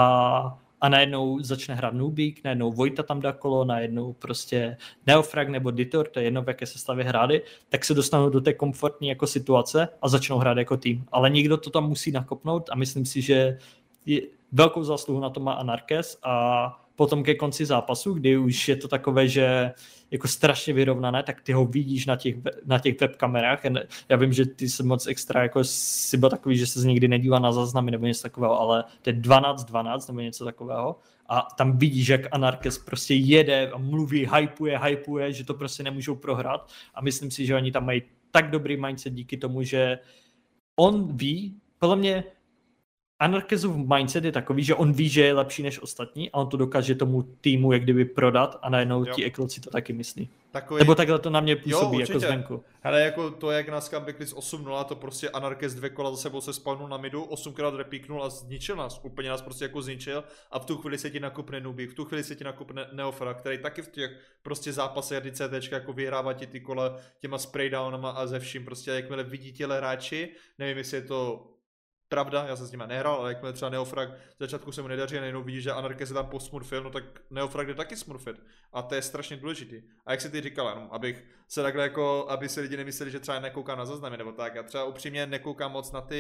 a najednou začne hrát Nubík, najednou Vojta tam dá kolo, najednou prostě Neofrag nebo Ditor, to je jedno, v jaké sestavě hráli, tak se dostanou do té komfortní jako situace a začnou hrát jako tým. Ale někdo to tam musí nakopnout a myslím si, že velkou zásluhu na to má Anarkes a potom ke konci zápasu, kdy už je to takové, že jako strašně vyrovnané, tak ty ho vidíš na těch webkamerách. Já vím, že ty jsi moc extra jako si byl takový, že se nikdy nedívá na záznamy nebo něco takového, ale to je 12-12 nebo něco takového a tam vidíš, jak Anarkes prostě jede a mluví, hypuje, že to prostě nemůžou prohrát a myslím si, že oni tam mají tak dobrý mindset díky tomu, že on ví, podle mě Anarkesův mindset je takový, že on ví, že je lepší než ostatní a on to dokáže tomu týmu jak kdyby prodat a najednou ti ekloci to taky myslí. Takový... Nebo takhle to na mě působí jako zvenku. Hele, jako to, jak nás comebackli z 8-0, to prostě Anarkes 2 kola za sebou se spawnul na midu, 8krát repíknul a zničil nás. Úplně nás prostě jako zničil a v tu chvíli se ti nakupne Nubík, v tu chvíli se ti nakupne Neofra, který taky v těch prostě zápasech CT jako vyhrává ti ty kola těma spraydownama a ze vším. Prostě jakmile vidí těle hráči, nevím, jestli je to pravda, já jsem s nimi nehrál, ale jakmile třeba Neofrag v začátku se mu nedaří a najednou vidí, že Anarkes se tam posmurfil, no tak Neofrag jde taky smurfit. A to je strašně důležitý. A jak jsi ty říkal, jenom abych se takhle jako, aby se lidi nemysleli, že třeba nekoukám na záznamy nebo tak. Já třeba upřímně nekoukám moc na ty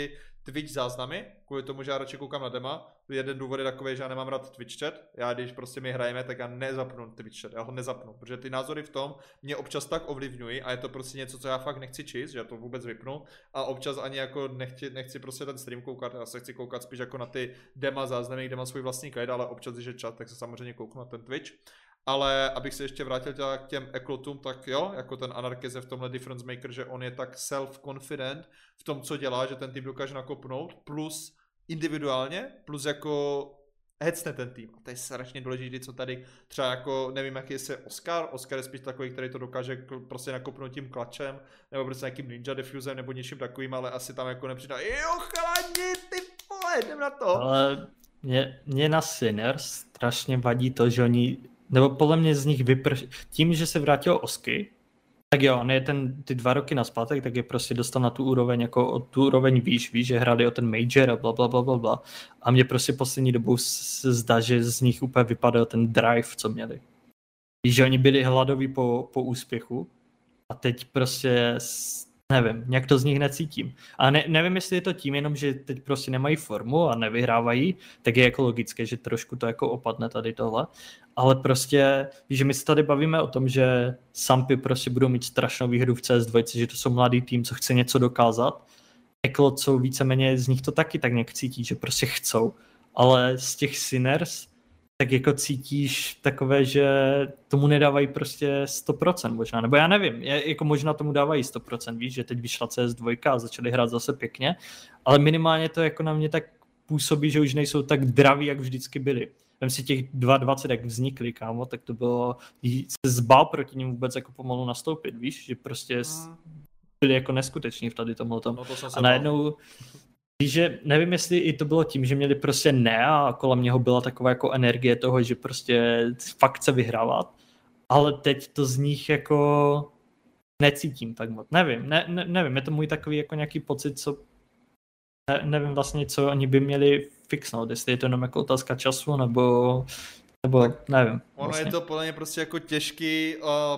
Twitch záznamy, kvůli tomu, že já radši koukám na dema. Jeden důvod je takový, že já nemám rád Twitch chat. Já když prostě my hrajeme, tak já nezapnu Twitch chat, já ho nezapnu, protože ty názory v tom mě občas tak ovlivňují a je to prostě něco, co já fakt nechci číst, že já to vůbec vypnu a občas ani jako nechci prostě ten stream koukat, já se chci koukat spíš jako na ty dema záznamy, kde mám svůj vlastní klid, ale občas, když je chat, tak se samozřejmě kouknu na ten Twitch. Ale abych se ještě vrátil k těm eklotům, tak jo, jako ten Anarchize v tomhle difference maker, že on je tak self-confident v tom, co dělá, že ten tým dokáže nakopnout, plus individuálně, plus jako hecne ten tým. A to je strašně důležité, co tady třeba jako, nevím, jaký je Oscar je spíš takový, který to dokáže prostě nakopnout tím klačem, nebo prostě nějakým ninja defusem, nebo něčím takovým, ale asi tam jako nepřidá, jo chladi, ty vole, jdem na to. Ale mě na Sinners strašně vadí to, že oni, nebo podle mě z nich tím, že se vrátil Osky, tak jo, on je ty 2 roky nazpátek, tak je prostě dostal na tu úroveň, jako o tu úroveň víš, že hráli o ten major a blablabla. A mě prostě poslední dobou se zdá, že z nich úplně vypadal ten drive, co měli. Víš, že oni byli hladoví po úspěchu a teď prostě, nevím, nějak to z nich necítím. A nevím, jestli je to tím jenom, že teď prostě nemají formu a nevyhrávají, tak je jako logické, že trošku to jako opadne tady tohle. Ale prostě, že my se tady bavíme o tom, že Sampy prostě budou mít strašnou výhru v CS2, že to jsou mladý tým, co chce něco dokázat. Eklot jsou víceméně, z nich to taky tak nějak cítí, že prostě chcou. Ale z těch Sinners tak jako cítíš takové, že tomu nedávají prostě 100% možná, nebo já nevím, jako možná tomu dávají 100%, víš, že teď vyšla CS2 a začali hrát zase pěkně, ale minimálně to jako na mě tak působí, že už nejsou tak draví, jak vždycky byli. Vem si těch 22, jak vznikli, kámo, tak to bylo, se zbál proti ním vůbec jako pomalu nastoupit, víš, že prostě byli jako neskuteční v tady tomhletom. No to a najednou, víš, že nevím, jestli i to bylo tím, že měli prostě ne a kolem něho byla taková jako energie toho, že prostě fakt chce vyhrávat, ale teď to z nich jako necítím tak moc. Nevím, je to můj takový jako nějaký pocit, co nevím vlastně, co oni by měli fixnout, jestli je to jenom jako otázka času, nebo nevím. Ono vlastně. Je to podle mě prostě jako těžký,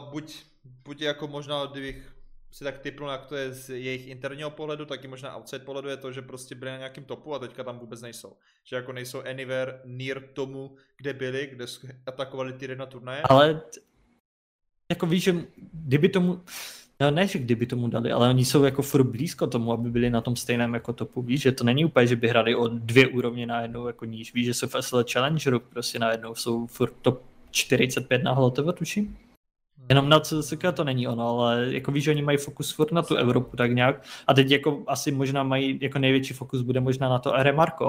buď jako možná, kdybych si tak tipnul, jak to je z jejich interního pohledu, tak i možná outside pohledu je to, že prostě byli na nějakém topu a teďka tam vůbec nejsou. Že jako nejsou anywhere near tomu, kde byli, kde atakovali ty na turnaje. Ale jako víš, že kdyby tomu, no ne, že kdyby tomu dali, ale oni jsou jako furt blízko tomu, aby byli na tom stejném jako topu, víš, že to není úplně, že by hráli o 2 úrovně najednou jako níž, víš, že jsou v SL Challengeru prostě najednou jsou furt top 45 na HLTV, tuším. Jenom na CSK to není ono, ale jako víš, že oni mají fokus furt na tu Evropu tak nějak a teď jako asi možná mají, jako největší fokus bude možná na to RMRko,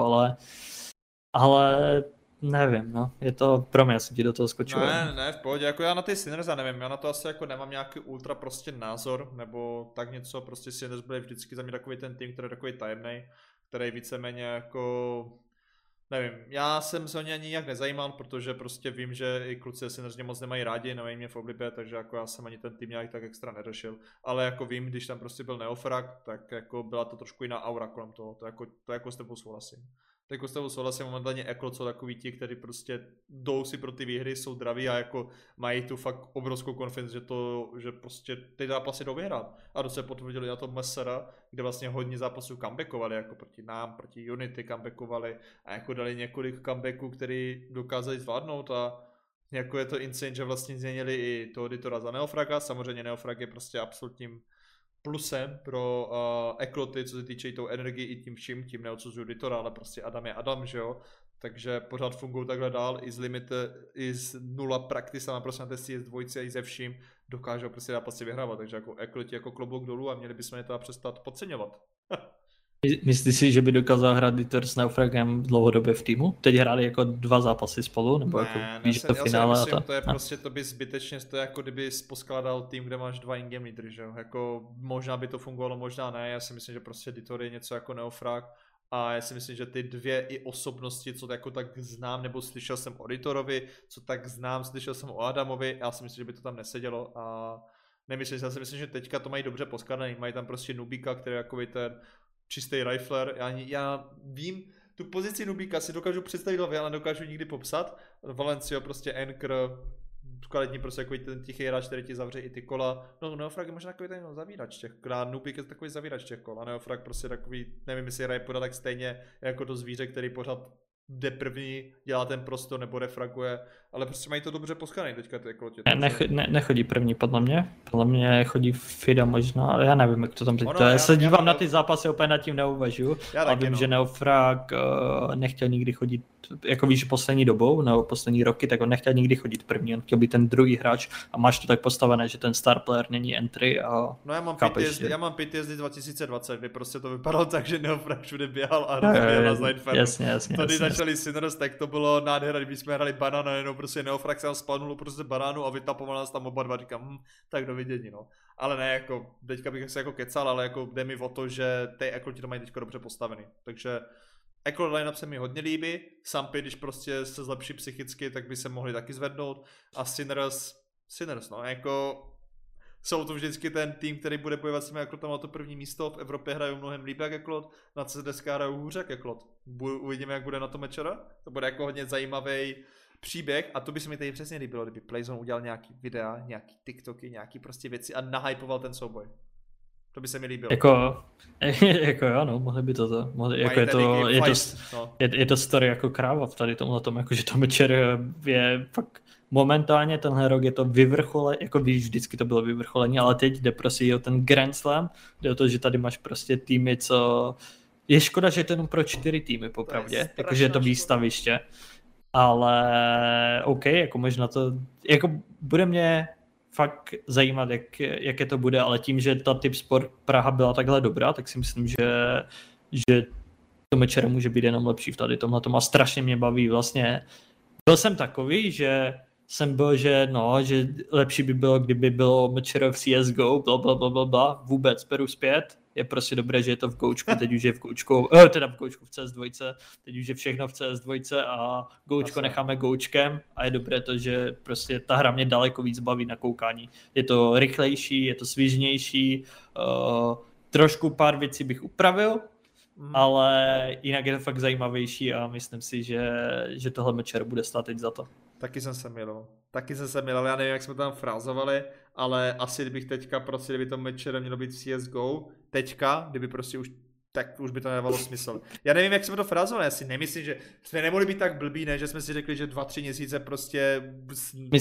ale nevím, no, je to pro mě, jsem ti do toho skočil. Ne, v pohodě, jako já na ty Sinners nevím, já na to asi jako nemám nějaký ultra prostě názor, nebo tak něco, prostě Sinners byli vždycky za mě takový ten tým, který je takový tajemný, který víceméně jako, nevím, já jsem se o ně ani nijak nezajímal, protože prostě vím, že i kluci Sinners mě moc nemají rádi, nemají mě v oblibě, takže jako já jsem ani ten tým nějak tak extra neřešil, ale jako vím, když tam prostě byl Neofrag, tak jako byla to trošku jiná aura kolem toho, to jako s tebou souhlasím. Jako s tebou souhlasím, momentálně Eklot jsou takový ti, kteří prostě jdou si pro ty výhry, jsou draví a jako mají tu fakt obrovskou konfidenci, že prostě ty zápasy jdou vyhrát. A to se potvrdili na tom Messera, kde vlastně hodně zápasů comebackovali, jako proti nám, proti Unity comebackovali a jako dali několik comebacků, který dokázali zvládnout a jako je to insane, že vlastně změnili i toho editora za Neofraga, samozřejmě Neofrag je prostě absolutním plusem pro Ekloty, co se týče i tou energii i tím vším, tím neodsuzuju editora, ale prostě Adam je Adam, že jo, takže pořád fungují takhle dál, i z limity, i z 0 praktisama prostě na té CS2 a i ze vším dokážou prostě zápasy vyhrávat, takže jako Ekloti jako klobouk dolů a měli bychom je teda přestat podceňovat. Myslíš si, že by dokázal hrát editor s Neofragem dlouhodobě v týmu? Teď hráli jako 2 zápasy spolu? Nebo ne, jako víš to finále myslím, to je prostě, to by zbytečně, to je jako kdyby poskládal tým, kde máš 2 in-game lídry, že jo? Jako možná by to fungovalo, možná ne, já si myslím, že prostě editor je něco jako Neofrag a já si myslím, že ty 2 i osobnosti, co jako tak znám, nebo slyšel jsem o editorovi, co tak znám, slyšel jsem o Adamovi, já si myslím, že by to tam nesedělo a nemyslím, já si myslím, že teďka to mají dobře poskládaný, mají tam prostě Nubíka, který je jako ten čistý rifler, já vím, tu pozici Nubíka si dokážu představit hlavě, ale dokážu nikdy popsat. Valencio prostě Anchor, kvalitní prostě jako ten tichý hráč, který ti zavře i ty kola. No Neofrag je možná takový ten zavírač těch kol, Nubik je takový zavírač těch kol a Neofrag prostě takový, nevím jestli hraje pořád tak stejně jako to zvíře, který pořád jde první, dělá ten prostor nebo refraguje, ale prostě mají to dobře poskaný teďka ty klotě. Nechodí první podle mě chodí Fida možná, ale já nevím, jak to tam teď to je. Já se dívám na ty zápasy, úplně nad tím neuvažuju a vím, že Neofrag nechtěl nikdy chodit, jako víš, poslední dobou, nebo poslední roky, tak on nechtěl nikdy chodit první, on chtěl být ten druhý hráč a máš to tak postavené, že ten star player není entry a no já mám PTSD 2020, kdy prostě to vypadalo tak, že Neofrag všude běhal a rozběhal na Znightfaru. Jasně. Tady začali Sinners, tak to bylo nádhera, když jsme hrali banana, jenom prostě Neofrag se spadnul prostě banánu a vytapoval nás tam oba dva, říkám, tak dovidění, no. Ale ne, jako, teďka bych se jako kecal, ale jako jde mi o to, že ty Ekloti to mají teďka dobře postavený, takže Eklot line-up se mi hodně líbí, Sampy, když prostě se zlepší psychicky, tak by se mohli taky zvednout a Sinners, no, jako jsou to vždycky ten tým, který bude bojovat s těmi Eklotama o to první místo, v Evropě hrajou mnohem líp jak Eklot, na CSDSK hrajou hůře jak Eklot. Uvidíme, jak bude na to mečera, to bude jako hodně zajímavý příběh a to by se mi tady přesně líbilo, kdyby Playzone udělal nějaký videa, nějaký TikToky, nějaký prostě věci a nahypoval ten souboj. To by se mi líbilo. Jako jo, no, mohli by to. Jako je to story jako kráva v tady tomhle tom, jako že to mečer je fakt momentálně tenhle rok je to vyvrcholení, jako víš, vždycky to bylo vyvrcholení, ale teď jde prostě o ten Grand Slam, jde o to, že tady máš prostě týmy, co... Je škoda, že je to jenom pro 4 týmy popravdě, jakože je to výstaviště, ale OK, jako možná to, jako bude mě fakt zajímat, jaké to bude, ale tím, že ta Tipsport Praha byla takhle dobrá, tak si myslím, že to mečer může být jenom lepší v tady tomhletom a strašně mě baví vlastně. Byl jsem takový, že jsem byl, že lepší by bylo, kdyby bylo mečer v CSGO, blablabla, vůbec beru zpět. Je prostě dobré, že je to v Goučku, teď už je v Goučku, v CS2, teď už je všechno v CS2 a Goučko necháme Goučkem a je dobré to, že prostě ta hra mě daleko víc baví na koukání. Je to rychlejší, je to svižnější, trošku pár věcí bych upravil, ale jinak je to fakt zajímavější a myslím si, že tohle mečer bude stát teď za to. Taky jsem se milil, já nevím, jak jsme tam frázovali, ale asi kdybych teďka prostě, kdyby to mečer mělo být v CSGO, teďka, kdyby prostě tak už by to nedávalo smysl. Já nevím, jak jsme to frázovali, já si nemyslím, že jsme nemohli být tak blbí, ne, že jsme si řekli, že 2-3 měsíce prostě my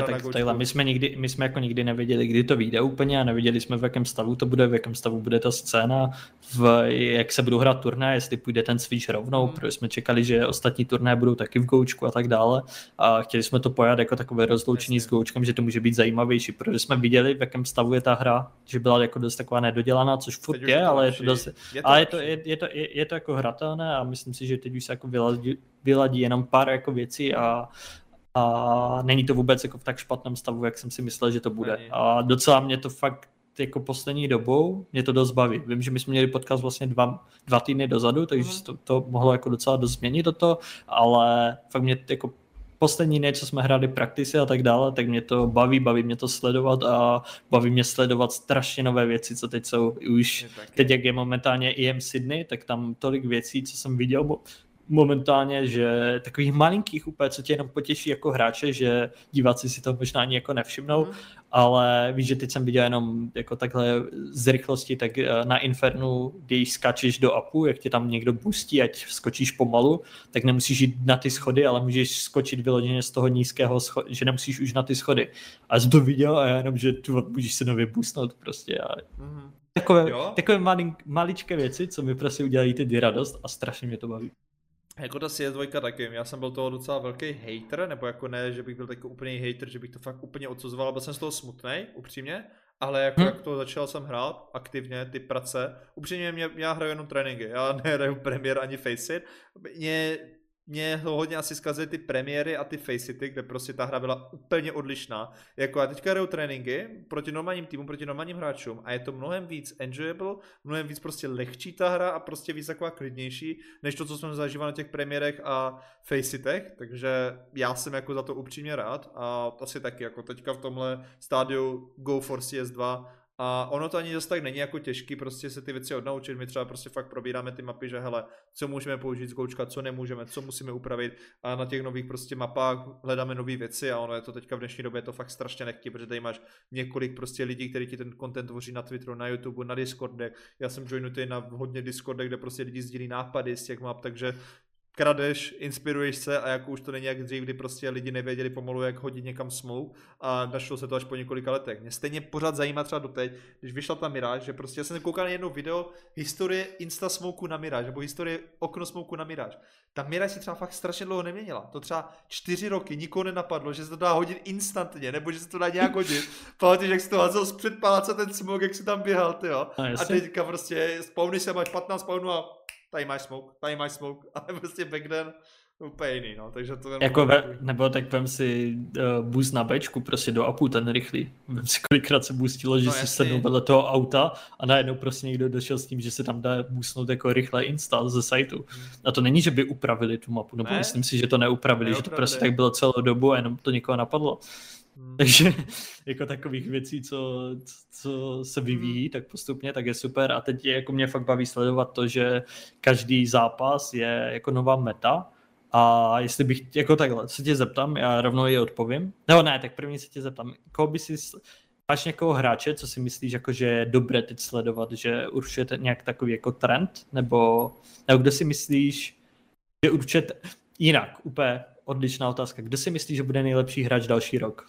jsme jako nikdy nevěděli, kdy to vyjde úplně a nevěděli jsme, v jakém stavu to bude, v jakém stavu bude ta scéna, jak se budou hrát turnaje, jestli půjde ten switch rovnou, protože jsme čekali, že ostatní turnaje budou taky v Goučku a tak dále a chtěli jsme to pojat jako takové rozloučení s Goučkem, že to může být zajímavější, protože jsme viděli, v jakém stavu je ta hra, že byla jako dost taková nedodělaná, což furt je, ale je to dost, je to jako hratelné a myslím si, že teď už se jako vyladí jenom pár jako věcí a není to vůbec jako v tak špatném stavu, jak jsem si myslel, že to bude. A docela mě to fakt jako poslední dobou mě to dost baví. Vím, že my jsme měli podcast vlastně 2 týdny dozadu, takže to mohlo jako docela dost změnit toto, ale fakt mě jako poslední dny, co jsme hráli praktisy a tak dále, tak mě to baví mě to sledovat a baví mě sledovat strašně nové věci, co teď jsou už, teď jak je momentálně IM Sydney, tak tam tolik věcí, co jsem viděl momentálně, že takových malinkých úplně, co tě jenom potěší jako hráče, že diváci si to možná ani jako nevšimnou, ale víš, že teď jsem viděl jenom jako takhle z rychlosti, tak na Infernu, když skáčeš do upu, jak tě tam někdo boostí, ať skočíš pomalu, tak nemusíš jít na ty schody, ale můžeš skočit vyloženě z toho nízkého že nemusíš už na ty schody. A jsem to viděl a já jenom, že můžeš se nově boostnout prostě. A takové maličké věci, co mi prostě udělají ty radost a strašně mě to baví. Jako ta CS2 taky, já jsem byl toho docela velký hater, nebo jako ne, že bych byl takový úplný hater, že bych to fakt úplně odsuzoval, byl jsem z toho smutnej, upřímně, ale jako jak to začal jsem hrát aktivně, ty prace, upřímně já hraju jenom tréninky, já nehraju Premier ani Faceit, mě hodně asi zkazily ty premiéry a ty Faceity, kde prostě ta hra byla úplně odlišná. Jako já teďka hraju tréninky proti normálním týmům, proti normálním hráčům a je to mnohem víc enjoyable, mnohem víc prostě lehčí ta hra a prostě víc taková klidnější, než to, co jsme zažívali na těch premiérech a Faceitech, takže já jsem jako za to upřímně rád a asi taky jako teďka v tomhle stádiu Go for CS2 A ono to ani zase tak není jako těžký prostě se ty věci odnaučit. My třeba prostě fakt probíráme ty mapy, že hele, co můžeme použít z goučka, co nemůžeme, co musíme upravit a na těch nových prostě mapách hledáme nové věci a ono je to teďka v dnešní době je to fakt strašně lehký, protože tady máš několik prostě lidí, kteří ti ten content tvoří na Twitteru, na YouTube, na Discordech. Já jsem joinutý na hodně Discordech, kde prostě lidi sdílí nápady z těch map, takže kradeš, inspiruješ se a jako už to není jak dřív, kdy prostě lidi nevěděli pomalu, jak hodit někam smoke a našlo se to až po několika letech. Mě stejně pořád zajímá třeba doteď, když vyšla ta Mirage, že prostě já jsem koukal na jedno video historie Insta smoku na Mirage, nebo historie okno smoku na Mirage. Ta Mirage si třeba fakt strašně dlouho neměnila. To třeba 4 roky nikoho nenapadlo, že se to dá hodit instantně, nebo že se to dá nějak hodit. Pamatuješ, jak jsi to házel zpřed paláce ten smoke, jak jsi tam běhal, tyjo. A teďka prostě spawny se máš 15 spawnů a tady máš smoke, ale prostě back then úplně jiný, no, takže to jako nebo tak vem si boost na Bčku, prostě do upu ten rychlý. Vem si kolikrát se boostilo, že si sednul vedle toho auta a najednou prostě někdo došel s tím, že se tam dá boostnout jako rychle install ze sajtu. A to není, že by upravili tu mapu, nebo myslím si, že to neupravili, že to prostě tak bylo celou dobu a jenom to někoho napadlo. Takže jako takových věcí, co se vyvíjí tak postupně, tak je super a teď jako mě fakt baví sledovat to, že každý zápas je jako nová meta a jestli bych jako takhle se tě zeptám, já rovnou je odpovím. Nebo ne, tak první se tě zeptám, koho by si máš někoho hráče, co si myslíš jako, že je dobré teď sledovat, že určitě nějak takový jako trend, nebo kdo si myslíš, že určitě jinak, úplně odlišná otázka, kdo si myslíš, že bude nejlepší hráč další rok?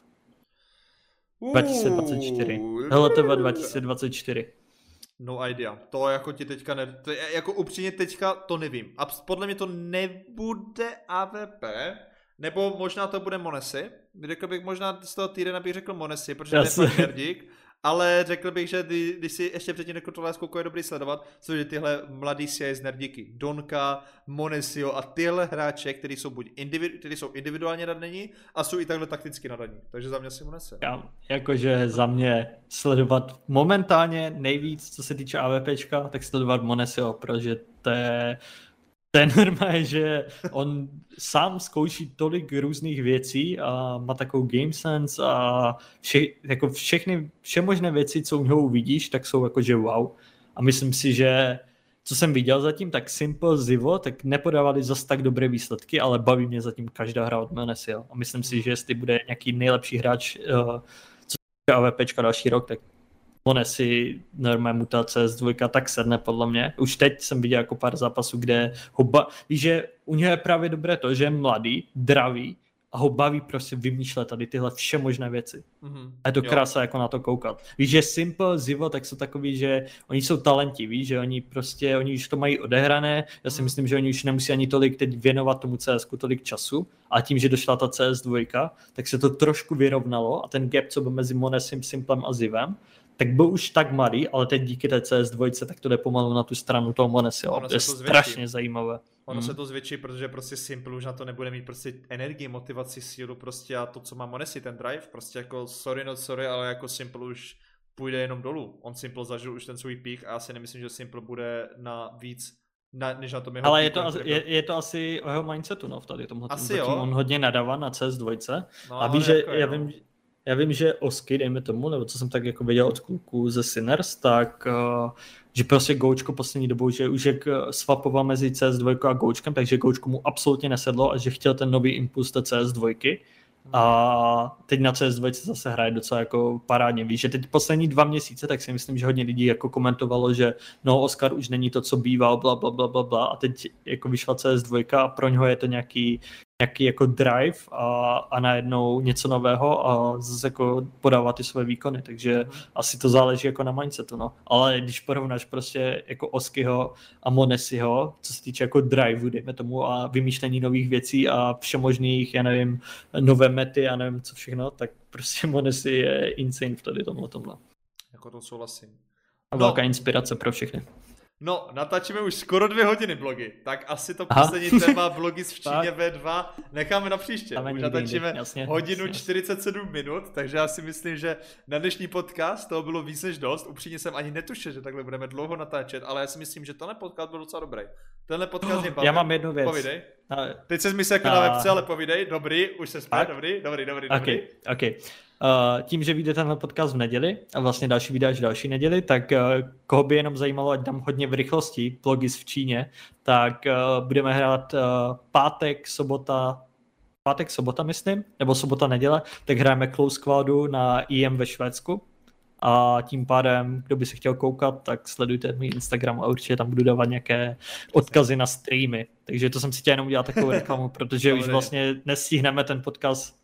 2024. Hele, to je 2024. No idea. To jako ti teďka jako upřímně teďka to nevím. A podle mě to nebude AVP, nebo možná to bude m0NESY. Řekl bych možná z toho týdne bych řekl m0NESY, protože to je fakt nerdík. Ale řekl bych, že když si ještě předtím řekl tohle skouku je dobrý sledovat, což je tyhle mladý CIS nerdíky. Donka, m0NESYho a tyhle hráče, kteří jsou kteří jsou individuálně nadaní a jsou i takhle takticky nadaní. Takže za mě si m0NESY. Jakože za mě sledovat momentálně nejvíc, co se týče AVPčka, tak sledovat m0NESYho, protože to je normálně, že on sám zkouší tolik různých věcí a má takovou game sense a vše možné věci, co u něho uvidíš, tak jsou jakože wow. A myslím si, že co jsem viděl zatím, tak Simple, Zivo, tak nepodávali zas tak dobré výsledky, ale baví mě zatím každá hra od m0NESYho. A myslím si, že jestli bude nějaký nejlepší hráč, co se týče AVPčka další rok, tak m0NESY, normální mutace z dvojka tak sedne podle mě. Už teď jsem viděl jako pár zápasů, kde víš, že u něho je právě dobré to, že je mladý, dravý a ho baví prostě vymýšlet tady tyhle vše možné věci. A je to krása jako na to koukat. Víš, že Simple, Zivo, tak jsou takový, že oni jsou talenti, víš, že oni už to mají odehrané. Já si myslím, že oni už nemusí ani tolik teď věnovat tomu CSku tolik času, a tím, že došla ta CS2, tak se to trošku vyrovnalo a ten gap, co byl mezi m0NESym, Simplem a Zivem, tak byl už tak malý, ale teď díky té CS2 tak to jde pomalu na tu stranu toho m0NESy. To je strašně zajímavé. Ono se to zvětší, protože prostě Simple už na to nebude mít prostě energii, motivaci, sílu prostě a to, co má m0NESy, ten drive, prostě jako sorry, ale jako Simple už půjde jenom dolů. On Simple zažil už ten svůj pík a já si nemyslím, že Simple bude na víc, než na tom jeho ale je to asi o jeho mindsetu, no, v tady tomhle. Asi jo. On hodně nadává na CS2 a víš, že já vím, že Osky, dejme tomu, nebo co jsem tak jako věděl od kluků ze Sinners, tak že prostě Goučko poslední dobou, že už jak swapoval mezi CS2 a Goučkem, takže Goučko mu absolutně nesedlo a že chtěl ten nový impuls té CS2. A teď na CS2 zase hraje docela jako parádně. Víš, že teď poslední 2 měsíce, tak si myslím, že hodně lidí jako komentovalo, že no Oscar už není to, co býval, bla a teď jako vyšla CS2 a pro něho je to nějaký jako drive a najednou něco nového a zase jako podává ty své výkony, takže asi to záleží jako na mindsetu, no. Ale když porovnáš prostě jako Oskyho a m0NESYho, co se týče jako driveu, dejme tomu, a vymýšlení nových věcí a všemožných, já nevím, nové mety a nevím co všechno, tak prostě m0NESY je insane v tady tomhle. Jako to souhlasím. A velká inspirace pro všechny. No, natáčíme už skoro 2 hodiny blogy, tak asi to poslední téma blogy v Číně V2 necháme na příště. Už natáčíme hodinu 47 minut, takže já si myslím, že na dnešní podcast toho bylo víc než dost. Upřímně jsem ani netušil, že takhle budeme dlouho natáčet, ale já si myslím, že tenhle podcast byl docela dobrý. Tenhle podcast mě baví. Já mám jednu věc. Povídej. Teď se myslel jako na webce, ale povídej. Dobrý, už se zpět, dobrý. Okay. tím, že vyjde tenhle podcast v neděli a vlastně další video až další neděli, tak koho by jenom zajímalo, ať dám hodně v rychlosti, Blogis v Číně, tak budeme hrát pátek, sobota myslím, nebo sobota, neděle, tak hrajeme Close Squadu na IM ve Švédsku. A tím pádem, kdo by se chtěl koukat, tak sledujte můj Instagram a určitě tam budu dávat nějaké odkazy na streamy. Takže to jsem si chtěl jenom udělat takovou reklamu, protože už vlastně nestihneme ten podcast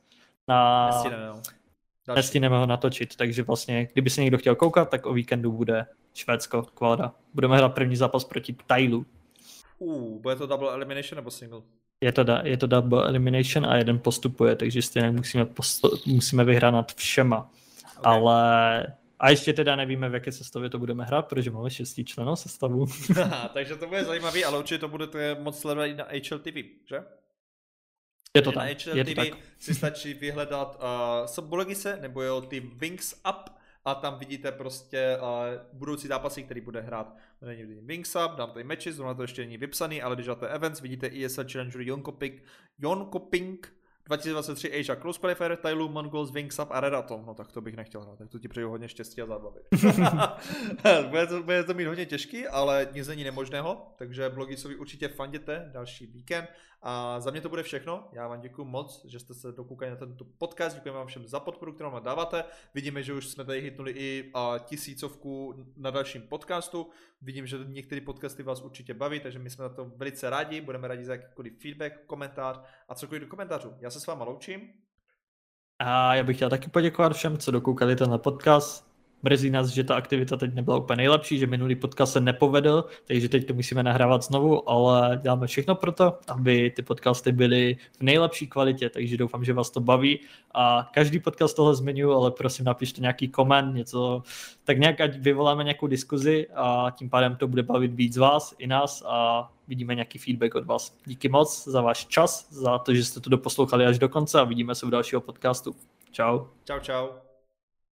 nestihneme ho natočit. Takže vlastně, kdyby se někdo chtěl koukat, tak o víkendu bude Švédsko, Kvada. Budeme hrát první zápas proti Thailu. Bude to double elimination nebo single? Je to double elimination a jeden postupuje, takže stejně musíme vyhrát nad všema. Okay. Ale a ještě teda nevíme, v jaké sestavě to budeme hrát, protože máme 6 členů sestavu. Takže to bude zajímavý, ale určitě to budete moc sledovat i na HLTV, že? Je to tak. Na HLTV si stačí vyhledat Blogise nebo jeho tým Wings Up a tam vidíte prostě budoucí zápasy, který bude hrát. Wings Up, dám tady matches, zrovna to ještě není vypsaný, ale když dáte events, vidíte ESL Challenger Jönköping 2023 Asia Close Qualifier, Thailu, Mongols, Wings Up a Redatom. No tak to bych nechtěl hrát, tak to ti přeju hodně štěstí a zábavy. bude to mít hodně těžký, ale nic není nemožného, takže Blogisovi určitě fanděte další víkend. A za mě to bude všechno. Já vám děkuji moc, že jste se dokoukali na tento podcast. Děkujeme vám všem za podporu, kterou nám dáváte. Vidíme, že už jsme tady hitnuli i 1000 na dalším podcastu. Vidím, že některé podcasty vás určitě baví, takže my jsme na to velice rádi. Budeme rádi za jakýkoliv feedback, komentář a cokoliv do komentářů. Já se s váma loučím. A já bych chtěl taky poděkovat všem, co dokoukali tenhle podcast. Mrzí nás, že ta aktivita teď nebyla úplně nejlepší, že minulý podcast se nepovedl, takže teď to musíme nahrávat znovu, ale děláme všechno pro to, aby ty podcasty byly v nejlepší kvalitě, takže doufám, že vás to baví a každý podcast tohle zmiňuji, ale prosím napište nějaký koment, něco, tak nějak ať vyvoláme nějakou diskuzi a tím pádem to bude bavit víc vás i nás a vidíme nějaký feedback od vás. Díky moc za váš čas, za to, že jste to doposlouchali až do konce a vidíme se u dalšího podcastu. Čau. Čau.